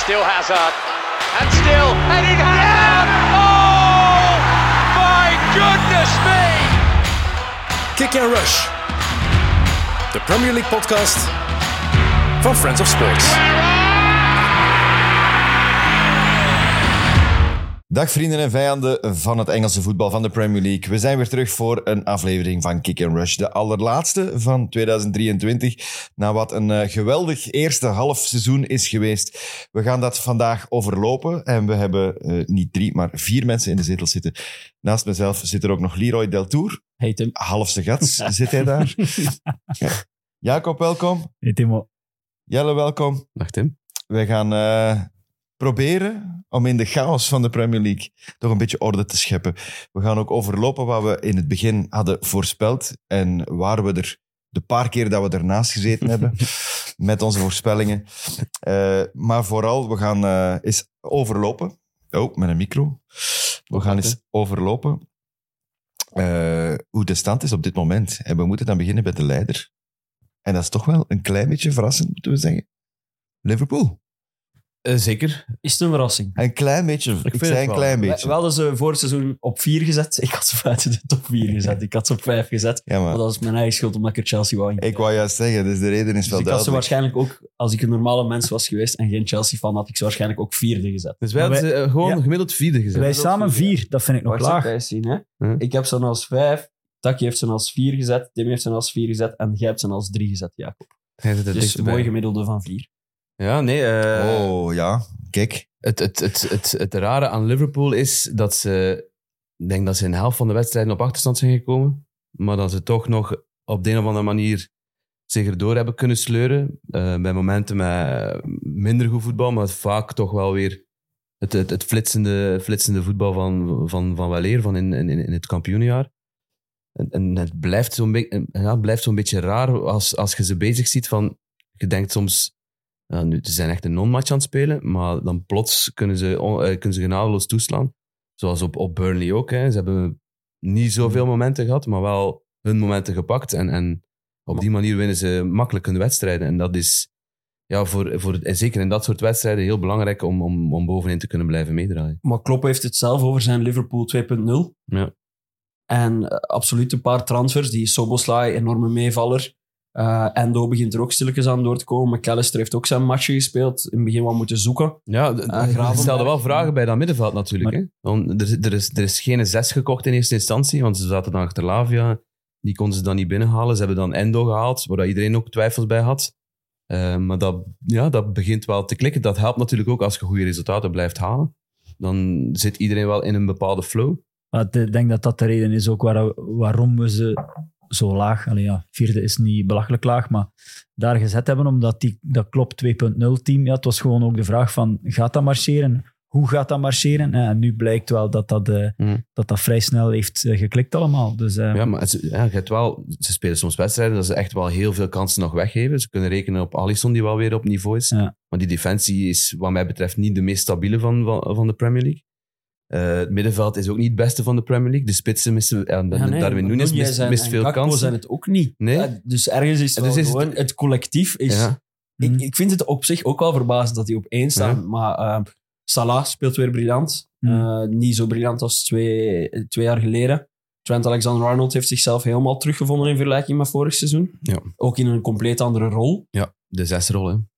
Still Hazard. And still heading down. Oh my goodness me. Kick and Rush. De Premier League podcast van Friends of Sports. Dag vrienden en vijanden van het Engelse voetbal van de Premier League. We zijn weer terug voor een aflevering van Kick and Rush. De allerlaatste van 2023. Na wat een geweldig eerste half seizoen is geweest. We gaan dat vandaag overlopen. En we hebben niet 3, maar 4 mensen in de zetel zitten. Naast mezelf zit er ook nog Leroy Deltour. Hey Tim. Halfse gat zit hij daar. Jacob, welkom. Hey Timo. Jelle, welkom. Dag Tim. Wij gaan proberen om in de chaos van de Premier League toch een beetje orde te scheppen. We gaan ook overlopen wat we in het begin hadden voorspeld en waar we er de paar keer dat we ernaast gezeten hebben met onze voorspellingen. Maar vooral, we gaan eens overlopen. Oh, met een micro. We gaan eens overlopen hoe de stand is op dit moment. En we moeten dan beginnen met de leider. En dat is toch wel een klein beetje verrassend, moeten we zeggen. Liverpool. Zeker. Is het een verrassing? Een klein beetje. Ik zei een klein beetje. We hadden ze voor het seizoen op 4 gezet. Ik had ze buiten de top 4 gezet. Ik had ze op 5 gezet. Ja, maar dat was mijn eigen schuld omdat ik er Chelsea wou in. Ik wou juist zeggen, dus de reden is dus wel ik duidelijk. had ze waarschijnlijk ook, als ik een normale mens was geweest en geen Chelsea-fan, had ik ze waarschijnlijk ook 4e gezet. Dus wij hadden ze gewoon gemiddeld 4e gezet. Wij samen 4, dat vind ik nog laag. Eens zien, hè? Ik heb ze als 5, Taki heeft ze als 4 gezet, Tim heeft ze als 4 gezet en jij hebt ze als 3 gezet, Jacob. Dus een mooi gemiddelde van 4. Ja, nee. Oh, ja. Kijk. Het rare aan Liverpool is dat ze... Ik denk dat ze in de helft van de wedstrijden op achterstand zijn gekomen. Maar dat ze toch nog op de een of andere manier zich erdoor hebben kunnen sleuren. Bij momenten met minder goed voetbal, maar vaak toch wel weer het flitsende voetbal van weleer, van in het kampioenenjaar. En het blijft zo'n beetje raar als je ze bezig ziet van... Je denkt soms... Ja, nu, ze zijn echt een non-match aan het spelen, maar dan plots kunnen ze genadeloos toeslaan. Zoals op Burnley ook. Hè. Ze hebben niet zoveel momenten gehad, maar wel hun momenten gepakt. En op die manier winnen ze makkelijk hun wedstrijden. En dat is zeker in dat soort wedstrijden heel belangrijk om bovenin te kunnen blijven meedraaien. Maar Klopp heeft het zelf over zijn Liverpool 2.0. Ja. En absoluut een paar transfers. Die Szoboszlai, enorme meevaller. Endo begint er ook stilletjes aan door te komen. McAllister heeft ook zijn matchje gespeeld. In het begin wat moeten zoeken. Ja, je stelde wel vragen bij dat middenveld natuurlijk. Maar... Hè? Er is geen 6 gekocht in eerste instantie, want ze zaten dan achter Lavia. Die konden ze dan niet binnenhalen. Ze hebben dan Endo gehaald, waar iedereen ook twijfels bij had. Maar dat begint wel te klikken. Dat helpt natuurlijk ook als je goede resultaten blijft halen. Dan zit iedereen wel in een bepaalde flow. Maar ik denk dat dat de reden is ook waarom we ze... zo laag, 4e is niet belachelijk laag, maar daar gezet hebben, omdat dat Klopp 2.0-team, het was gewoon ook de vraag van, gaat dat marcheren? Hoe gaat dat marcheren? En nu blijkt wel dat vrij snel heeft geklikt allemaal. Dus, ja, maar ze spelen soms wedstrijden dat ze echt wel heel veel kansen nog weggeven. Ze kunnen rekenen op Alisson, die wel weer op niveau is. Ja. Maar die defensie is, wat mij betreft, niet de meest stabiele van de Premier League. Het middenveld is ook niet het beste van de Premier League. De spitsen missen... Darwin Núñez mist veel kansen. zijn het ook niet. Nee? Ja, dus ergens is het gewoon... Het collectief is... Ja. Ik vind het op zich ook wel verbazend dat die op 1 staan. Ja. Maar Salah speelt weer briljant. Niet zo briljant als 2 jaar geleden. Trent Alexander-Arnold heeft zichzelf helemaal teruggevonden in vergelijking met vorig seizoen. Ja. Ook in een compleet andere rol. Ja, de 6-rol. Hè.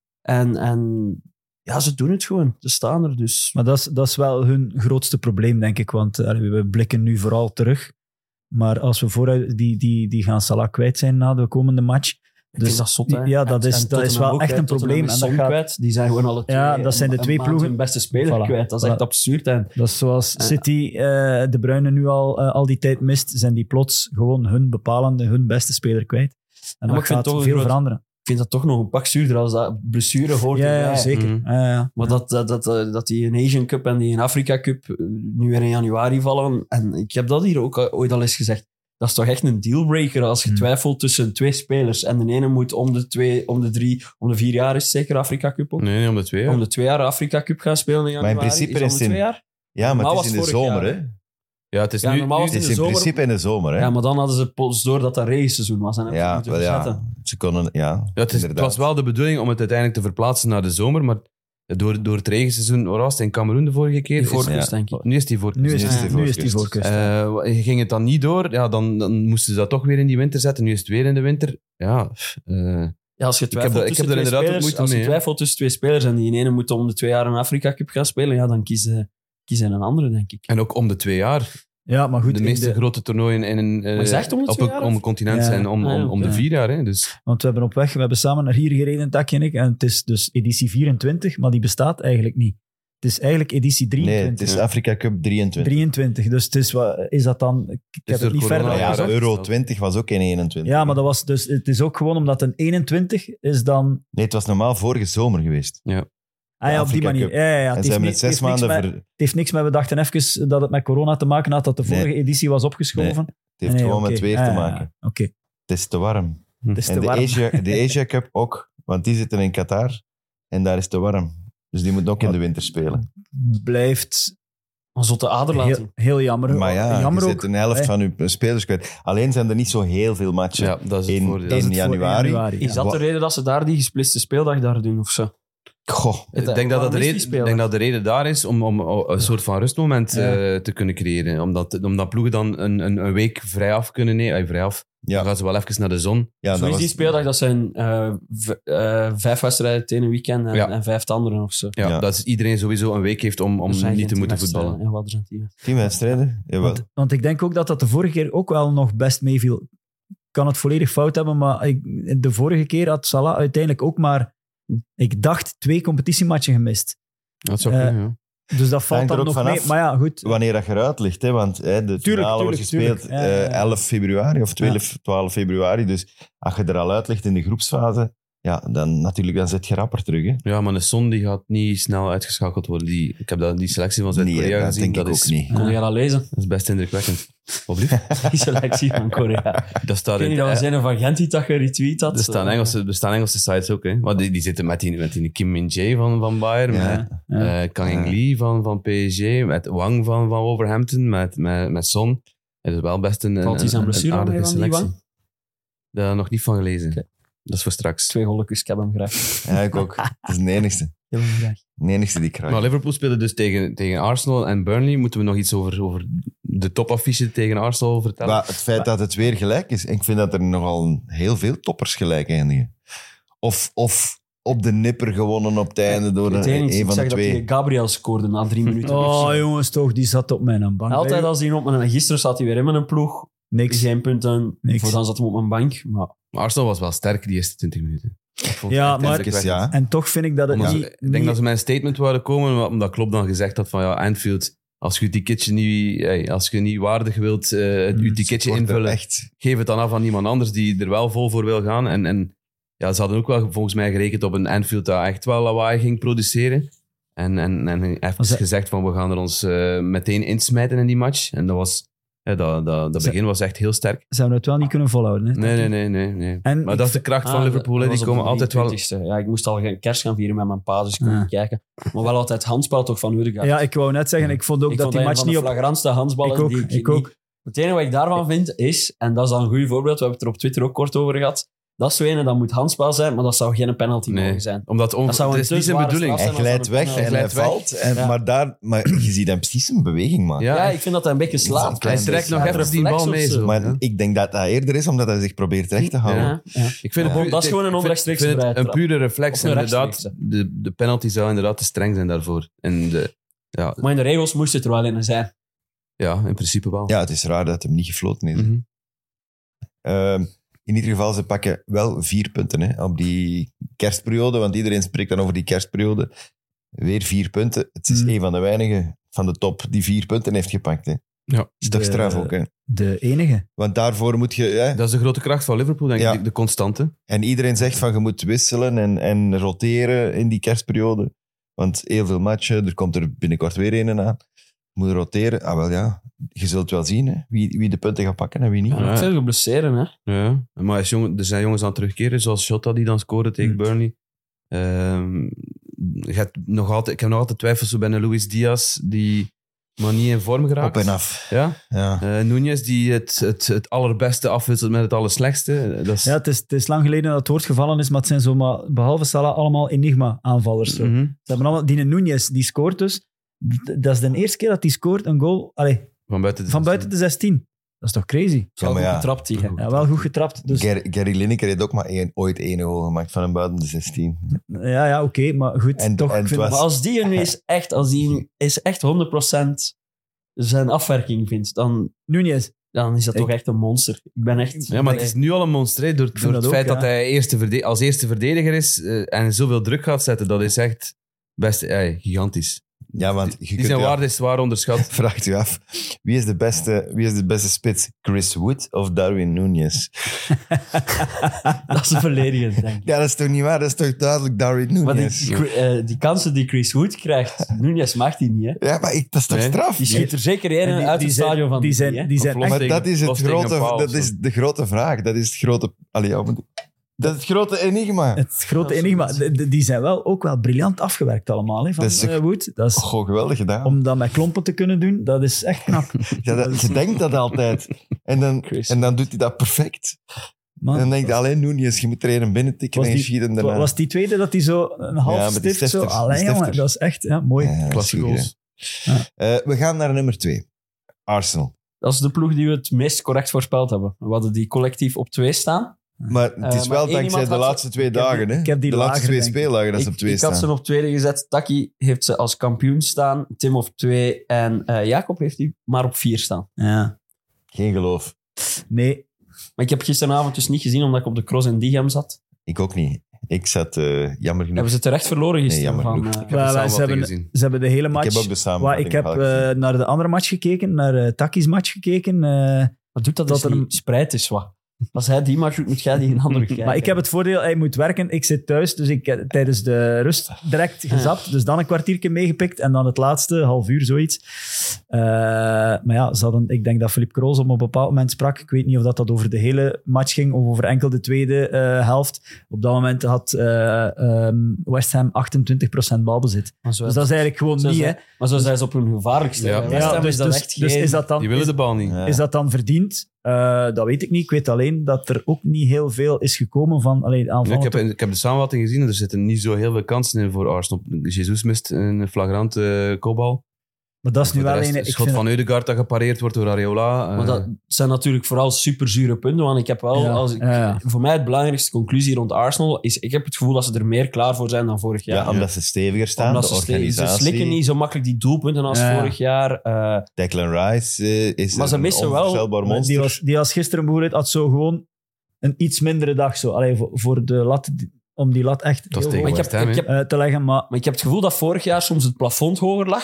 En ja, ze doen het gewoon. Ze staan er dus. Maar dat is wel hun grootste probleem, denk ik. Want we blikken nu vooral terug. Maar als we vooruit... Die gaan Salah kwijt zijn na de komende match. Dus dat zot, hè? Ja, dat is wel echt een probleem. En dat kwijt. Die zijn gewoon alle 2... Ja, dat zijn de 2 ploegen. Hun beste speler kwijt. Dat is echt absurd. En... Dat is zoals City De Bruyne nu al die tijd mist. Zijn die plots gewoon hun bepalende, hun beste speler kwijt. En dat gaat veel veranderen. Ik vind dat toch nog een pak zuurder als dat blessure hoort. Ja, zeker. Maar dat die in Asian Cup en die in Afrika Cup nu weer in januari vallen. En ik heb dat hier ook ooit al eens gezegd. Dat is toch echt een dealbreaker als je twijfelt tussen 2 spelers. En de ene moet om de 4 jaar is zeker Afrika Cup ook? Nee, om de 2 jaar. Om de 2 jaar Afrika Cup gaan spelen in januari. Maar in principe is het 2 jaar? Ja, maar het is in de zomer, hè? Ja, het is nu... Het is in principe in de zomer, hè? Ja, maar dan hadden ze plots door dat regenseizoen was. En Ze konden... Het was wel de bedoeling om het uiteindelijk te verplaatsen naar de zomer, maar Door het regenseizoen, waar was het? In Kameroen de vorige keer? Die voorkust, ja. denk ik. Nu is die voorkust. Nu is die voorkust. Ging het dan niet door, ja, dan moesten ze dat toch weer in die winter zetten. Nu is het weer in de winter. Ja, Ja, als je heb twijfelt daar tussen inderdaad twee ook spelers, moeite als je mee, hè. twijfelt tussen twee spelers en die ene moet om de 2 jaar een Afrika Cup gaan spelen, ja, dan kiezen een andere, denk ik. en ook om de 2 jaar. Ja, maar goed. De meeste grote toernooien in een, Maar is het echt om de 2 jaar, om een of? continent Ja. zijn om Ja. de 4 jaar. Hè. Dus, Want we hebben samen naar hier gereden, Takje en ik. En het is dus editie 24, maar die bestaat eigenlijk niet. Het is eigenlijk editie Nee, 23. het is Afrika Cup 23. 23. Dus het is, is dat dan... Ik heb door het niet corona, verder Ja, Ja, de opgezocht. Euro 20 was ook in 21. Ja, maar dat was dus, het is ook gewoon omdat een 21 is dan... Nee, het was normaal vorige zomer geweest. Ah ja, op die Afrika manier. Cup. Ja, En ze hebben het 6 maanden... Het heeft niks met, we dachten even dat het met corona te maken had, dat de vorige editie was opgeschoven. Het heeft gewoon met weer te maken. Oké, Het is te warm. het is te En warm. de Asia Cup ook, want die zitten in Qatar en daar is het te warm. Dus die moeten ook in de winter spelen. Blijft Een zotte aderlating. heel jammer. Maar ja, jammer je ook. zit een helft hè. van je spelers kwijt. Alleen zijn er niet zo heel veel matchen. ja, dat is het in- voordeel. Dat is in het voor januari. Is dat de reden dat ze daar die gesplitste speeldag daar doen, of zo? Goh, Ik denk dat, de reden daar is om een soort van rustmoment te kunnen creëren. Omdat ploegen dan een week vrij af kunnen nemen. Vrij af. ja. Dan gaan ze wel even naar de zon. Ja, Zo dat is die was, speeldag, dat zijn 5 wedstrijden het ene weekend en 5 het andere of zo. Ja, Ja. Dat is iedereen sowieso een week heeft om Er zijn niet geen te moeten 10 voetballen. wedstrijden. Ja, wat er zijn 10. 10 wedstrijden. Jawel. Want ik denk ook dat de vorige keer ook wel nog best meeviel. Ik kan het volledig fout hebben, maar de vorige keer had Salah uiteindelijk ook maar, ik dacht, 2 competitiematchen gemist. Dat zou kunnen, ja. Dus dat valt Hangt er dan ook nog vanaf mee. Maar ja, goed. Wanneer dat eruit ligt, hè, want de finale wordt gespeeld tuurlijk. Ja. 11 februari of 12 februari. Dus als je er al uit ligt in de groepsfase, ja, dan zit je rapper terug. Hè. Ja, maar de Son die gaat niet snel uitgeschakeld worden. Ik heb die selectie van Nee, Zuid-Korea dat gezien. denk Dat ik is, ook niet. Kon je dat lezen? dat is best indrukwekkend. Opnieuw. Die selectie van Korea. Dat staat Ik weet in niet, dat was een van Gent dat geretweet had. er staan Engelse sites ook. Hè. Maar die zitten met die Kim Min-jae van Bayern, Ja. met Kang In-lee van PSG, met Wang van Wolverhampton, met Son. Het is wel best een Valt hij zijn blessure aardige mee van die selectie. Wang? Daar nog niet van gelezen. Oké. Dat is voor straks. 2 golletjes, ik heb hem graag. Ja, ik ook. Het is de enigste. Ik heb hem graag. De enigste die ik krijg. Maar Liverpool speelde dus tegen Arsenal en Burnley. Moeten we nog iets over de topaffiche tegen Arsenal vertellen? Maar het feit dat het weer gelijk is, ik vind dat er nogal heel veel toppers gelijk eindigen. Of op de nipper gewonnen op het einde door Het enige, een ik van de zag dat twee. hij Gabriel scoorde na 3 minuten. of Oh zo. jongens, toch, die zat op mijn bank. Altijd als hij op mijn... Gisteren zat hij weer in mijn ploeg. Niks. Geen punten. Niks. Voor dan zat hij op mijn bank. Maar Maar Arsenal was wel sterk die eerste 20 minuten. Ik vond het Ja, echt maar- indrukwekkend. Ja. En toch vind ik dat het Omdat niet... ze- ik denk dat ze met een statement wouden komen, omdat Klopp dan gezegd had van ja, Anfield, als je die kitje niet, als je niet waardig wilt je ticketje Wordt er invullen, echt. geef het dan af aan iemand anders die er wel vol voor wil gaan. En ja, ze hadden ook wel volgens mij gerekend op een Anfield dat echt wel lawaai ging produceren. En even Ze- gezegd van we gaan er ons meteen insmijten in die match. En dat was... dat begin was echt heel sterk. Ze hebben het wel niet kunnen volhouden. Hè? Nee. En Maar ik dat is de kracht van Liverpool. Hè. dat Die was op komen de altijd wel... 23e. Ja, ik moest al geen kerst gaan vieren met mijn pa, dus ik kon Ja. niet kijken. Maar wel altijd handspel toch van Ødegaard. Ja, ik wou net zeggen, ik vond ook Ik dat vond die dat match een niet van de op... flagrantste handsballen Ik ook, die ik ook. Het enige wat ik daarvan vind is, en dat is dan een goed voorbeeld, we hebben het er op Twitter ook kort over gehad, dat is zo ene, dat moet handspel zijn, maar dat zou geen penalty mogen zijn. Omdat Dat zou het een is te niet zijn zware bedoeling. straf Hij zijn als glijdt dat weg een en hij penalty is. valt. Maar je ziet hem precies een beweging maken. Ja, Ja, ik vind dat hij een beetje slaat. Een klein hij trekt beetje. nog Ja, even die bal mee. Zo. Maar ik denk dat dat eerder is omdat hij zich probeert recht te houden. Ja, ja. Ik vind Ja. het, Dat is gewoon een ik vind- onrechtstreekse ik vind het vrije een trap. pure reflex. Of een Inderdaad, rechtstreekse. de penalty zou inderdaad te streng zijn daarvoor. En ja, Maar in de regels moest het er wel in zijn. ja, in principe wel. Ja, het is raar dat hem niet gefloten is. Mhm. In ieder geval, ze pakken wel 4 punten hè, op die kerstperiode, want iedereen spreekt dan over die kerstperiode. Weer 4 punten. Het is een van de weinigen van de top die 4 punten heeft gepakt. Hè. Ja. Is toch De- straf ook, hè? De enige. Want daarvoor moet je... Hè, Dat is de grote kracht van Liverpool, denk Ja. ik, de constante. en iedereen zegt van je moet wisselen en roteren in die kerstperiode. Want heel veel matchen, er komt er binnenkort weer een aan. Je moet roteren. Ah, wel ja, je zult wel zien hè, wie de punten gaat pakken en wie niet. Ja. Veel geblesseerd, hè. Ja. Maar er zijn jongens aan het terugkeren, zoals Jota die dan scoorde tegen Burnley. Ik heb nog altijd twijfels bij een Luis Diaz, die maar niet in vorm geraakt. Op en af. Ja? Ja. Nunez die het allerbeste afwisselt met het allerslechtste. Dat is... Ja, het is lang geleden dat het woord gevallen is, maar het zijn zomaar, behalve Salah, allemaal enigma-aanvallers. Zo. Mhm. Ze hebben allemaal, die Nunez, die scoort dus. Dat is de eerste keer dat hij scoort een goal Van buiten de 16. Dat is toch crazy? Ja, maar ja. Getrapt die. hè. Ja, wel goed getrapt. Dus, Gary Lineker heeft ook maar ooit 1 goal gemaakt van hem buiten de 16. ja, oké, maar goed. En- toch, en ik vind het Maar als die nu is echt 100% zijn afwerking vindt, dan Nunez. is dat toch echt een monster. Ik ben echt... Ja, maar het is nu al een monster, hè, door vind het dat feit ook, dat ja. hij als eerste verdediger is en zoveel druk gaat zetten. Dat is echt best gigantisch. Ja, want je Die kunt zijn je waarde is zwaar onderschat. vraagt u af, wie is de beste spits? Chris Wood of Darwin Nunez? Dat is verledigend, denk ik. Ja, dat is toch niet waar? Dat is toch duidelijk Darwin Maar Nunez? die kansen die Chris Wood krijgt, Nunez mag die niet. Hè? Ja, maar dat is toch Nee. straf? Die schiet er zeker één En uit het stadion van. die zijn Of echt... los Maar tegen- dat is, los tegen een paal dat of is zo. de grote vraag. Dat is het grote... Allee, ja, maar dat is het grote enigma. Het grote enigma. Die zijn wel ook wel briljant afgewerkt allemaal, hè, van Dat is toch- Wood. Dat is, Goh, geweldig gedaan. om dat met klompen te kunnen doen, dat is echt knap. Ja, je denkt dat altijd. En dan doet hij dat perfect. Maar, En dan denk je alleen Nunez, je moet er een binnen tikken Was en je die- schiet hem daarna. was die tweede dat hij zo een half Ja, met die stift zo... stifters, Allee, die jongen, stifters. dat is echt mooi. Ja, Klasse dat is goals. goed, hè. We gaan naar nummer 2. Arsenal. Dat is de ploeg die we het meest correct voorspeld hebben. We hadden die collectief op 2 staan. Maar het is maar wel één dankzij iemand de had laatste 2 dagen. Hè? ik heb die de laatste lager, 2 denk ik. speeldagen dat ze op 2 Ik had staan. ze op tweede gezet. Taki heeft ze als kampioen staan. Tim op 2. En Jacob heeft die maar op 4 staan. Ja. Geen geloof. Nee, Maar ik heb gisteravond dus niet gezien, omdat ik op de Cross in Diegem zat. Ik ook niet. Ik zat jammer genoeg. Hebben ze terecht verloren gisteren? jammer van, genoeg. Ik heb Maar de ze samenvatting hebben- gezien. ze hebben de hele match... Ik heb ook de samenvatting ik heb gezien. naar de andere match gekeken, naar Taki's match gekeken. Wat doet dat dat dus er niet? Spreid is wat. Als hij die match doet, moet jij die een andere kijken. Maar ik heb het voordeel, hij moet werken. Ik zit thuis, dus ik heb tijdens de rust direct gezapt. Dus dan een kwartiertje meegepikt en dan het laatste, half uur, zoiets. Maar ja, ik denk dat Philippe Kroos op een bepaald moment sprak. Ik weet niet of dat over de hele match ging of over enkel de tweede helft. Op dat moment had West Ham 28% balbezit. Maar zo, Dus dat is eigenlijk gewoon zo niet, zijn- hè. Maar zo zijn ze op hun gevaarlijkste. Ja. Bij West Ham is dat echt dus geen... is dat dan... Die willen de bal niet. Ja. Is dat dan verdiend? Dat weet ik niet. Ik weet alleen dat er ook niet heel veel is gekomen van Ja, aanvallen. ik heb de samenvatting gezien en er zitten niet zo heel veel kansen in voor Arsenal. Jesus mist een flagrante kopbal. Maar dat is nu Voor de wel rest, een... een Ik schot vind van Ødegaard dat gepareerd wordt door Areola. Maar dat zijn natuurlijk vooral superzure punten. Want ik heb wel, Ja. voor mij het belangrijkste conclusie rond Arsenal is, ik heb het gevoel dat ze er meer klaar voor zijn dan vorig jaar. Ja, omdat ze steviger staan, Omdat de ze organisatie. slikken niet zo makkelijk die doelpunten als Ja. vorig jaar. Declan Rice is Maar ze een missen wel- onvoorspelbaar monster. die was gisteren bijvoorbeeld had zo gewoon een iets mindere dag. Zo. Allee, voor de lat, om die lat echt was heel tegen hoog Maar ik heb, West Ham, ik heb, te leggen. Maar maar ik heb het gevoel dat vorig jaar soms het plafond hoger lag.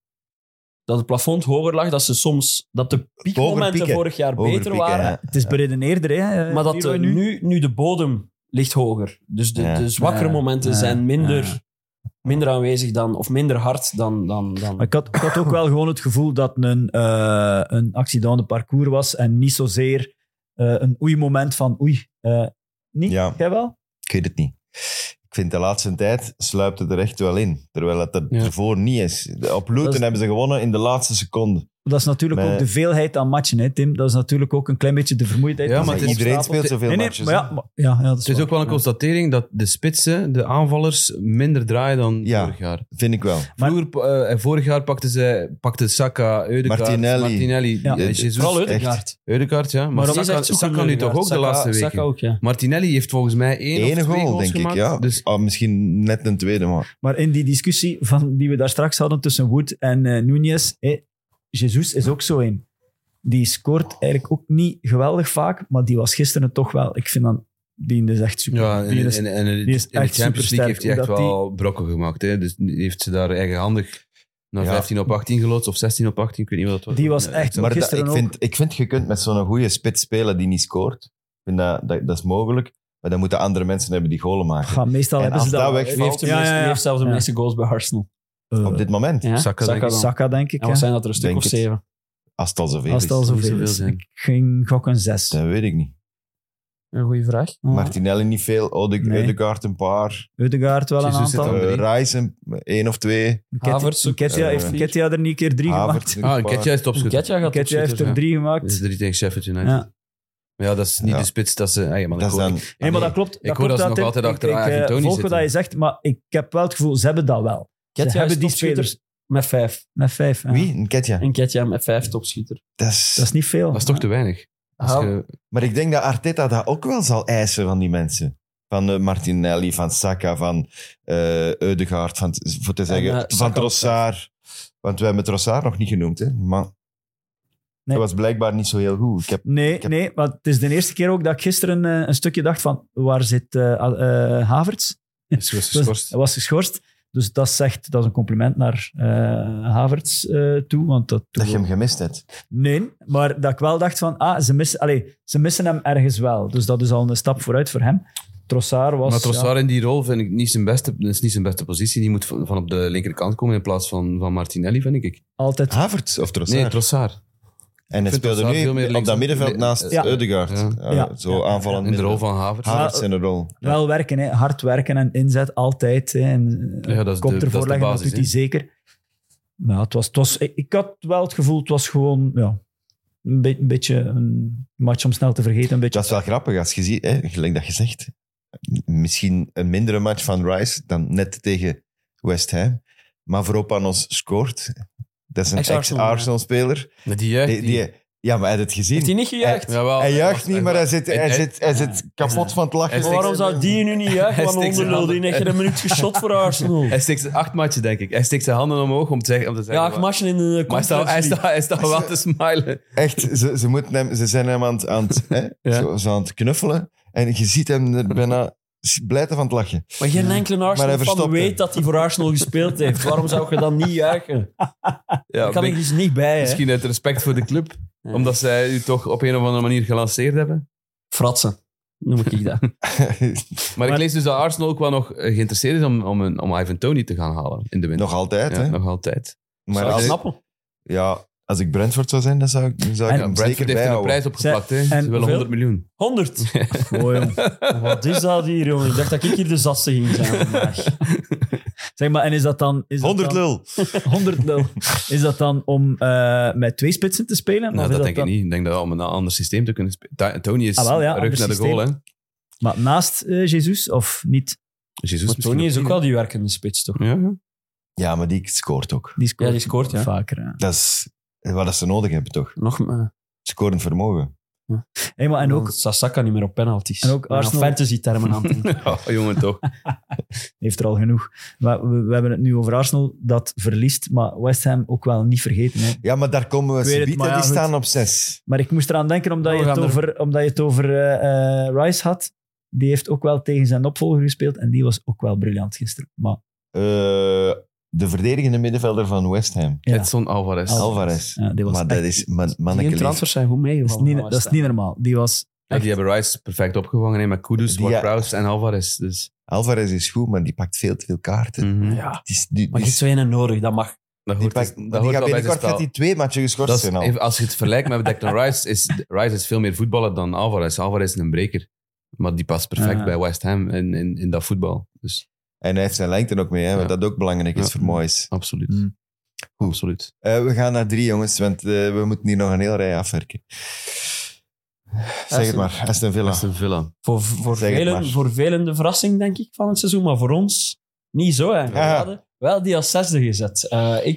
Dat het plafond hoger lag, dat de piekmomenten pieken. vorig jaar Hoger beter pieken, waren. ja. het is beredeneerder. Hè, Maar dat Leroy, nu de bodem ligt hoger. Dus de zwakkere Ja. momenten Ja. zijn Ja. minder aanwezig dan, of minder hard dan. Maar ik had ook wel gewoon het gevoel dat een accident de parcours was en niet zozeer een oei-moment van oei. Niet? Ja. Jij wel? Ik weet het niet. Ik vind de laatste tijd sluipt het er echt wel in. Terwijl het er Ja. ervoor niet is. Op Luton Dat is- hebben ze gewonnen in de laatste seconde. Dat is natuurlijk Maar- ook de veelheid aan matchen, hè, Tim. Dat is natuurlijk ook een klein beetje de vermoeidheid. Ja, die maar zich het is- Iedereen opstapelt. speelt zoveel Nee, matches. maar hè. ja, dat is Het is waar. ook wel een constatering dat de spitsen, de aanvallers, minder draaien dan Ja. vorig jaar. Vind ik wel. Vroeger, vorig jaar pakte Saka, Ødegaard, Martinelli. Ja. Jesus, Vooral echt. Ødegaard. Ødegaard, ja. Maar Die is Saka, echt zoeken, Saka nu toch Ødegaard. ook de laatste Saka weken. ook, ja. Martinelli heeft volgens mij één of Ene twee goal, goals denk gemaakt. ik. Ja. Dus Misschien net een tweede, maar... Maar in die discussie die we daar straks hadden tussen Wood en Nunez, Jesus is ook zo een. Die scoort eigenlijk ook niet geweldig vaak, maar die was gisteren toch wel. Ik vind dat die is echt super. ja, Die is- in die de is Champions echt League supersterk. heeft hij echt Hoe dat wel brokken gemaakt. Hè. Dus die heeft ze daar eigenhandig naar Ja. 15 op 18 geloodst, of 16 op 18, ik weet niet wat dat was. Die was echt- Maar gisteren ik vind, je kunt met zo'n goede spits spelen die niet scoort. Ik vind dat is mogelijk. Maar dan moeten andere mensen hebben die golen maken. Ja, meestal En hebben als ze dat dat. wegvalt- Wie heeft, Ja, ja, ja. wie heeft zelfs de Ja. meeste goals bij Arsenal? Op dit moment. Ja? Saka, denk ik. dan. Saka, denk ik. En wat hè. zijn dat er een stuk Denk of het. 7? Als het al zoveel Als is. het al Niet zoveel zoveel is. zijn. Ik ging gokken 6. Dat weet ik niet. Een goede vraag. Martinelli niet veel, Nee. Ødegaard een paar, Ødegaard wel een Jesus zit aantal. er. 3. Rice 1 of 2. Havertz ook. Nketiah heeft Nketiah er niet een keer 3 Havertz gemaakt. een paar. Nketiah is topschutter. Nketiah gaat Nketiah heeft er opschieten. 3 Dat gemaakt. is 3 tegen Sheffield United. Ja. Maar ja, dat is niet Ja. de spits dat ze... maar Dat ik is hoor- dan... Nee, maar dat klopt. Ik dat hoor klopt dat ze nog Tim. altijd achter Ivan Toney volg zitten. wat je zegt, maar ik heb wel het gevoel, ze hebben dat wel. Ze Nketiah hebben is die topschutter spelers met 5. met 5. Ja. Wie? Nketiah. Nketiah met 5 topschutter. Dat is... Dat is niet veel. Dat is toch te weinig. Als je, Maar ik denk dat Arteta dat ook wel zal eisen van die mensen. Van Martinelli, van Saka, van Ødegaard, voor te zeggen, En, van Saka Trossard. Want we hebben Trossard nog niet genoemd, hè. Maar Nee. dat was blijkbaar niet zo heel goed. Nee, maar het is de eerste keer ook dat ik gisteren een stukje dacht van, waar zit Havertz? is geschorst. Hij was geschorst. Dus dat is een compliment naar Havertz toe. Want Dat je hem gemist hebt. Nee, maar dat ik wel dacht van, ze missen hem ergens wel. Dus dat is al een stap vooruit voor hem. Trossard was... Maar Trossard in die rol vind ik niet zijn beste positie. Die moet van op de linkerkant komen in plaats van Martinelli, vind ik. altijd... Havertz of Trossard? Nee, Trossard. En hij vind speelde Trossard veel nu meer op links- dat middenveld naast Ja. Ødegaard. Ja. Ja. Zo aanvallend In de rol middenveld. van Havertz. Havertz in de rol. Wel werken, hè. Hard werken en inzet, altijd. Hè. En, Ja, dat is kop de- ervoor dat is de leggen, basis, dat doet hij zeker. Maar het was, ik had wel het gevoel, het was gewoon een beetje een match om snel te vergeten. Een beetje. Dat is wel grappig als je ziet, hè, gelijk dat je zegt. Misschien een mindere match van Rice dan net tegen West Ham. Maar Vropanos scoort. Dat is een Ex-Arsenal, ex-Arsenal-speler. Maar die juicht niet. Ja, maar hij heeft het gezien. Heeft hij niet gejuicht? Jawel, Hij juicht niet, maar hij zit kapot van het lachen. hij Maar waarom zou die nu niet juichen? Hij Wat een steekt zijn onderlul. Die handen. heeft er een minuut geschot voor Arsenal. Hij steekt 8 matchen, denk ik. Hij steekt zijn handen omhoog om te zeggen... Ja, 8 matchen in de Maar hij staat wel te smilen. Echt, ze zijn hem aan het, hè, Ja. zo aan het knuffelen. En je ziet hem er bijna blijten van het lachen. Maar geen enkele Maar hij Arsenal-fan verstopt weet hem. dat hij voor Arsenal gespeeld heeft. Waarom zou je dan niet juichen? Ja, Daar kan ik dus niet bij, hè. misschien uit respect voor de club. Omdat zij u toch op een of andere manier gelanceerd hebben. Fratsen, noem ik dat. Maar ik lees dus dat Arsenal ook wel nog geïnteresseerd is om Ivan Toney te gaan halen in de winter. Nog altijd, Ja, hè. nog altijd. Maar Zou je als, snappen? ja, als ik Brentford zou zijn, dan zou ik En hem Brentford zeker heeft er een bijhouden. prijs opgeplakt. Hè. en Ze willen hoeveel? 100 miljoen. 100. Oh, jong. Wat is dat hier, jongen? Ik dacht dat ik hier de zatste ging zijn vandaag. Zeg maar, en is dat dan... 100 lul. 100 lul. Is dat dan om met 2 spitsen te spelen? Nou, Of is dat denk dan... ik niet. Ik denk dat om een ander systeem te kunnen spelen. Tony is Ah, wel, ja, rug ander naar de goal. Hè. Maar naast Jesus, of niet? Jesus Maar misschien Tony is ook niet. wel die werkende spits, toch? Ja, ja. Ja, maar die scoort ook. Die scoort, Ja, die scoort, ja. vaker. Ja. Dat is wat ze nodig hebben, toch? Nog Scorend vermogen. Hey, maar en ook Saka niet meer op penalties. En ook Arsenal- Fantasy-termen aan het doen. Oh, jongen, toch. heeft er al genoeg. Maar we hebben het nu over Arsenal dat verliest, maar West Ham ook wel niet vergeten. Hè. Ja, maar daar komen we Ik weet het, subiet maar en ja, die goed. staan op 6. Maar ik moest eraan denken omdat Oh, je we het gaan over Rice had. Die heeft ook wel tegen zijn opvolger gespeeld en die was ook wel briljant gisteren. Maar De verdedigende middenvelder van West Ham. ja, Edson Alvarez. Alvarez. ja, die was Maar echt- dat is Die manneke transfers zijn goed dat is meegevallen. niet, dat is niet normaal. Die was Ja, die hebben Rice perfect opgevangen. Hè, met Kudus, Die- Ward-Prowse en Alvarez. Dus, Alvarez is goed, maar die pakt veel te veel kaarten. mhm. Ja, Die maar je hebt zo een nodig, dat mag. Dat die hoort, pakt, dat die hoort gaat wel bij zijn binnenkort spel. gaat die 2 matchen geschorst Dat is, zijn al. even, als je het vergelijkt met Declan Rice, Rice is veel meer voetballer dan Alvarez. Alvarez is een breker. Maar die past perfect Ja. bij West Ham in dat voetbal. Dus En hij heeft zijn lengte ook mee, hè, wat Ja. dat ook belangrijk is Ja. voor Moyes. absoluut. Mm. Goed. Absoluut. We gaan naar 3, jongens, want we moeten hier nog een hele rij afwerken. Zeg het maar, Aston Villa. Aston Villa. Voor Zeg het maar. velen de verrassing, denk ik, van het seizoen. Maar voor ons niet zo. Hè. We Ja. hadden wel die als 6e gezet.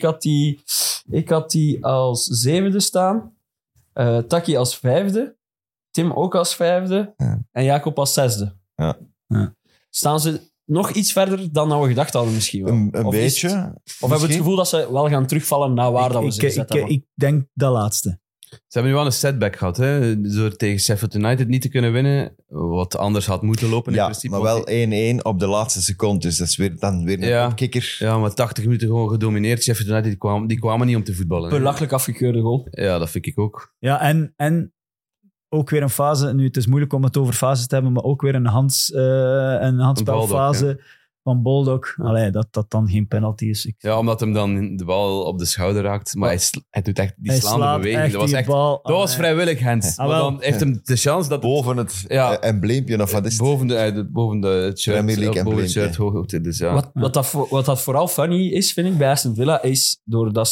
Ik had die als 7e staan. Taki als 5e. Tim ook als 5e. Ja. En Jacob als 6e. Ja. Ja. Staan ze nog iets verder dan dat we gedacht hadden misschien wel? Een Of is beetje. het- Of hebben we het gevoel dat ze wel gaan terugvallen naar waar dat we ze gezet hebben? ik denk dat laatste. Ze hebben nu wel een setback gehad. Hè? Door tegen Sheffield United niet te kunnen winnen. Wat anders had moeten lopen in Ja, principe. maar wel 1-1 op de laatste seconde. Dus dat is weer een Ja. opkikker. Ja, maar 80 minuten gewoon gedomineerd. Sheffield United die kwamen niet om te voetballen. hè. Belachelijk afgekeurde goal. Ja, dat vind ik ook. Ja, en ook weer een fase, nu het is moeilijk om het over fases te hebben, maar ook weer een handspelfase. Een baldock, van Baldock, dat dan geen penalty is. Ja, omdat hem dan de bal op de schouder raakt. Maar hij doet echt die Hij slaande slaat beweging. echt Dat was, die echt, bal. dat was vrijwillig, Hens. Ah, Maar wel. dan heeft hem de chance dat... Boven het Ja. embleempje, of wat is het? Boven het shirt. Premier League boven het embleem, shirt hoog. Dus ja. Wat dat vooral funny is, vind ik, bij Aston Villa, is doordat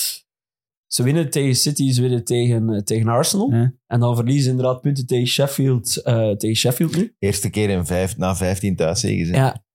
ze winnen tegen City, ze winnen tegen Arsenal. Ja. En dan verliezen ze inderdaad punten tegen Sheffield nu. Eerste keer na 15 thuiszegens. hè. Ja.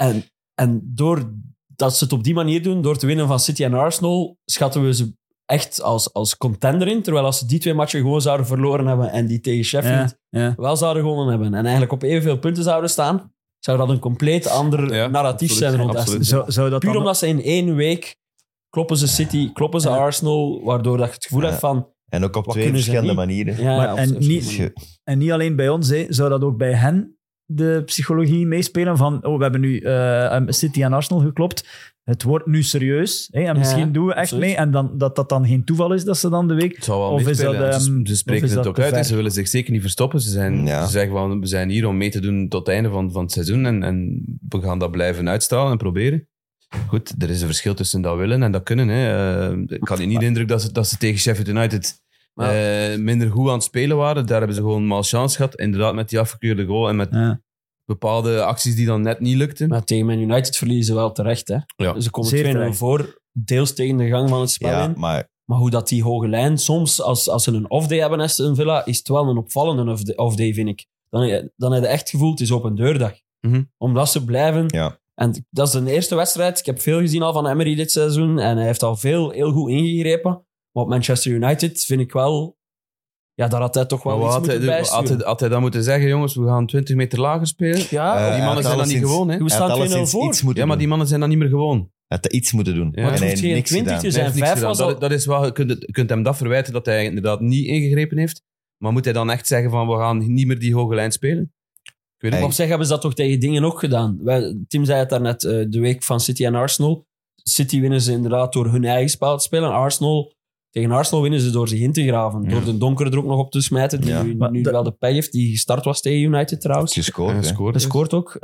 En doordat ze het op die manier doen, door te winnen van City en Arsenal, schatten we ze echt als contender in. Terwijl als ze die 2 matchen gewoon zouden verloren hebben en die tegen Sheffield wel zouden gewonnen hebben en eigenlijk op evenveel punten zouden staan, zou dat een compleet ander narratief absoluut, zijn rond absoluut. Aston. Zou dat Puur dan... omdat ze in 1 week kloppen ze City, kloppen ze Arsenal, waardoor dat je het gevoel hebt van... En ook op Wat 2 kunnen ze verschillende niet? manieren. Ja, Maar- ja, en op niet- verschillende En niet alleen bij ons, zou dat ook bij hen de psychologie meespelen van we hebben nu City en Arsenal geklopt. Het wordt nu serieus. En misschien doen we echt absoluut. mee. En dan, dat dan geen toeval is dat ze dan de week... Het zal wel Of is meespelen. dat, Ja. Ze of spreken is het dat ook te uit. ver? Ze willen zich zeker niet verstoppen. Ze zeggen van, we zijn hier om mee te doen tot het einde van het seizoen. En we gaan dat blijven uitstralen en proberen. Goed, er is een verschil tussen dat willen en dat kunnen. Hè. Ik had niet de indruk dat ze tegen Sheffield United minder goed aan het spelen waren. Daar hebben ze gewoon malchance gehad. Inderdaad, met die afgekeurde goal en met bepaalde acties die dan net niet lukten. Maar tegen Man United verliezen ze wel terecht. Hè? Ja. Ze komen Zeer 2-0 terecht. voor, deels tegen de gang van het spel Ja, in. maar Maar hoe dat die hoge lijn, soms als ze een off-day hebben, Aston Villa, is het wel een opvallende off-day, vind ik. Dan heb je echt gevoeld, het is open deurdag. Mhm. Omdat ze blijven. ja. En dat is de eerste wedstrijd. Ik heb veel gezien al van Emery dit seizoen. En hij heeft al heel goed ingegrepen. Maar op Manchester United vind ik wel... Ja, daar had hij toch wel Maar iets wat moeten bijsturen. had hij dan moeten zeggen, jongens, we gaan 20 meter lager spelen? Ja, die mannen zijn dan niet gewoon, hè? we Hij staan had 2-0 alleszins voor. iets moeten Ja, maar die doen. mannen zijn dan niet meer gewoon. Hij had iets moeten doen. Ja. En Maar het hij hoeft heeft geen niks 20 gedaan. te zijn. Hij heeft niks 5 gedaan. was al... Dat is wel, je kunt hem dat verwijten dat hij inderdaad niet ingegrepen heeft. Maar moet hij dan echt zeggen van, we gaan niet meer die hoge lijn spelen? Ik weet het Maar niet. op zich hebben ze dat toch tegen dingen ook gedaan. Tim zei het daarnet, de week van City en Arsenal. City winnen ze inderdaad door hun eigen spel te spelen. Tegen Arsenal winnen ze door zich in te graven. Door de donker er ook nog op te smijten, die Ja. nu wel de pech heeft, die gestart was tegen United trouwens. Gescoord. Hij hè. scoort. Hij scoort ook.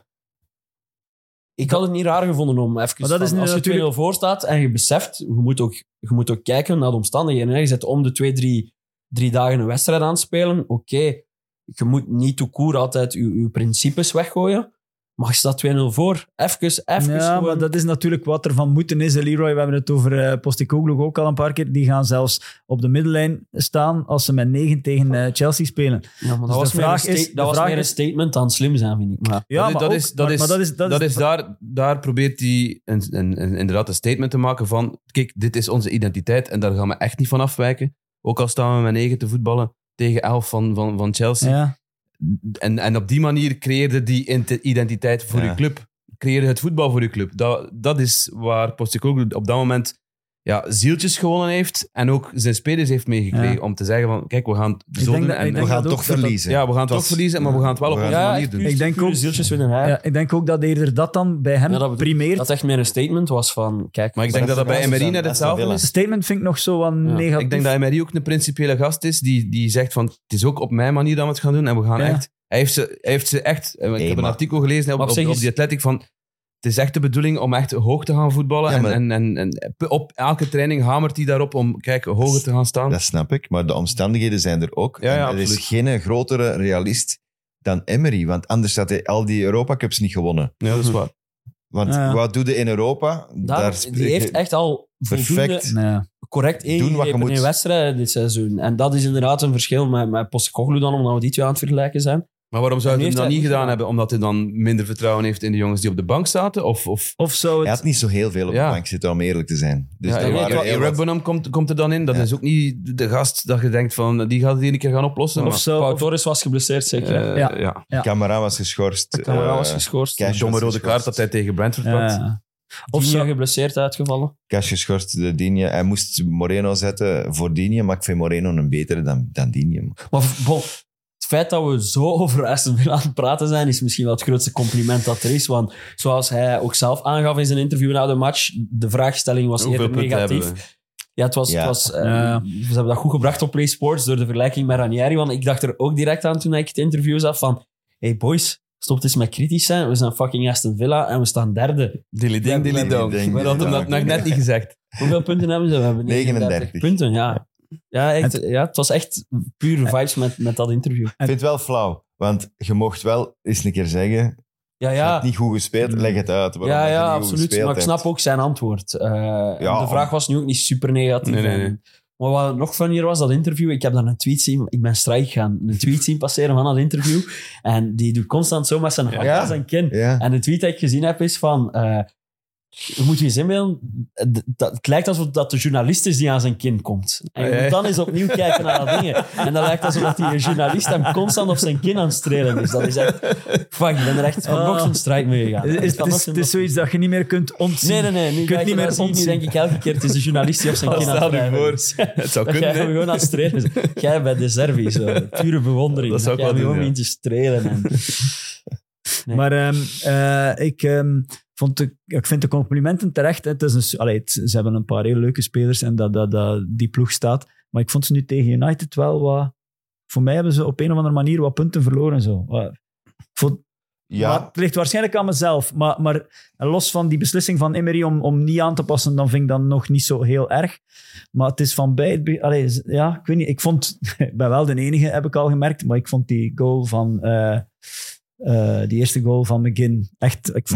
Ik had het niet raar gevonden om even... Maar dat is nu als je 2-0 natuurlijk- voor staat en je beseft, je moet ook kijken naar de omstandigheden. Hè. Je zit om de 2-3 dagen een wedstrijd aan het spelen. Oké, je moet niet tout court altijd je principes weggooien. Maar je staat 2-0 voor. Even Ja, gewoon... maar dat is natuurlijk wat er van moeten is. Leroy, we hebben het over Postecoglou ook al een paar keer. Die gaan zelfs op de middenlijn staan als ze met 9 tegen Chelsea spelen. Ja, maar dat Dus was de meer vraag een, is- dat de was vraag meer een is- statement dan slim zijn, vind ik. Maar Ja, Daar probeert hij inderdaad een statement te maken van, kijk, dit is onze identiteit en daar gaan we echt niet van afwijken. Ook al staan we met 9 te voetballen tegen 11 van Chelsea. Ja. En op die manier creëerde die identiteit voor Ja. je club. Creëerde het voetbal voor je club. Dat is waar Postecoglou op dat moment zieltjes gewonnen heeft en ook zijn spelers heeft meegekregen Ja. om te zeggen van, kijk, we gaan het zo denk doen. dat- ik En, denk We gaan dat toch ook dat verliezen. ja, we gaan het Het toch was- verliezen, maar we gaan het wel op we onze gaan- manier doen. Ik denk ook- zieltjes winnen hij. Ja, ik denk ook dat eerder dat dan bij hem Ja, dat bedoel- primeert. Dat echt meer een statement was van... Kijk, Maar ik denk dat dat bij Aston Emery Villa. net hetzelfde Aston is. Het statement vind ik nog zo wat negatief. Ik denk dat Emery ook een principiële gast is die zegt van, het is ook op mijn manier dat we het gaan doen en we gaan Ja. echt... Hij heeft ze echt... Ik heb een maar- artikel gelezen Maar op zeg eens- die Athletic van... Het is echt de bedoeling om echt hoog te gaan voetballen. Ja, maar- en op elke training hamert hij daarop om hoger te gaan staan. Dat snap ik, maar de omstandigheden zijn er ook. Ja, ja, En er is absoluut. geen grotere realist dan Emery, want anders had hij al die Europa Cups niet gewonnen. Ja, dat is waar. Want Ja. wat doe je in Europa? die heeft echt al voldoende perfect. Ja. correct Doen wat je ingegrepen moet. in wedstrijden dit seizoen. En dat is inderdaad een verschil met Postecoglou dan, omdat we die twee aan het vergelijken zijn. Maar waarom zou En hij nu het dan heeft niet hij gedaan het hebben? Omdat hij dan minder vertrouwen heeft in de jongens die op de bank zaten? Of Of zou Hij het... had niet zo heel veel op Ja. de bank zitten, om eerlijk te zijn. Dus ja, er waren heel wat- Ragbonham komt er dan in. Dat Ja. is ook niet de gast dat je denkt van, die gaat het een keer gaan oplossen. Of maar, zou... Pau of- Torres was geblesseerd, zeker. hè? Ja. ja. Camara was geschorst. Camara was geschorst. Cash Domme was rode geschorst. kaart dat hij tegen Brentford pakt. Ja. Of Digne zou... geblesseerd uitgevallen. Cash geschorst, de Digne. Hij moest Moreno zetten voor Digne, maar ik vind Moreno een betere dan Digne. Maar bon, het feit dat we zo over Aston Villa aan het praten zijn, is misschien wel het grootste compliment dat er is. Want zoals hij ook zelf aangaf in zijn interview na de match, de vraagstelling was Hoeveel eerder punten negatief. hebben we? Ja, het was... Ja. Het was Ja. Ze hebben dat goed gebracht op Play Sports door de vergelijking met Ranieri. Want ik dacht er ook direct aan toen ik het interview zag van... Hey boys, Stopt eens met kritisch zijn. We zijn fucking Aston Villa en we staan derde. Dilly ding, dilly dong. ding, We hadden dat nog net niet gezegd. Hoeveel punten hebben ze? We hebben 39 punten, ja. Ja, echt, ja, het was echt pure vibes met dat interview. Ik vind het wel flauw, want je mocht wel eens een keer zeggen, je hebt niet goed gespeeld, leg het uit. waarom dat je niet goed absoluut. gespeeld Maar ik snap hebt. ook zijn antwoord. De vraag was nu ook niet super negatief. Nee. Maar wat nog funnier was, dat interview, ik heb dan een tweet zien, ik ben strijk gegaan, een tweet zien passeren van dat interview. En die doet constant zo met zijn hand aan zijn kin. Ja. En de tweet die ik gezien heb is van... je moet je eens inbeelden, het lijkt alsof dat de journalist is die aan zijn kin komt. En je moet dan eens opnieuw kijken naar dat dingen. En dat lijkt alsof die journalist hem constant op zijn kin aan het strelen is. Dat is echt... Fuck, ik ben er echt vanochtend strijd mee gegaan. Het is zoiets dat je niet meer kunt ontzien. Nee. Nu, kunt niet meer zien, nu denk ik elke keer, het is de journalist die op zijn kin aan het Stel je wrijven voor. is. Het zou Dat kunnen, jij hem hè. gewoon aan het strelen is. Jij bij de Servi, zo. Pure bewondering. Dat zou ik jij wel hem doen, gewoon ja. in te strelen. En... Nee. Maar ik vind de complimenten terecht. Het is ze hebben een paar heel leuke spelers en die ploeg staat. Maar ik vond ze nu tegen United wel wat... Voor mij hebben ze op een of andere manier wat punten verloren. Zo. Maar het ligt waarschijnlijk aan mezelf. Maar los van die beslissing van Emery om niet aan te passen, dan vind ik dat nog niet zo heel erg. Maar het is van bij... ik weet niet. Ik ben wel de enige, heb ik al gemerkt. Maar ik vond die goal van... die eerste goal van McGinn echt... Ik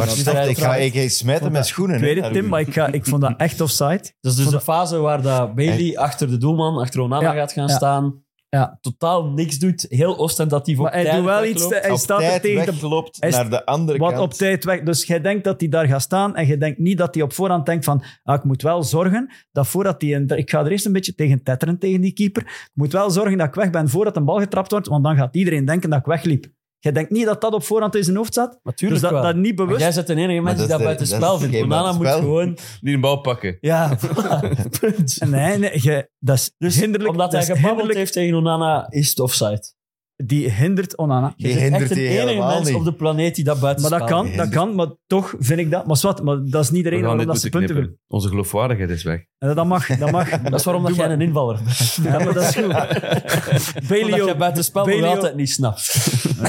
ga smijten met schoenen. Ik weet het, Tim, maar ik vond dat echt offside. Dat is dus de fase waar dat Bailey achter de doelman, achter Onana gaat gaan staan. Ja. Totaal niks doet. Heel ostentatief op Maar hij tijd doet wel iets... wegloopt. Hij Op staat er tijd tegen wegloopt hij is- naar de andere wat kant. op tijd weg. Dus jij denkt dat hij daar gaat staan en je denkt niet dat hij op voorhand denkt van ik moet wel zorgen dat voordat hij... Ik ga er eerst een beetje tegen tetteren tegen die keeper. Ik moet wel zorgen dat ik weg ben voordat een bal getrapt wordt, want dan gaat iedereen denken dat ik wegliep. Jij denkt niet dat dat op voorhand in zijn hoofd zat? Natuurlijk dus wel. dat niet Maar bewust... jij bent de enige mens die dat buiten spel vindt. geen Onana moet buitenspel. gewoon... Die een bal pakken. Ja, punt. Nee, dat is Dus hinderlijk. omdat hij dat is gebabbeld hinderlijk. heeft tegen Onana, is het offside. Die hindert Onana. Je Je bent hindert echt de die enige helemaal mens niet. op de planeet die dat buiten Maar dat kan, maar toch vind ik dat... Maar dat is niet de We reden gaan waarom dit dat ze moeten punten willen. knippen. Onze geloofwaardigheid is weg. Dat mag. Dat is waarom dat Doe jij maar. een invaller bent. Ja, maar dat is goed. Omdat jij buiten spel nog Bailey ook. altijd niet snapt.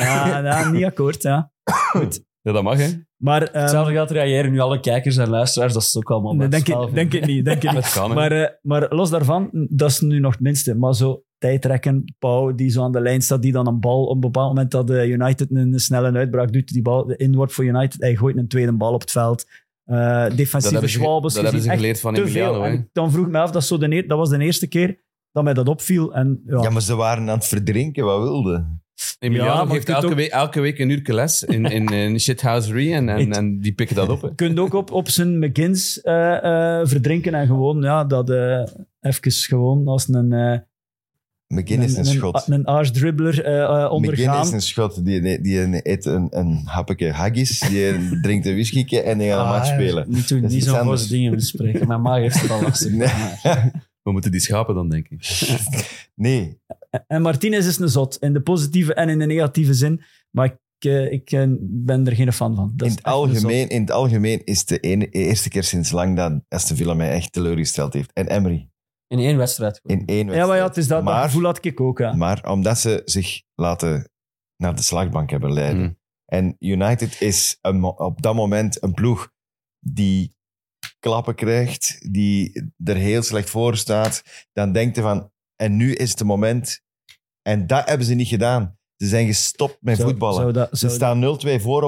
Ja, niet akkoord, ja. Ja, dat mag, hè. Maar... Hetzelfde gaat reageren nu alle kijkers en luisteraars, dat is het ook allemaal Nee, buiten denk, spel ik, denk vinden. ik niet. Denk ik niet. Dat kan, hè. Maar los daarvan, dat is nu nog het minste. Maar zo tijdrekken, Pau, die zo aan de lijn staat, die dan een bal op een bepaald moment dat United een snelle uitbraak doet, die bal in wordt voor United, hij gooit een tweede bal op het veld. Defensieve schwalbes. Dat hebben ze geleerd van Emiliano, hè. En dan vroeg ik me af, dat was de eerste keer dat mij dat opviel. En, Ja, maar ze waren aan het verdrinken, wat wilden. Emiliano Ja, maar geeft je kunt elke week een uurtje les in shithousery en die pikken dat op. Hè. je kunt ook op zijn McGinns verdrinken en gewoon dat even gewoon als een McGinn is een schot. een arsdribbler McGinn ondergaan. is een schot. Die eet een happetje haggis, die drinkt een whisky en die gaat een match spelen. Niet Dat is niet iets zo'n anders. boze dingen bespreken. Mijn maag heeft het al lastig. Nee. We moeten die schapen dan, denk ik. Nee, En Martinez is een zot, in de positieve en in de negatieve zin. Maar ik ben er geen fan van. Dat in is het, echt een zot. in het algemeen is het de eerste keer sinds lang dat Aston Villa mij echt teleurgesteld heeft. En Emery, In één wedstrijd. in één wedstrijd. Ja, maar het is dat Maar- gevoel had ik ook. Ja. Maar omdat ze zich laten naar de slagbank hebben leiden. Mm. En United is op dat moment een ploeg die klappen krijgt, die er heel slecht voor staat. Dan denkt je van, en nu is het moment. En dat hebben ze niet gedaan. Ze zijn gestopt met voetballen. Ze staan 0-2 voor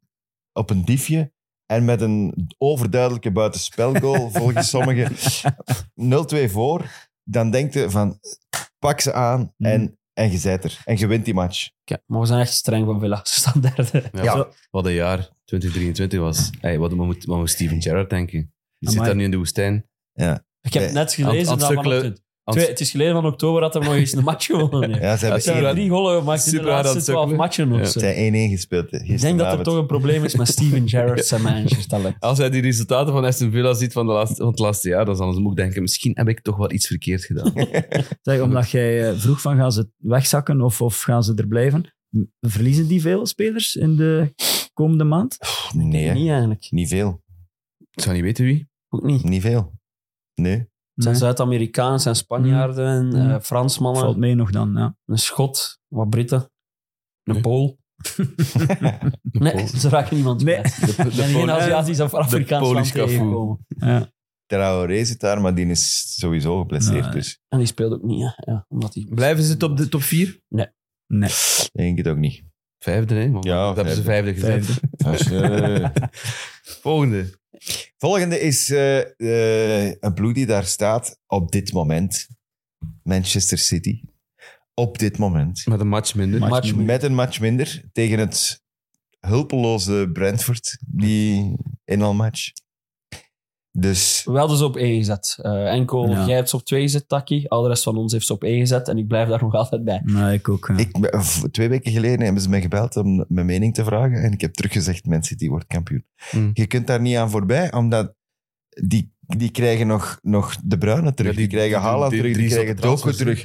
op een diefje. En met een overduidelijke buitenspelgoal, volgens sommigen. 0-2 voor. Dan denk je van, pak ze aan en je zijt er. En je wint die match. Ja, maar we zijn echt streng van Villa. Ze staan derde. Ja, wat een jaar 2023 was. Hey, wat moet Steven Gerrard denken? Die zit Amai. daar nu in de woestijn. Ik heb net gelezen aan dat sukkelen. het is geleden van oktober dat we nog eens een match gewonnen. Ja. Ja, ze hebben Ze hebben super 3 golen gemaakt in de super hard aan laatste het 12 sukkelen. matchen. Of Ja. zo. Ze zijn 1-1 gespeeld. Ik denk dat er toch een probleem is met Steven Gerrard, zijn managertalent. Als hij die resultaten van Aston Villa ziet van het laatste jaar, dan zal hij ook denken, misschien heb ik toch wel iets verkeerd gedaan. Zeg, omdat jij vroeg van gaan ze wegzakken of gaan ze er blijven? Verliezen die veel spelers in de komende maand? Nee, hè. Niet eigenlijk. Niet veel. Ik zou niet weten wie. Ook niet. Niet veel. Nee. Het zijn Nee, Zuid-Amerikanen, het zijn Spanjaarden, Mm. Fransmannen, valt mee nog dan, ja. een Schot, wat Britten, een Nee. Pool. Nee, ze raken niemand Nee. kwijt. En geen Aziatisch of Afrikaans land Polish tegenkomen. Ja. Traoré zit daar, maar die is sowieso geblesseerd. Nee. Dus En die speelt ook niet, hè. Ja, omdat die... Blijven ze op de top 4? Nee. ik denk het ook niet. Vijfde, hè? Ja, Dat hebben ze vijfde gezet. Volgende. Volgende is een ploeg die daar staat op dit moment. Manchester City. Op dit moment. Met een match minder. Met een match minder tegen het hulpeloze Brentford, die match. Dus We hadden ze op 1 gezet. Enkel Ja. jij hebt ze op 2 gezet, Taki. Al de rest van ons heeft ze op 1 gezet. En ik blijf daar nog altijd bij. Nee, ik ook. Ja. 2 weken geleden hebben ze mij gebeld om mijn mening te vragen. En ik heb teruggezegd, Man City wordt kampioen. Je kunt daar niet aan voorbij, omdat die krijgen nog De Bruyne terug. Ja, die krijgen Haaland terug, die krijgen Doku terug.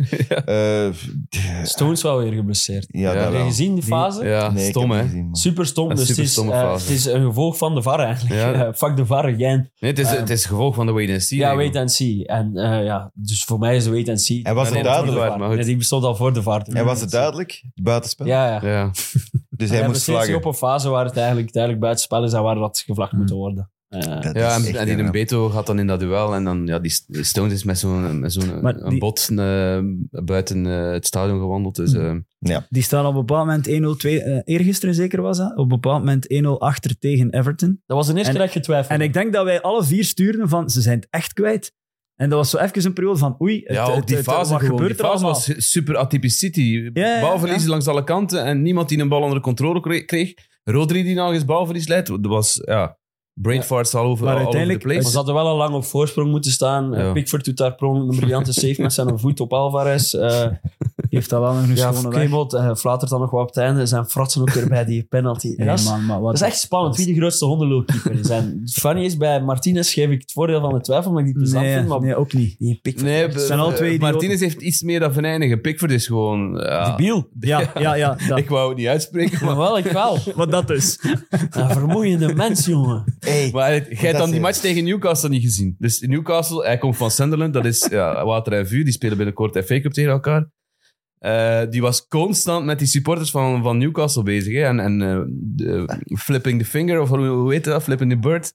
Stones wel weer geblesseerd. Ja, Ja, dat Heb je wel. gezien die fase? Ja, Nee, ik stom, heb hè? het niet gezien, man. Super stom. Een Dus superstomme fase. het is een gevolg van de VAR eigenlijk. Ja. Fuck de VAR again. Nee, het is gevolg van de wait and see. Ja, regel. wait and see. En dus voor mij is de wait and see. En was het Nee, duidelijk? voor de VAR. Maar goed. Nee, die bestond al voor de VAR. En was het duidelijk? Buitenspel? Ja, ja. Ja. Dus We hij hebben moest steeds vlaggen. op een fase waar het eigenlijk buitenspel is en waar dat gevlacht moet worden. Dat Ja, is en echt die een- Beto gaat dan in dat duel en dan, ja, die Stones is met zo'n Maar een die- bot buiten het stadion gewandeld. Dus Die staan op een bepaald moment 1-0, eergisteren zeker was dat, op een bepaald moment 1-0 achter tegen Everton. Dat was de eerste En- keer dat ik getwijfeld En ik denk dat wij alle 4 stuurden van, ze zijn het echt kwijt. En dat was zo even een periode van, oei, ja, ook die fase, wat gewoon, gebeurt die er fase allemaal? was super atypisch City. Ja, Balverlies ja. langs alle kanten en niemand die een bal onder controle kreeg. Rodri die nog eens balverlies leidt. Dat was, ja, brain farts all over, Maar all over the uiteindelijk- Maar place. ze hadden wel al lang op voorsprong moeten staan. Ja. Pickford doet daar per ongeluk een briljante save met zijn voet op Alvarez. Die heeft dat wel nog een Ja, schone weg. Kebot flatert dan nog wat op het einde. Zijn fratsen ook weer bij die penalty. Hey, dat, is, man, maar wat- dat is echt spannend. Wie de grootste hondenloopkeeper is. En het funny is, bij Martinez geef ik het voordeel van de twijfel, omdat ik die plezant Nee, vind. Maar nee, ook niet. die Pickford Nee, is zijn al twee idioten. Martinez heeft iets meer dan Venijnigen. Pickford is gewoon... Ja, debiel. Ja, dat. ik wou het niet uitspreken, Maar wel, ik wel. Wat dat is. Een vermoeiende mens, jongen. Hey, Maar jij hebt dan die is- match tegen Newcastle niet gezien. Dus Newcastle, hij komt van Sunderland, dat is water en vuur. Die spelen binnenkort FA Cup tegen elkaar. Die was constant met die supporters van Newcastle bezig. Hè? Flipping the finger, of hoe heet dat? Flipping the bird.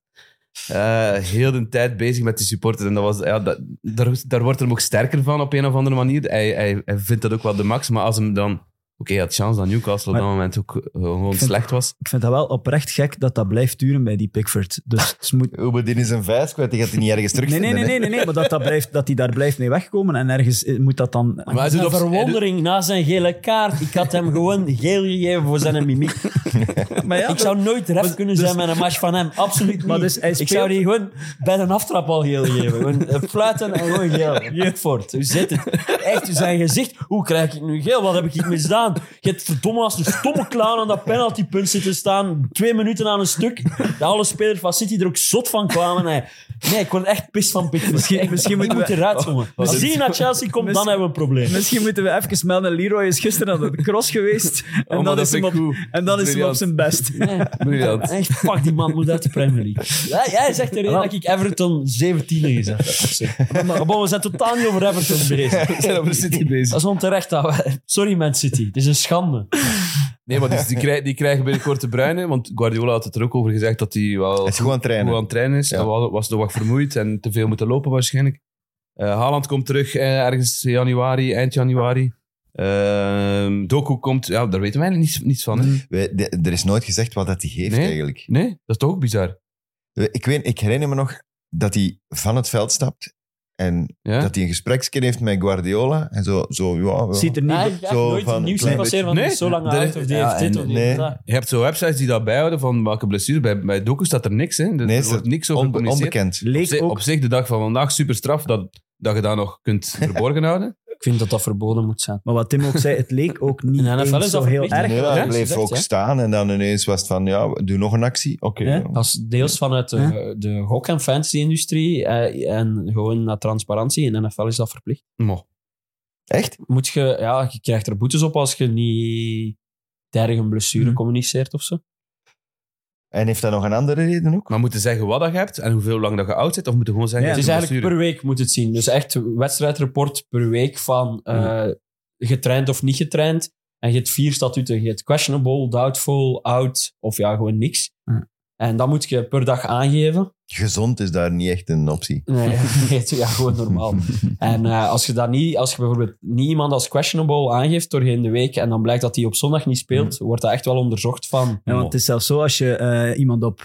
Heel de tijd bezig met die supporters. En dat was, daar wordt hij ook sterker van op een of andere manier. Hij vindt dat ook wel de max. Maar als hem dan... Oké, hij had chance dat Newcastle op dat moment ook gewoon slecht was. Ik vind dat wel oprecht gek dat dat blijft duren bij die Pickford. Dus het moet... Oebedin is een vijf kwijt, die gaat hij niet ergens Nee, terugvinden. nee, maar dat hij daar blijft mee wegkomen en ergens moet dat dan... Maar hij Zijn doet op- verwondering na zijn gele kaart. Ik had hem gewoon geel gegeven voor zijn mimiek. Maar ja, Ik zou nooit ref kunnen zijn met een match van hem. Absoluut niet. Maar dus hij Ik speelt- zou die gewoon bij een aftrap al geel geven. Gewoon fluiten en gewoon geel. Pickford, hoe zit het? Echt, zijn gezicht. Hoe krijg ik nu geel? Wat heb ik misdaan? Je hebt verdomme als een stomme clown aan dat penaltypunt zitten staan. 2 minuten aan een stuk. Dat alle spelers van City er ook zot van kwamen. Nee, ik word echt pist van Pickford. Misschien Die moeten moet we... eruit, jongen. Als die naar Chelsea komt, dan hebben we een probleem. Misschien moeten we even melden. Leroy is gisteren aan de cross geweest. En maar dan dat is hem vind op, ik goed. en dan is hem op Briljant. zijn best. Nee. Briljant. Echt, fuck, die man moet uit de Premier League. Jij zegt erin dat ik Everton 17 gezet heb. Of zo. Maar bon, we zijn totaal niet over Everton bezig. We zijn over City bezig. Dat is onterecht. Sorry, Man City. Het is een schande. Nee, maar dus die krijgen binnenkort De Bruyne, want Guardiola had het er ook over gezegd dat hij wel Hij is gewoon trainen. goed aan het trainen is. Ja. Hij was nog wat vermoeid en te veel moeten lopen waarschijnlijk. Haaland komt terug ergens januari, eind januari. Doku komt, ja, daar weten wij eigenlijk niets van. Hè? Er is nooit gezegd wat dat hij heeft Nee. eigenlijk. Nee, dat is toch ook bizar. Ik herinner me nog dat hij van het veld stapt en Ja? dat hij een gespreksje heeft met Guardiola en zo ja. Ziet er niet... Nee, ik heb Zo nooit van nieuws klein zien passeren van beetje- die is zo lang Nee, uit of die ja, heeft dit en- of die nee. heeft dat. Je hebt zo websites die dat bijhouden van welke blessure. Bij Doku staat er niks in. Er Nee, wordt niks over gecommuniceerd. onbekend. Leek Op ook... zich de dag van vandaag super straf dat je dat nog kunt verborgen houden. Ik vind dat dat verboden moet zijn. Maar wat Tim ook zei, het leek ook niet In de NFL eens is zo dat heel verplicht. erg. Nee, hij Ja, bleef gezegd, ook hè? staan en dan ineens was het van, ja, doe nog een actie. Oké. Ja. ja. Dat is deels vanuit de gok- en fantasy-industrie en gewoon naar transparantie. In de NFL is dat verplicht. Maar, Echt? Je krijgt er boetes op als je niet terg een blessure communiceert of zo. En heeft dat nog een andere reden ook? maar moeten zeggen wat dat je hebt en hoeveel lang dat je oud zit, of moeten gewoon zeggen... Ja, je Het is hebt een eigenlijk blessure? per week moet het zien. Dus echt wedstrijdrapport per week van getraind of niet getraind. En je hebt 4 statuten. Je hebt questionable, doubtful, out of ja, gewoon niks. Ja. En dat moet je per dag aangeven. Gezond is daar niet echt een optie. Nee, ja, gewoon normaal. En als je bijvoorbeeld niet iemand als questionable aangeeft doorheen de week en dan blijkt dat hij op zondag niet speelt, wordt dat echt wel onderzocht van... Ja, want het is zelfs zo, als je iemand op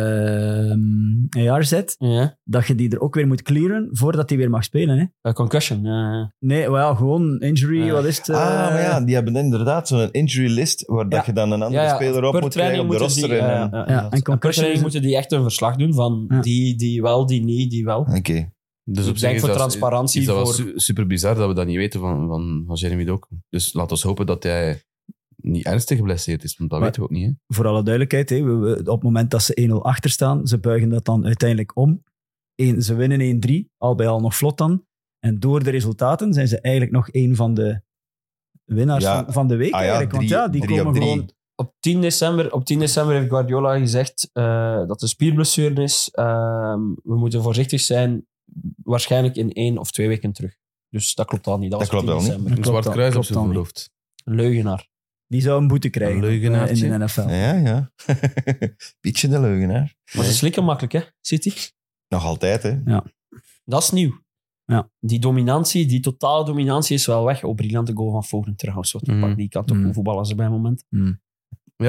AR zet, Ja, dat je die er ook weer moet clearen voordat hij weer mag spelen. Hè? concussion. Nee, well, ja, gewoon injury, Ja. wat is het? Maar ja, die hebben inderdaad zo'n injury list waar dat Ja. je dan een andere speler op per moet krijgen op de training roster. moeten die, en, en per concussion training is- moeten die echt een verslag doen van Ja. die wel, die niet, die wel. Oké. Dus Ik denk voor transparantie, is dat wel voor- super bizar dat we dat niet weten van Jeremy Doku. Dus laten we hopen dat hij niet ernstig geblesseerd is, want dat Maar- weten we ook niet. Hè. Voor alle duidelijkheid, hè, op het moment dat ze 1-0 achter staan, ze buigen dat dan uiteindelijk om. Ze winnen 1-3, al bij al nog vlot dan. En door de resultaten zijn ze eigenlijk nog een van de winnaars Ja. van de week. Ah ja, eigenlijk. Want ja, die 3 komen op 3. gewoon... Op 10 december heeft Guardiola gezegd dat het een spierblessure is. We moeten voorzichtig zijn, waarschijnlijk in 1 of 2 weken terug. Dus dat klopt al niet. Dat was Dat op klopt 10 wel niet. december. Een klopt zwart dan, kruis op klopt zijn dan niet. voorhoofd. Een leugenaar. Die zou een boete krijgen Een leugenaartje. in de NFL. Ja. Beetje de leugenaar. Maar ze slikken makkelijk, hè, City? Nog altijd, hè. Dat is nieuw. Ja. Die dominantie, die totale dominantie is wel weg. Briljante goal van Foden trouwens. Wat die kan toch goed voetballen ze bij een moment. Ja,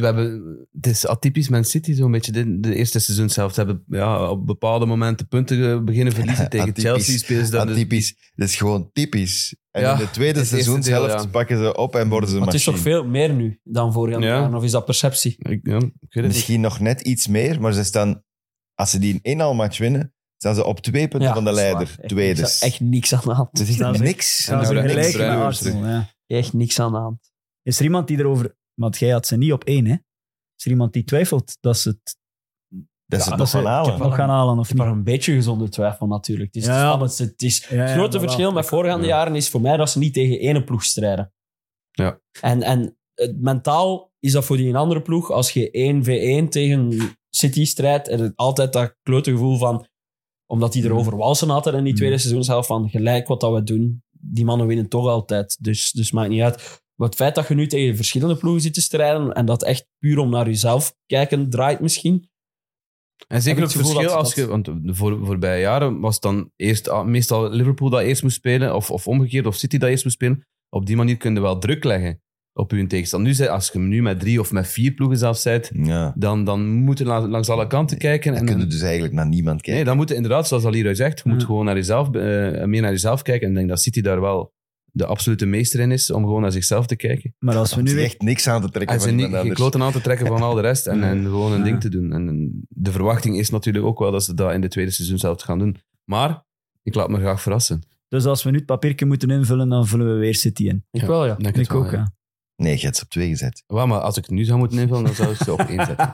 het is atypisch Man City, zo'n beetje. De eerste seizoenshelft hebben op bepaalde momenten punten beginnen verliezen. Tegen Atypisch. Chelsea spelen ze dan... Atypisch. Dat is gewoon typisch. En Ja, in de tweede het eerste seizoenshelft deel, ja. pakken ze op en worden ze Maar het is toch machine. veel meer nu dan vorig Ja. jaar? Of is dat perceptie? Ik weet het niet. Misschien nog net iets meer, maar ze staan, als ze die in 1 al match winnen, staan ze op 2 punten van de dat is leider. waar. Tweede. Er is echt niks aan de hand. Het is Staan echt ze- niks. Staan ze nou, dat gelijk is met Bruin Arsenal. Ja. Echt niks aan de hand. Is er iemand die erover... Want jij had ze niet op 1, hè? Is er iemand die twijfelt dat ze het Dat is Ja, het dat nog is- van ik heb halen. wel- nog gaan halen of Ik heb niet? er een beetje gezonde twijfel natuurlijk. Het is Ja, het ja. spannendste. Het is Ja, het grote voilà. verschil met voorgaande jaren is voor mij dat ze niet tegen ene ploeg strijden. Ja. En mentaal is dat voor die een andere ploeg. Als je 1v1 tegen City strijdt, en altijd dat klote gevoel van, omdat die erover walsen hadden in die tweede seizoenshelft, van gelijk wat dat we doen, die mannen winnen toch altijd. Dus maakt niet uit. Maar het feit dat je nu tegen verschillende ploegen zit te strijden en dat echt puur om naar jezelf kijken draait misschien. En zeker Heb het ik het gevoel verschil, dat- als je, want de voorbije jaren was het dan eerst meestal Liverpool dat eerst moest spelen, of omgekeerd, of City dat eerst moest spelen. Op die manier kun je wel druk leggen op je tegenstander. Nu, als je nu met 3 of met 4 ploegen zelf bent, Ja. dan moet je langs alle kanten kijken. Dan En, kun je dus eigenlijk naar niemand kijken. nee, dan moet je inderdaad, zoals Alira zegt, je moet gewoon naar jezelf, meer naar jezelf kijken. En ik denk dat City daar wel de absolute meester in is, om gewoon naar zichzelf te kijken. Maar als we Er nu is weer... echt niks aan te trekken En van ze niet iemand geen anders. kloten aan te trekken van al de rest en gewoon een Ja. ding te doen. En de verwachting is natuurlijk ook wel dat ze dat in de tweede seizoen zelf gaan doen. Maar ik laat me graag verrassen. Dus als we nu het papiertje moeten invullen, dan vullen we weer City in. Ik wel, ja. Denk het Ik wel, ook, ja. ja. Nee, je hebt ze op 2 gezet. Wel, maar als ik het nu zou moeten invullen, dan zou ik ze op 1 zetten.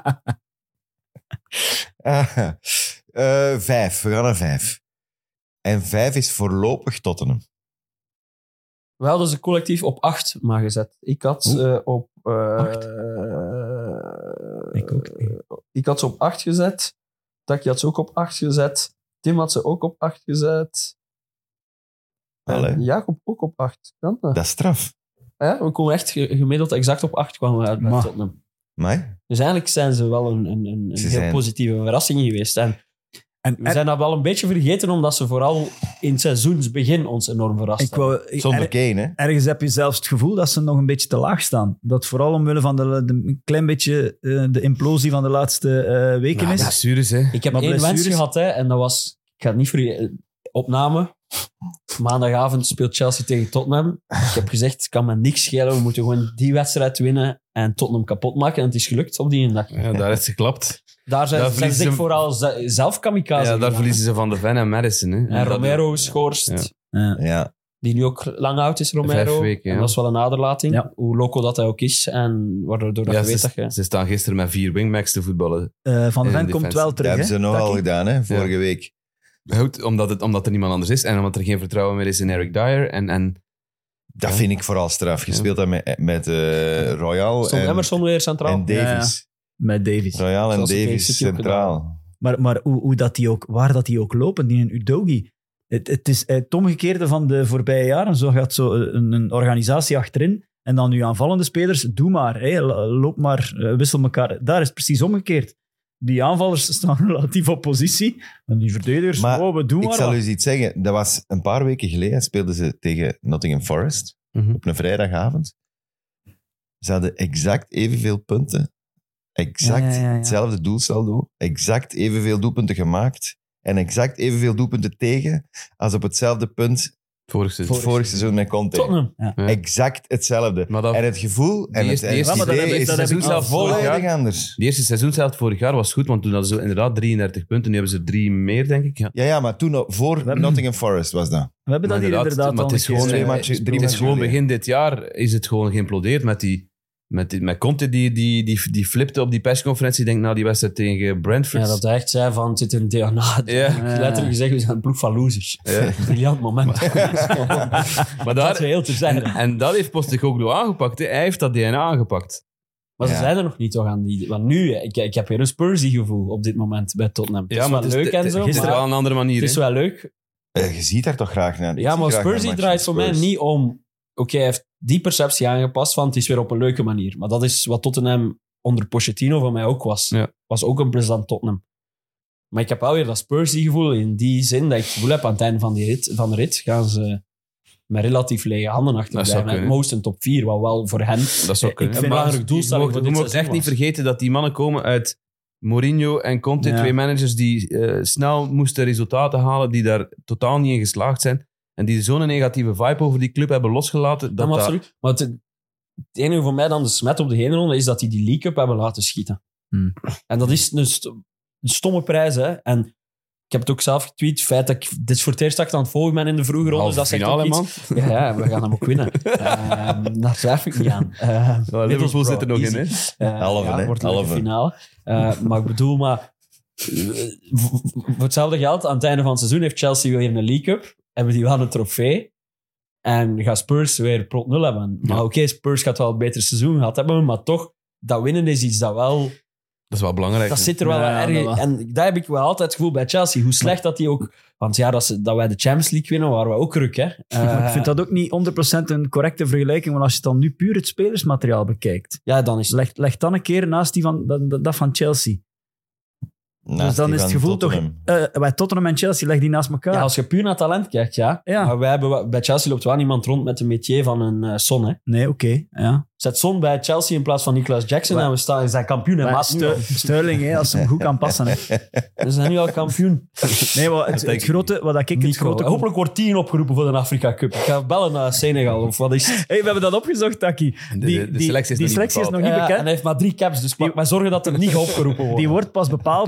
5. We gaan naar 5. En 5 is voorlopig Tottenham. We hadden ze collectief op 8 maar gezet. Ik had ze op... 8? Ik ook. Ik had ze op 8 gezet. Taki had ze ook op 8 gezet. Tim had ze ook op 8 gezet. Allee. En Jacob ook op 8. Kan dat? Dat is straf. Ja, we komen echt gemiddeld exact op 8 kwamen we uit bij Maar- Tottenham. Maar Dus eigenlijk zijn ze wel een Ze heel zijn- positieve verrassing geweest. En En, we zijn dat wel een beetje vergeten, omdat ze vooral in het seizoensbegin ons enorm verrast ik wou, zonder Kane, hè? ergens heb je zelfs het gevoel dat ze nog een beetje te laag staan. Dat vooral omwille van een klein beetje de implosie van de laatste weken Ja, is. blessures, hè. Ik heb Maar één wens blessures- gehad, hè, en dat was... Ik ga het niet vergeten. Opname. Maandagavond speelt Chelsea tegen Tottenham. Ik heb gezegd, het kan me niks schelen. We moeten gewoon die wedstrijd winnen en Tottenham kapot maken. En het is gelukt op die dag. Ja, daar is het geklapt. Daar zijn, Daar zijn verliezen ze ze- vooral zelf kamikaze Ja, daar gegaan. verliezen ze van de Ven en Madison. Hè. En Dat- Romero geschorst. Ja. Ja. Die nu ook lang oud is, Romero. 5 weken, ja. En dat is wel een aderlating. Ja. Hoe loco dat hij ook is. En waardoor dat Ja, je weet dat je... ze staan gisteren met 4 wingbacks te voetballen. Van de in Ven komt defensie. wel Dat terug. hebben ze hè, nogal Taki? gedaan, hè? Vorige week. Goed, omdat er niemand anders is en omdat er geen vertrouwen meer is in Eric Dyer. En Dat Ja. vind ik vooral straf. Je Ja. speelt dat met Royal Stond en, Emerson weer centraal? en Davies. Met Davies. Royal en Zoals ze tegen Davies City ook centraal. Maar hoe dat die ook, waar dat die ook lopen, die in Udogi. Het is het omgekeerde van de voorbije jaren. Zo gaat zo een organisatie achterin En dan uw aanvallende spelers, doe maar. Hè, loop maar, wissel elkaar. Daar is het precies omgekeerd. Die aanvallers staan relatief op positie. En die verdedigers, Maar we doen ik maar zal wat. u iets zeggen. Dat was een paar weken geleden. Speelden ze tegen Nottingham Forest op een vrijdagavond. Ze hadden exact evenveel punten. Exact Ja. hetzelfde doelsaldo. Exact evenveel doelpunten gemaakt. En exact evenveel doelpunten tegen als op hetzelfde punt vorig seizoen met Conte. Tottenham. Ja. Exact hetzelfde. Maar dat, En het gevoel en Die het eerste maar dat heb idee ik- is dat heb ik seizoen al volledig vorig jaar. anders. die eerste seizoenshelft vorig jaar was goed, want toen hadden ze inderdaad 33 punten. Nu hebben ze 3 meer, denk ik. Ja. Ja, maar toen voor Nottingham Forest was dat. We hebben dat hier inderdaad maar al het een is keer. gewoon, twee matchen- het drie is matchen gewoon geleden. begin dit jaar is het gewoon geïmplodeerd met Conte die flipte op die persconferentie, denk na die wedstrijd tegen Brentford. Ja, dat hij echt zei van, het zit in DNA. Ja. Letterlijk gezegd, we zijn een ploeg van losers. Briljant moment. Maar Dat daar, is heel te zijn. en dat heeft Postecoglou aangepakt. Hè. Hij heeft dat DNA aangepakt. Maar ze Ja. zijn er nog niet toch aan die... Want nu, ik heb weer een Spursy-gevoel op dit moment bij Tottenham. Het is wel leuk en zo, gisteren maar wel een andere manier. het is hè. wel leuk. Je ziet daar toch graag naar. Ik Ja, zie maar graag naar Spursy matchen draait voor mij Spurs. niet om... Oké, hij heeft die perceptie aangepast van het is weer op een leuke manier. Maar dat is wat Tottenham onder Pochettino van mij ook was. Ja. Was ook een plezant Tottenham. Maar ik heb wel weer dat Spursy-gevoel in die zin dat ik het gevoel heb aan het einde van de rit gaan ze met relatief lege handen Dat achterblijven. zou Met kunnen. most een top 4, wat wel voor hen Dat zou kunnen. een vind belangrijk doelstelling voor Je dit moet echt seizoen niet was. vergeten dat die mannen komen uit Mourinho en Conte, Ja. 2 managers die snel moesten resultaten halen, die daar totaal niet in geslaagd zijn. En die zo'n negatieve vibe over die club hebben losgelaten. Ja, Dat maar dat- absoluut. Maar het enige voor mij dan de smet op de heenronde is dat die League Cup hebben laten schieten. Hmm. En dat is een stomme prijs. Hè? En ik heb het ook zelf getweet. Het feit dat ik dit is voor het eerst dat ik aan het volgen ben in de vroege rondes. halve Dat zegt finale, ook man. iets. Ja, we gaan hem ook winnen. Daar twijfel ik niet aan. Liverpool zit er nog in, hè? Halve, hè? Wordt een leuke Halve. finale. Maar ik bedoel, voor hetzelfde geld, aan het einde van het seizoen heeft Chelsea weer een League Cup. Hebben die wel een trofee. En gaat Spurs weer prot 0 hebben. Maar Ja. oké, Spurs gaat wel een beter seizoen gehad hebben, maar toch, dat winnen is iets dat wel... Dat is wel belangrijk. Dat hè. zit er wel Ja, erg in. dat wel. En daar heb ik wel altijd het gevoel bij Chelsea. Hoe slecht dat die ook... Want ja, dat wij de Champions League winnen, waren we ook ruk, hè. Maar ik vind dat ook niet 100% een correcte vergelijking, want als je dan nu puur het spelersmateriaal bekijkt, Ja, dan is het... leg dan een keer naast die dat van Chelsea. Naast Dus dan die is het van gevoel Tottenham. toch... bij Tottenham en Chelsea, leg die naast elkaar. Ja, als je puur naar talent kijkt, ja. Ja. Maar wij hebben, bij Chelsea loopt wel iemand rond met een métier van een Son, hè. Nee, oké. Ja. Zet Son bij Chelsea in plaats van Nicolas Jackson Maar- en we zijn kampioen. En Maar maat nu al. Sterling, hè, als ze hem goed kan passen. Hè. We zijn nu al kampioen. Nee, maar het denk ik grote... Wat ik het Nico. grote Hopelijk wordt 10 opgeroepen voor de Afrika Cup. Ik ga bellen naar Senegal, of wat is het? Hey, we hebben dat opgezocht, Taki. De selectie is nog niet bepaald. nog niet En bekend. hij heeft maar 3 caps, dus maak maar zorgen dat er niet opgeroepen wordt. Die wordt pas bepaald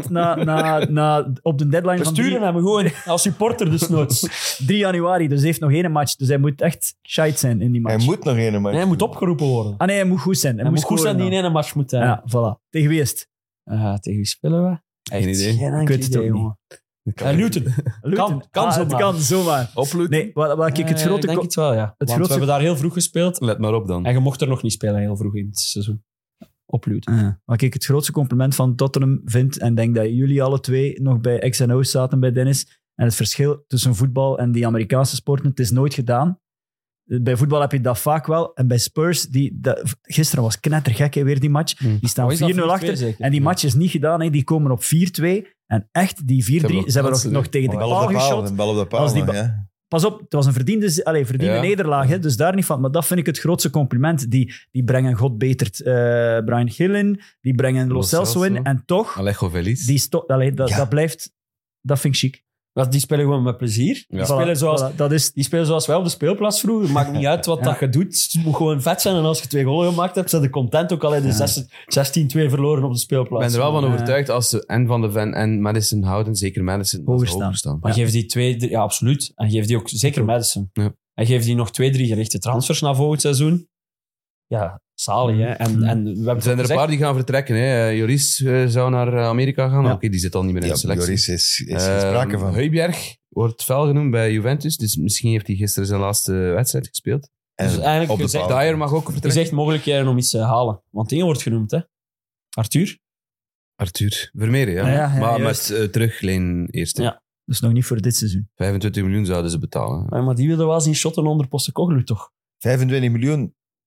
op de deadline We van sturen hem gewoon als supporter dus nooit. 3 januari. Dus hij heeft nog één match. Dus hij moet echt shite zijn in die match. Hij moet nog een match. Nee, hij moet opgeroepen worden. Ah nee, hij moet goed zijn. Hij moet goed zijn die in scoren één match moet dan. hebben. Ja, voilà. Tegen wie is het? Tegen wie spelen we? Geen idee. Geen enkel Ik weet het idee, ook niet. jongen. Kan- Luton. Luton. Kan Het zomaar. kan zomaar. Oploeten? Nee, wat ik het grote... Ik denk het wel, ja. Want grootste- we hebben daar heel vroeg gespeeld. Let maar op dan. En je mocht er nog niet spelen heel vroeg in het seizoen. Op Luton. Wat ik het grootste compliment van Tottenham vind, en denk dat jullie alle twee nog bij X&O's zaten bij Dennis, en het verschil tussen voetbal en die Amerikaanse sporten, het is nooit gedaan. Bij voetbal heb je dat vaak wel. En bij Spurs, gisteren was knettergek, hè, weer die match. Die staan Oh, is dat 4-0 achter. 4-2 zeker? En die match is niet gedaan. Hè. Die komen op 4-2. En echt, die 4-3, hebben ze hebben kansen, nog hè. tegen de Bal op paal de paal. geschot. Een bal op de paal. Als die nog, ba- ja. Pas op, het was een verdiende Ja. nederlaag, hè, dus daar niet van. Maar dat vind ik het grootste compliment. Die brengen God betert Brian Gill in, die brengen Lo Lo Celso in. Celso. En toch, Alejo Feliz. Ja. dat blijft... Dat vind ik chic. Want die spelen gewoon met plezier. Die, Ja. spelen zoals, Voilà, dat is... die spelen zoals wij op de speelplaats vroeger. Maakt niet uit wat dat je doet. Het moet gewoon vet zijn. En als je 2 golen gemaakt hebt, zijn de content ook al in de 16-2 verloren op de Ik speelplaats. ben er wel van Ja. overtuigd als ze en Van de Ven en Madison houden, zeker Madison, dat Hoger ze staan. staan. Maar geef die 2, ja, absoluut. En geef die ook zeker Madison. Ja. En geef die nog 2-3 gerichte transfers na volgend seizoen. Ja, zalig, hè. En we hebben Er zijn er een paar die gaan vertrekken. Hè. Joris zou naar Amerika gaan. Ja. Oké, die zit al niet meer in Ja, de selectie. Joris is geen sprake van. Heubjerg wordt fel genoemd bij Juventus. Dus misschien heeft hij gisteren zijn laatste wedstrijd gespeeld. En Dus eigenlijk op de gezegd- paal. Dyer mag ook Er is vertrekken. echt mogelijkheden om iets te halen. Want één wordt genoemd, hè. Arthur. Arthur Vermeeren, ja. Ja, maar juist. met terugleen eerste. Ja. Dus nog niet voor dit seizoen. 25 miljoen zouden ze betalen. Maar die wilden wel zien shotten onder Postecoglou, toch? 25 miljoen.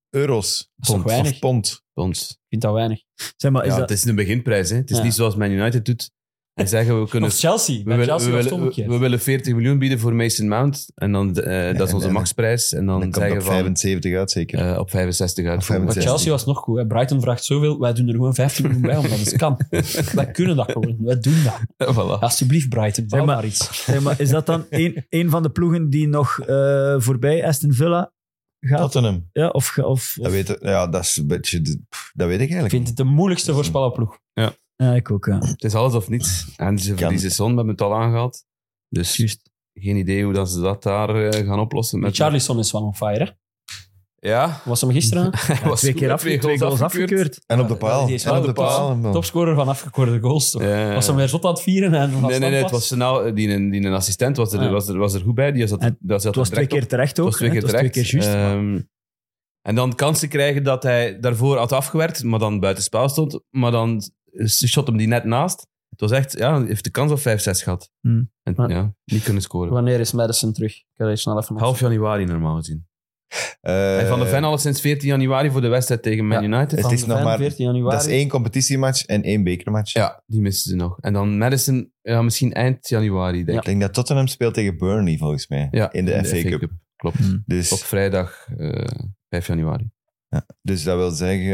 euro's. is toch Pond, weinig? of pond. Ons. Ik vind dat weinig. Zeg maar, is Ja, dat... het is een beginprijs. Hè. Het is Ja. niet zoals Man United doet. En zeggen we kunnen... Of Chelsea. We Bij willen, Chelsea was het omgekeerd. we willen 40 miljoen bieden voor Mason Mount. En dan, dat is onze en- maxprijs. En dan Dan komt zeggen op van 75 uit, zeker. op 65 uit. Op 65. Maar Chelsea was nog goed. Hè. Brighton vraagt zoveel. Wij doen er gewoon 15 miljoen bij, omdat het kan. Wij kunnen dat gewoon. Wij doen dat. Voilà. Alsjeblieft, Brighton. Bouw maar- maar iets. Zeg maar, is dat dan een van de ploegen die nog voorbij Aston Villa gaat? Tottenham. Ja, of Dat dat is een beetje... Dat weet ik Ik eigenlijk vind het de moeilijkste voorspellerploeg. Ja, ik ook, ja. Het is alles of niets. En ze verliezen Son, we hebben het al aangehaald. Dus Juist. geen idee hoe dat ze dat daar gaan oplossen. Met Charlison is wel on fire, hè? Ja. Was hem gisteren? Hij was Twee goed, keer hè, twee goals afgekeurd. En op de paal. Die is En wel op de de paal. Topscorer van afgekeurde goals, toch? Ja. Was hem weer zot aan het vieren en van Nee, stand het was? was snel, die een assistent was er, Ja. was er goed bij. Die zat, En dat zat Het was er twee direct keer terecht ook. Het was twee hè. keer Het was terecht. twee keer juist. En dan kansen krijgen dat hij daarvoor had afgewerkt, maar dan buitenspel stond. Maar dan shot hem die net naast. Het was echt, ja, hij heeft de kans op 5-6 gehad. Hmm. En Maar- ja, niet kunnen scoren. Wanneer is Madison terug? Ik ga er snel even op. Half januari normaal gezien. En Van de Ven al sinds 14 januari voor de wedstrijd tegen Man Ja. United. Het Van is de nog Ven, maar- 14 januari. Dat is 1 competitiematch en 1 bekermatch. Ja, die misten ze nog. En dan Madison, ja, misschien eind januari, denk Ik ik. denk dat Tottenham speelt tegen Burnley, volgens mij. Ja, in de FA Cup. Klopt. Hmm. Dus, Op vrijdag 5 januari. dus dat wil zeggen...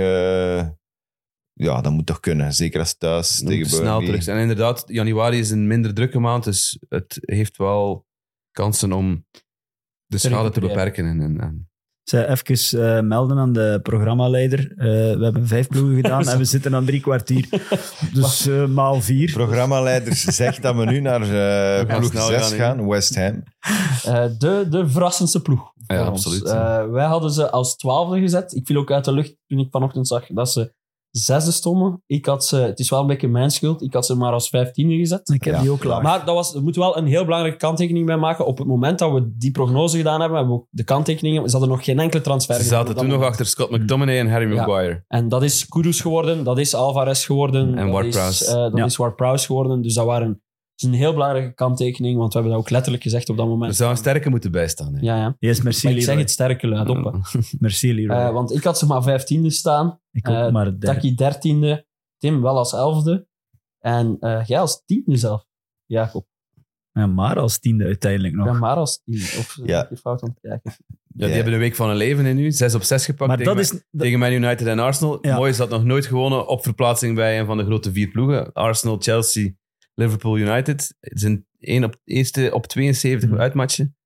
ja, dat moet toch kunnen. Zeker als thuis Moet tegen snel Burnley. terug zijn. En inderdaad, januari is een minder drukke maand, dus het heeft wel kansen om de schade te recupereren. beperken. En Zij even melden aan de programmaleider. We hebben 5 ploegen gedaan en we zitten aan 3 kwartier. Dus maal 4. Programmaleider zegt dat we nu naar gaan ploeg snel 6 gaan, gaan, West Ham. De verrassendste ploeg. Ja, voor ons. absoluut. Wij hadden ze als 12e gezet. Ik viel ook uit de lucht toen ik vanochtend zag dat ze 6e stonden. Ik had ze, het is wel een beetje mijn schuld, ik had ze maar als 15e gezet. Ik heb die ook klaar. Maar we moeten wel een heel belangrijke kanttekening bij maken. Op het moment dat we die prognose gedaan hebben we ook de kanttekeningen, ze hadden nog geen enkele transfer ze gedaan zaten op dat toen nog moment. achter Scott McTominay en Harry Ja. Maguire. En dat is Kudus geworden, dat is Alvarez geworden. En dat Ward-Prowse. is, dat Ja. is Ward-Prowse geworden. Dus dat is een heel belangrijke kanttekening, want we hebben dat ook letterlijk gezegd op dat moment. Er zou een sterke moeten bijstaan. Hè. Ja, ja. Yes, merci, Maar ik zeg Leroy. het sterke luid op. hè. Merci, Leroy. Want ik had ze maar 15e staan. ik ook maar het derde. Taki 13e. Tim wel als 11e. En jij als 10e zelf. Jacob. Ja, maar als 10e uiteindelijk nog. Ja, maar als 10e. Of Ja. ik heb fout aan het kijken. Ja, die hebben een week van hun leven in nu. 6 op 6 gepakt maar tegen, dat is... tegen Man United en Arsenal. Ja. Mooi is dat nog nooit gewonnen op verplaatsing bij een van de grote 4 ploegen. Arsenal, Chelsea, Liverpool, United. Het zijn eerste op 72 Mhm. uitmatchen.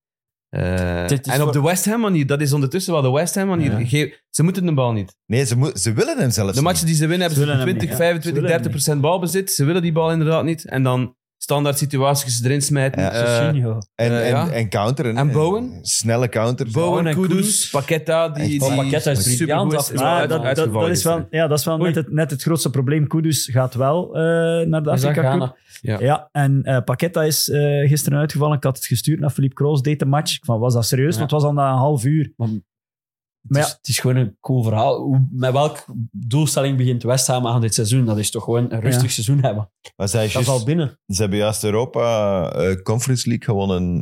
Dit is En op voor- de West Ham manier, dat is ondertussen wel de West Ham manier. Ja. Ze moeten de bal niet. Nee, ze willen hem zelfs De matchen die ze winnen hebben Ze ze willen hem 20, niet, ja. 25, Ze willen 30% balbezit. Ze willen die bal inderdaad niet. En dan standaard situaties erin smijten. Ja. Jorginho. En, ja. en counteren. En hè. Bowen? Snelle counters. Bowen, en Kudus, Kudus. Paqueta. Die Oh, Paqueta is supergoed briljant is. afgelopen. Maar Uit- dat uitgevallen is gisteren. wel, dat is wel net het grootste probleem. Kudus gaat wel naar de Is dat Afrika Cup. Ghana? Ja. Ja, en Paqueta is gisteren uitgevallen. Ik had het gestuurd naar Philippe Kroos, deed de match. Ik van, was dat serieus? Ja. Want het was al na een half uur. Maar ja. Het is gewoon een cool verhaal. Met welke doelstelling begint West Ham aan dit seizoen? Dat is toch gewoon een rustig Ja. seizoen hebben. Maar zij Dat is juist- al binnen. ze hebben juist Europa Conference League gewonnen.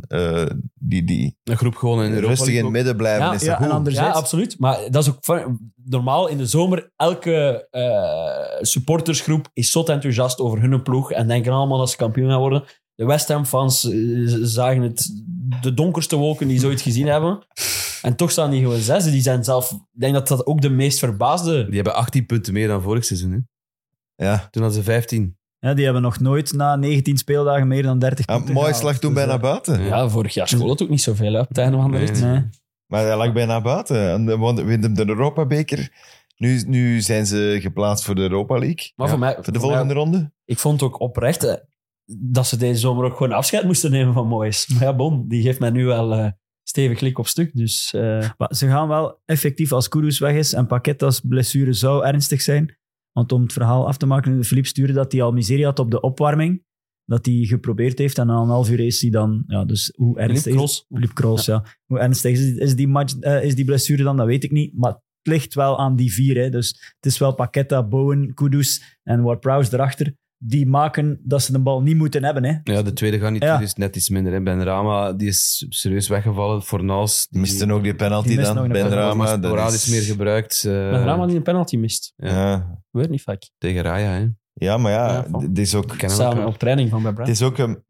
Die Een groep gewoon in Europa rustig in League het ook. midden blijven. Ja, is ja, dat goed? en anderzijds- Ja, absoluut. Maar dat is ook normaal in de zomer. Elke supportersgroep is zot enthousiast over hun ploeg en denken allemaal dat ze kampioen gaan worden. De West Ham-fans zagen het de donkerste wolken die ze ooit gezien hebben. En toch staan die gewoon 6. Die zijn zelf... Ik denk dat dat ook de meest verbaasde... Die hebben 18 punten meer dan vorig seizoen. Hè. Ja. Toen hadden ze 15. Ja, die hebben nog nooit na 19 speeldagen meer dan 30 punten Mooi gehaald. slag toen Dus, bijna buiten. Ja, vorig jaar school het ook niet zoveel hè, op het einde van de Nee. rit. Nee. Maar hij lag bijna buiten. En wint de Europa-beker. Nu zijn ze geplaatst voor de Europa League. Maar voor mij... Voor de volgende ronde. Ik vond ook oprecht dat ze deze zomer ook gewoon afscheid moesten nemen van Moyes. Maar ja, bon, die geeft mij nu wel stevig klik op stuk. Dus Maar ze gaan wel effectief als Kudus weg is en Paqueta's blessure zou ernstig zijn. Want om het verhaal af te maken, Philippe stuurde dat hij al miserie had op de opwarming. Dat hij geprobeerd heeft en na een half uur is hij dan... Ja, dus hoe ernstig is... Philippe Kroos, ja. Hoe ernstig is die, is die blessure dan? Dat weet ik niet. Maar het ligt wel aan die 4. Hè. Dus het is wel Paqueta, Bowen, Kudus en Ward-Prowse erachter. die maken dat ze de bal niet moeten hebben. Hè. Ja, de tweede garnituur Ja. is net iets minder. Hè. Benrahma, die is serieus weggevallen. Fornals, Die misten ook die penalty Die mist nog dan. een Benrahma. dat sporadisch is- meer gebruikt. Benrahma die een penalty mist. Ja. Weet niet vaak. Tegen Raya, hè. Ja, maar Ja, ja, van- het is ook... Kennen Samen elkaar. op training van bij Het Brand. is ook een